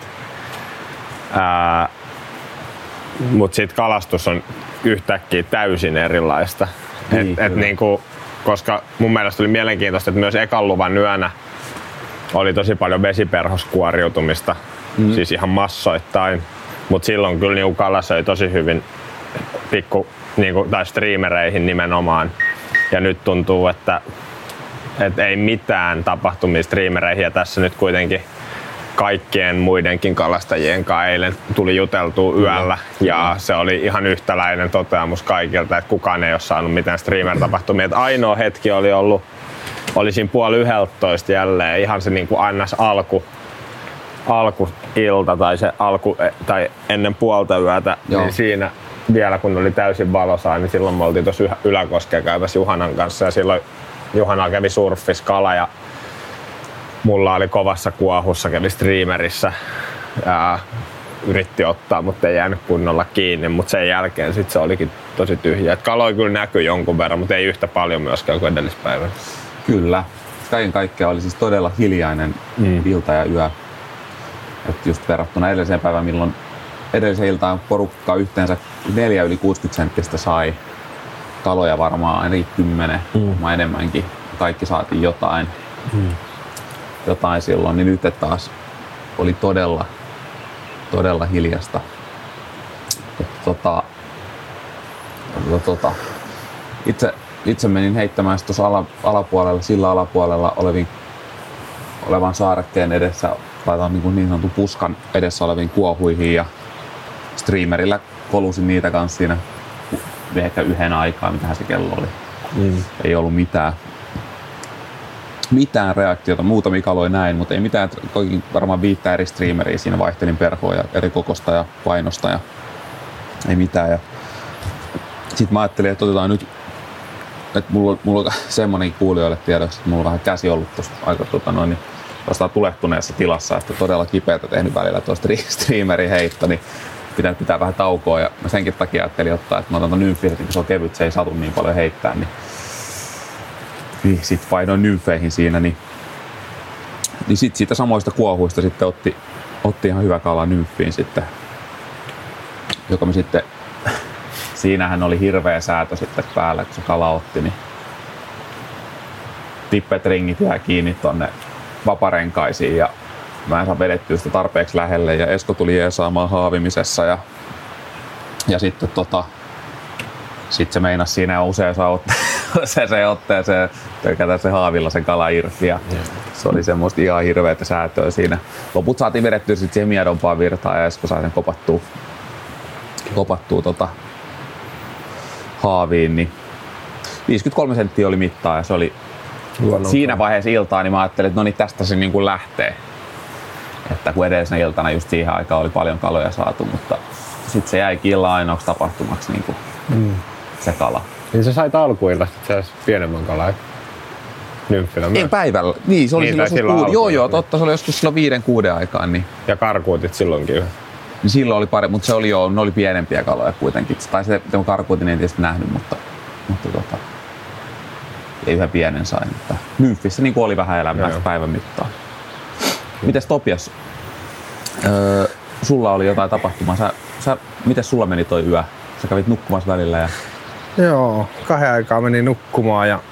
mutta sitten kalastus on yhtäkkiä täysin erilaista. Niinku, koska mun mielestä oli mielenkiintoista, että myös ekan luvan yönä oli tosi paljon vesiperhoskuoriutumista, siis ihan massoittain, mutta silloin kyllä niinku kala söi tosi hyvin tai streamereihin nimenomaan. Ja nyt tuntuu, että ei mitään tapahtumia streamereihin ja tässä nyt kuitenkin kaikkien muidenkin kalastajien kanssa eilen tuli juteltua yöllä ja se oli ihan yhtäläinen toteamus kaikilta, että kukaan ei ole saanut mitään streamer-tapahtumia. Että ainoa hetki oli ollut, oli siinä 10:30 jälleen ihan se niin kuin annas alkuilta tai ennen puolta yötä, niin siinä vielä kun oli täysin valosaa, niin silloin me oltiin tuossa Yläkoskea käymässä Juhanan kanssa ja silloin Juhana kävi surfissa kala ja mulla oli kovassa kuohussa, kävi streamerissä ja yritti ottaa, mutta ei jäänyt kunnolla kiinni, mutta sen jälkeen sit se olikin tosi tyhjä. Et kaloja kyllä näkyi jonkun verran, mutta ei yhtä paljon myöskään kuin edellispäivänä. Kyllä. Kaiken kaikkiaan oli siis todella hiljainen ilta ja yö. Et just verrattuna edelliseen päivään, milloin edellisen iltaan porukkaa yhteensä 4 yli 60 senttistä sai kaloja varmaan ainakin 10, enemmänkin. Kaikki saatiin jotain silloin, niin nyt taas oli todella hiljasta. Itse menin heittämään tuossa sillä alapuolella olevan saarekkeen edessä, laitan niin sanotun puskan edessä oleviin kuohuihin ja streamerillä kolusin niitä kanssa siinä ehkä 1 aikaa, mitähän se kello oli. Ei ollut mitään reaktiota, muutamia kaloja näin, mutta ei mitään, varmaan 5 eri streameria siinä vaihtelin perhoa ja eri kokosta ja painosta ja ei mitään. Ja sitten mä ajattelin, että otetaan nyt, että mulla on semmoinen kuulijoille tiedoksi, että mulla on vähän käsi ollut tuossa aika tulehtuneessa tilassa, että todella kipeätä tehnyt välillä tuo streamerin heitto, niin pitää vähän taukoa ja mä senkin takia ajattelin ottaa, että mä otan ton nymfiin, kun se on kevyt, se ei satu niin paljon heittää, niin sit painoin nymfeihin siinä, niin sit siitä samoista kuohuista sitten otti ihan hyvä kala nymfiin sitten, joka me sitten, siinähän oli hirveä säätö sitten päällä, kun se kala otti, niin tippet ringit jää kiinni tonne vaparenkaisiin ja mä en saa vedettyä sitä tarpeeksi lähelle ja Esko tuli jeesaamaan haavimisessa ja sitten sit se meinasi siinä usein saa se otteeseen, töykätään se haavilla sen kala irti ja se oli semmoista ihan hirveätä säätöä siinä. Loput saatiin vedettyä sitten siihen miedompaan virtaan ja Esko sai sen kopattua haaviin, niin 53 senttiä oli mittaa ja se oli siinä vaiheessa iltaa, niin mä ajattelin, että no niin tästä se niin kuin lähtee. Että kun edellisenä iltana just siihen aikaan oli paljon kaloja saatu, mutta sitten se jäikin illan ainoaksi tapahtumaksi niin kuin se kala. Niin sä sait alkuillasta itse asiassa pienemmän kalan nymfillä. Ei päivällä. Niin, se oli silloin Joo, totta. Se oli joskus silloin 5-6 aikaan. Niin. Ja karkuutit silloinkin yhden. Niin silloin oli pari, mutta se oli ne oli pienempiä kaloja kuitenkin. Tai se karkuutin en tietysti nähnyt, mutta ei yhden pienen sain. Mutta nymfissä niin oli vähän elämää päivän mittaan. Mites Topias? Sulla oli jotain tapahtumaa. Mites sulla meni toi yö? Sä kävit nukkumassa välillä ja... Joo, 2 aikaa meni nukkumaan ja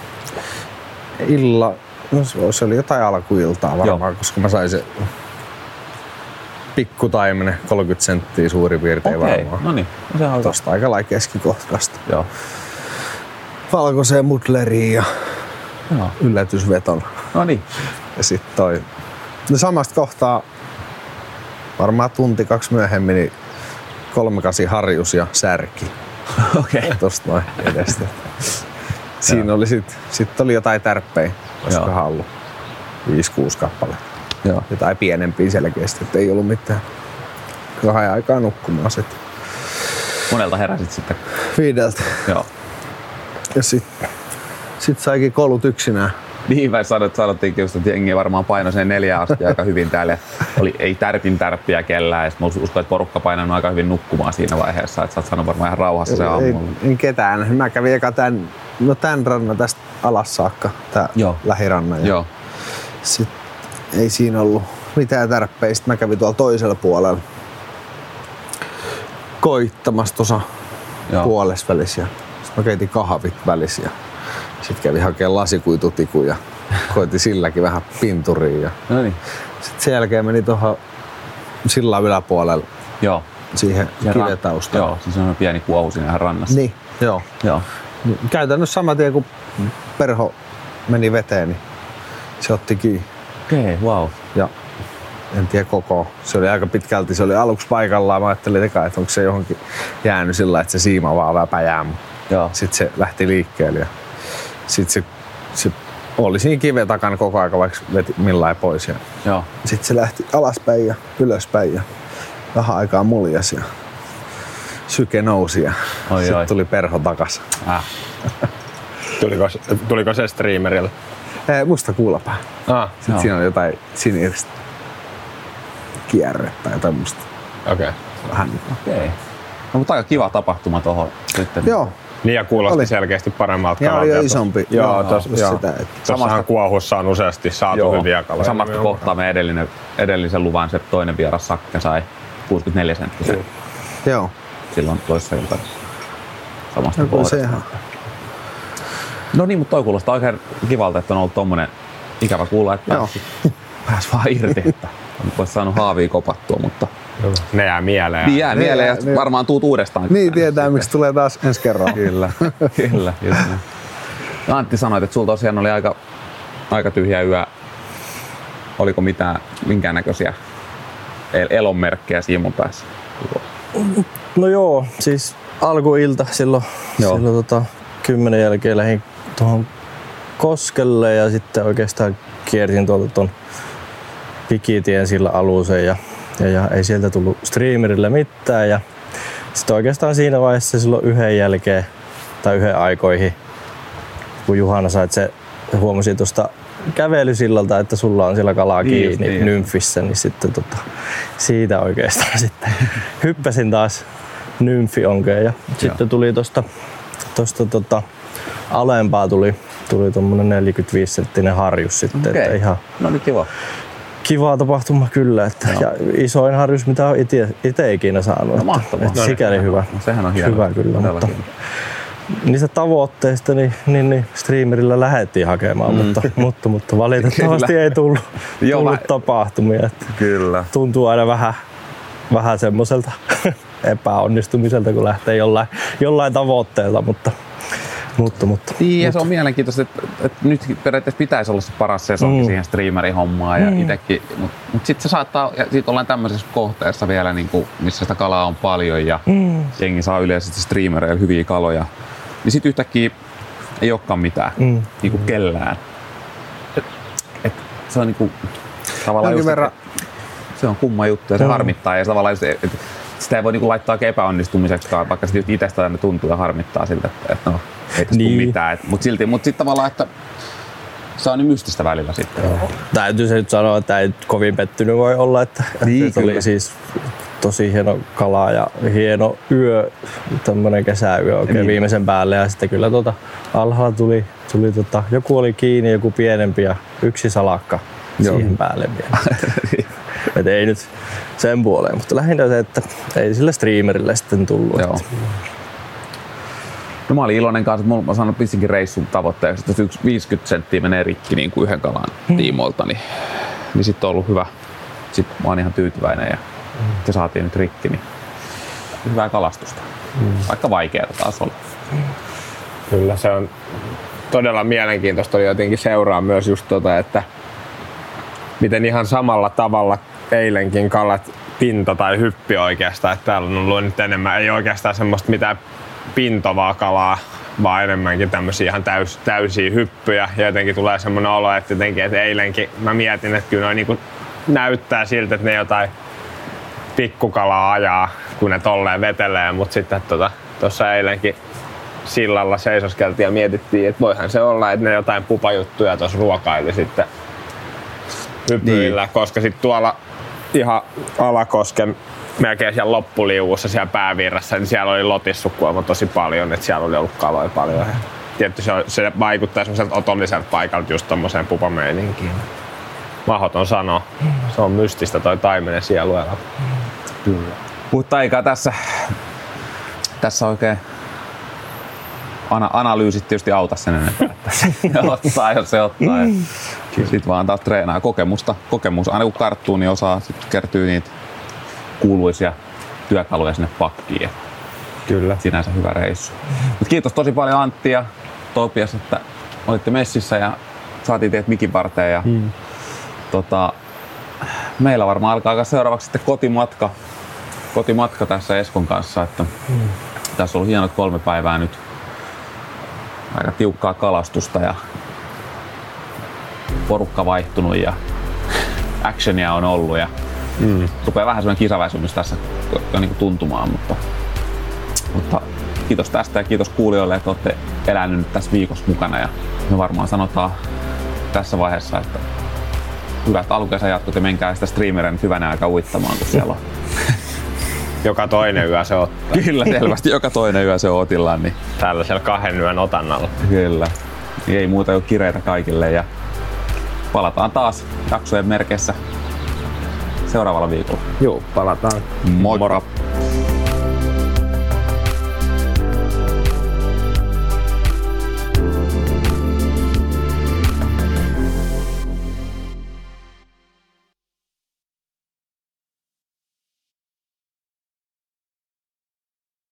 se oli jotain alkuiltaa varmaan, koska mä sain se pikkutaimenen 30 senttiä suurin piirtein varmaan. No niin, sehän on tosta aika lailla keskikohtaista. Joo. Valkoiseen mudleriin ja yllätysveton. No niin. Ja sit toi. No samasta kohtaa varmaan tunti 2 myöhemmin niin 38 harjus ja särki. Okei. Tosta noin edestä. Siinä oli sit oli jotain tärppejä, olisikohan ollut 5-6 kappaletta. Joo. Jotain pienempiä selkeästi, että ei ollut mitään. 2 aikaa nukkumaan sit. Monelta heräsit sitten? 5. Joo. Ja sit saikin koulut yksinään. Niin sanottiinkin just, että jengi varmaan painoi sen 4 asti aika hyvin täällä. Ei tärppiä kellään ja sit mä uskon, että porukka painanut aika hyvin nukkumaan siinä vaiheessa, että sä oot saanut varmaan ihan rauhassa se aamulla. En ketään. Mä kävin eka tän rannan tästä alas saakka, tää lähirannan. Joo. Sit ei siinä ollut mitään tärppejä. Sitten mä kävin tuolla toisella puolella koittamassa tuossa puolesvälissä. Sitten mä keitin kahvit välissä. Sitten kävin hakemaan lasikuitutikun ja koitin silläkin vähän pinturiin. No niin. Sitten sen jälkeen meni tuohon sillan yläpuolelle siihen kivetaustaan. Joo, siis on pieni kuohu siinä ihan rannassa. Niin, joo. Käytännössä sama tien kun perho meni veteen, niin se otti kiinni. Okei, wow. Ja en tiedä koko. Se oli aika pitkälti, se oli aluksi paikallaan. Mä ajattelin eka, että onko se johonkin jäänyt sillä, että se siima vaan väpäjää. Sitten se lähti liikkeelle ja sitten se oli siinä kiven takana koko aika, vaikka veti millään pois. Sitten se lähti alaspäin ja ylöspäin ja vähän aikaa muljasi ja syke nousi ja sitten tuli perho takas. Tuliko se streamerille? Musta kuulapää. Sitten siinä on jotain siniristä kierrettä tai tämmöistä. Okei. Vähän okei. No, mutta aika kiva tapahtuma tohon sitten. Joo. Niin ja kuulosti selkeästi paremmalta kalalta. Ja oli isompi. Tuossahan kuohussa on useasti saatu hyviä kaloja. Samasta kohtaa me edellisen luvan se toinen vieras Sakke sai 64 senttiä. Joo. Silloin toisessa iltana. Samasta kohdasta. No niin, mutta toi kuulostaa oikein kivalta, että on ollut tommonen ikävä kuulla, että pääs vaan irti, että olisi saanut haavia kopattua, mutta... Ne jää mieleen. Niin jää mieleen ja varmaan tuut uudestaan. Niin tietää, miksi tulee taas ensi kerralla. Kyllä, just näin. Antti sanoit, että sulla tosiaan oli aika tyhjä yö. Oliko minkäännäköisiä elonmerkkejä Simon päässä? No joo, siis alkuilta silloin 10 jälkeen lähdin tuohon koskelle ja sitten oikeastaan kiersin tuolta ton Pikitien sillä alusen ja ei sieltä tullut streamerille mitään ja sitten oikeastaan siinä vaiheessa silloin yhden jälkeen tai yhden aikoihin kun Juhana sai, että se huomasi tuosta kävelysillalta, että sulla on siellä kalaa kiinni nymfissä, niin sitten siitä oikeastaan sitten hyppäsin taas nymfionkeen ja sitten tuli tuosta alempaa tuli tommonen 45 senttinen harjus sitten, että ihan no niin kiva tapahtuma kyllä, että ja isoin harjus mitä on itse ikinä saanut. No mahtavaa. Sikäli hyvä. No, sehän on hienoa. Hyvä kyllä, mutta niistä tavoitteista niin streamerilla lähdettiin hakemaan, mutta valitettavasti ei tullut tapahtumia. Että kyllä. Tuntuu aina vähän semmoiselta epäonnistumiselta, kun lähtee jollain tavoitteelta, mutta Mutta. Niin, se on mielenkiintoista, että nyt periaatteessa pitäisi olla se paras sesonki siihen streamerin hommaan ja itsekin, mutta sitten se saattaa, ja sitten ollaan tämmöisessä kohteessa vielä, niin kuin, missä sitä kalaa on paljon ja jengi saa yleisesti streamereilla hyviä kaloja, niin sitten yhtäkkiä ei olekaan mitään, niin kuin kellään. Et se on niin kuin, tavallaan just, se on kumma juttu ja se harmittaa ja se tavallaan just, sitä ei voi niinku laittaa epäonnistumiseksikaan, vaikka sitten itsestä aina tuntuu ja harmittaa siltä, että no, ei tässä tule mitään. Mutta sitten tavallaan, että se on niin mystistä välillä sitten. Täytyy se nyt sanoa, että ei nyt pettynyt voi olla, että se oli siis tosi hieno kala ja hieno yö, tämmönen kesäyö oikein viimeisen päälle ja sitten kyllä alhaalla tuli joku oli kiinni, joku pienempi ja yksi salakka siihen päälle vielä. Et ei nyt sen puoleen, mutta lähinnä se, että ei sille streamerille sitten tullut. Joo. No mä olin iloinen kanssa, että mä sanon pistinkin reissun tavoitteeksi, että jos yksi 50 senttiä menee rikki niin kuin yhden kalan tiimoilta, niin sitten on ollut hyvä. Sitten mä oon ihan tyytyväinen ja se saatiin nyt rikki, niin hyvää kalastusta. Vaikka vaikeaa taas olla. Kyllä se on todella mielenkiintoista jotenkin seuraa myös just että miten ihan samalla tavalla eilenkin kalat pinto tai hyppi oikeastaan, että täällä on ollut nyt enemmän, ei oikeastaan semmoista mitään pintovaa kalaa, vaan enemmänkin tämmöisiä ihan täysiä hyppyjä ja jotenkin tulee semmoinen olo, että jotenkin, että eilenkin mä mietin, että kyllä niinku näyttää siltä, että ne jotain pikkukalaa ajaa, kun ne tolleen vetelee, mutta sitten tuossa eilenkin sillalla seisoskeltiin ja mietittiin, että voihan se olla, että ne jotain pupajuttuja tuossa ruokaili sitten hypyillä, koska sitten tuolla ihan Alakosken melkein siellä loppuliuussa siellä päävirrassa, niin siellä oli lotissukuelma tosi paljon, että siellä oli ollut kaloja paljon. Ja tietysti se vaikuttaa semmoiselta otolliselta paikalta just tommoseen pupameininkiin. Mahdoton sanoa. Se on mystistä toi taimenen sieluelämä. Kyllä. Mutta eikä tässä oikein analyysit tietysti auta sen enempää, että se ottaa, jos se ottaa. Sitten vaan taas treenaa kokemus. Aina kun karttuu, niin sitten kertyy niitä kuuluisia työkaluja sinne pakkiin. Kyllä. Sinänsä hyvä reissu. Mut kiitos tosi paljon Antti ja Topias, että olitte messissä ja saatiin teidät mikin varteen. Ja, meillä varmaan alkaa seuraavaksi sitten kotimatka tässä Eskon kanssa. Että tässä on ollut hienot 3 päivää nyt. Aika tiukkaa kalastusta ja porukka vaihtunut ja actionia on ollut ja rupeaa vähän semmoinen kisaväsymys tässä jo niin kuin tuntumaan, mutta kiitos tästä ja kiitos kuulijoille, että olette elänyt nyt tässä viikossa mukana ja me varmaan sanotaan tässä vaiheessa, että hyvät alkukesän jatkot ja menkää sitä streameria nyt hyvänä aika uittamaan, kun siellä on. Joka toinen yö se ottaa. Kyllä, selvästi joka toinen yö se on otillaan. Niin. Tällaisella 2 yön otannalla. Kyllä. Ei muuta jo kireitä kaikille ja palataan taas jaksojen merkeissä seuraavalla viikolla. Joo, palataan. Moro!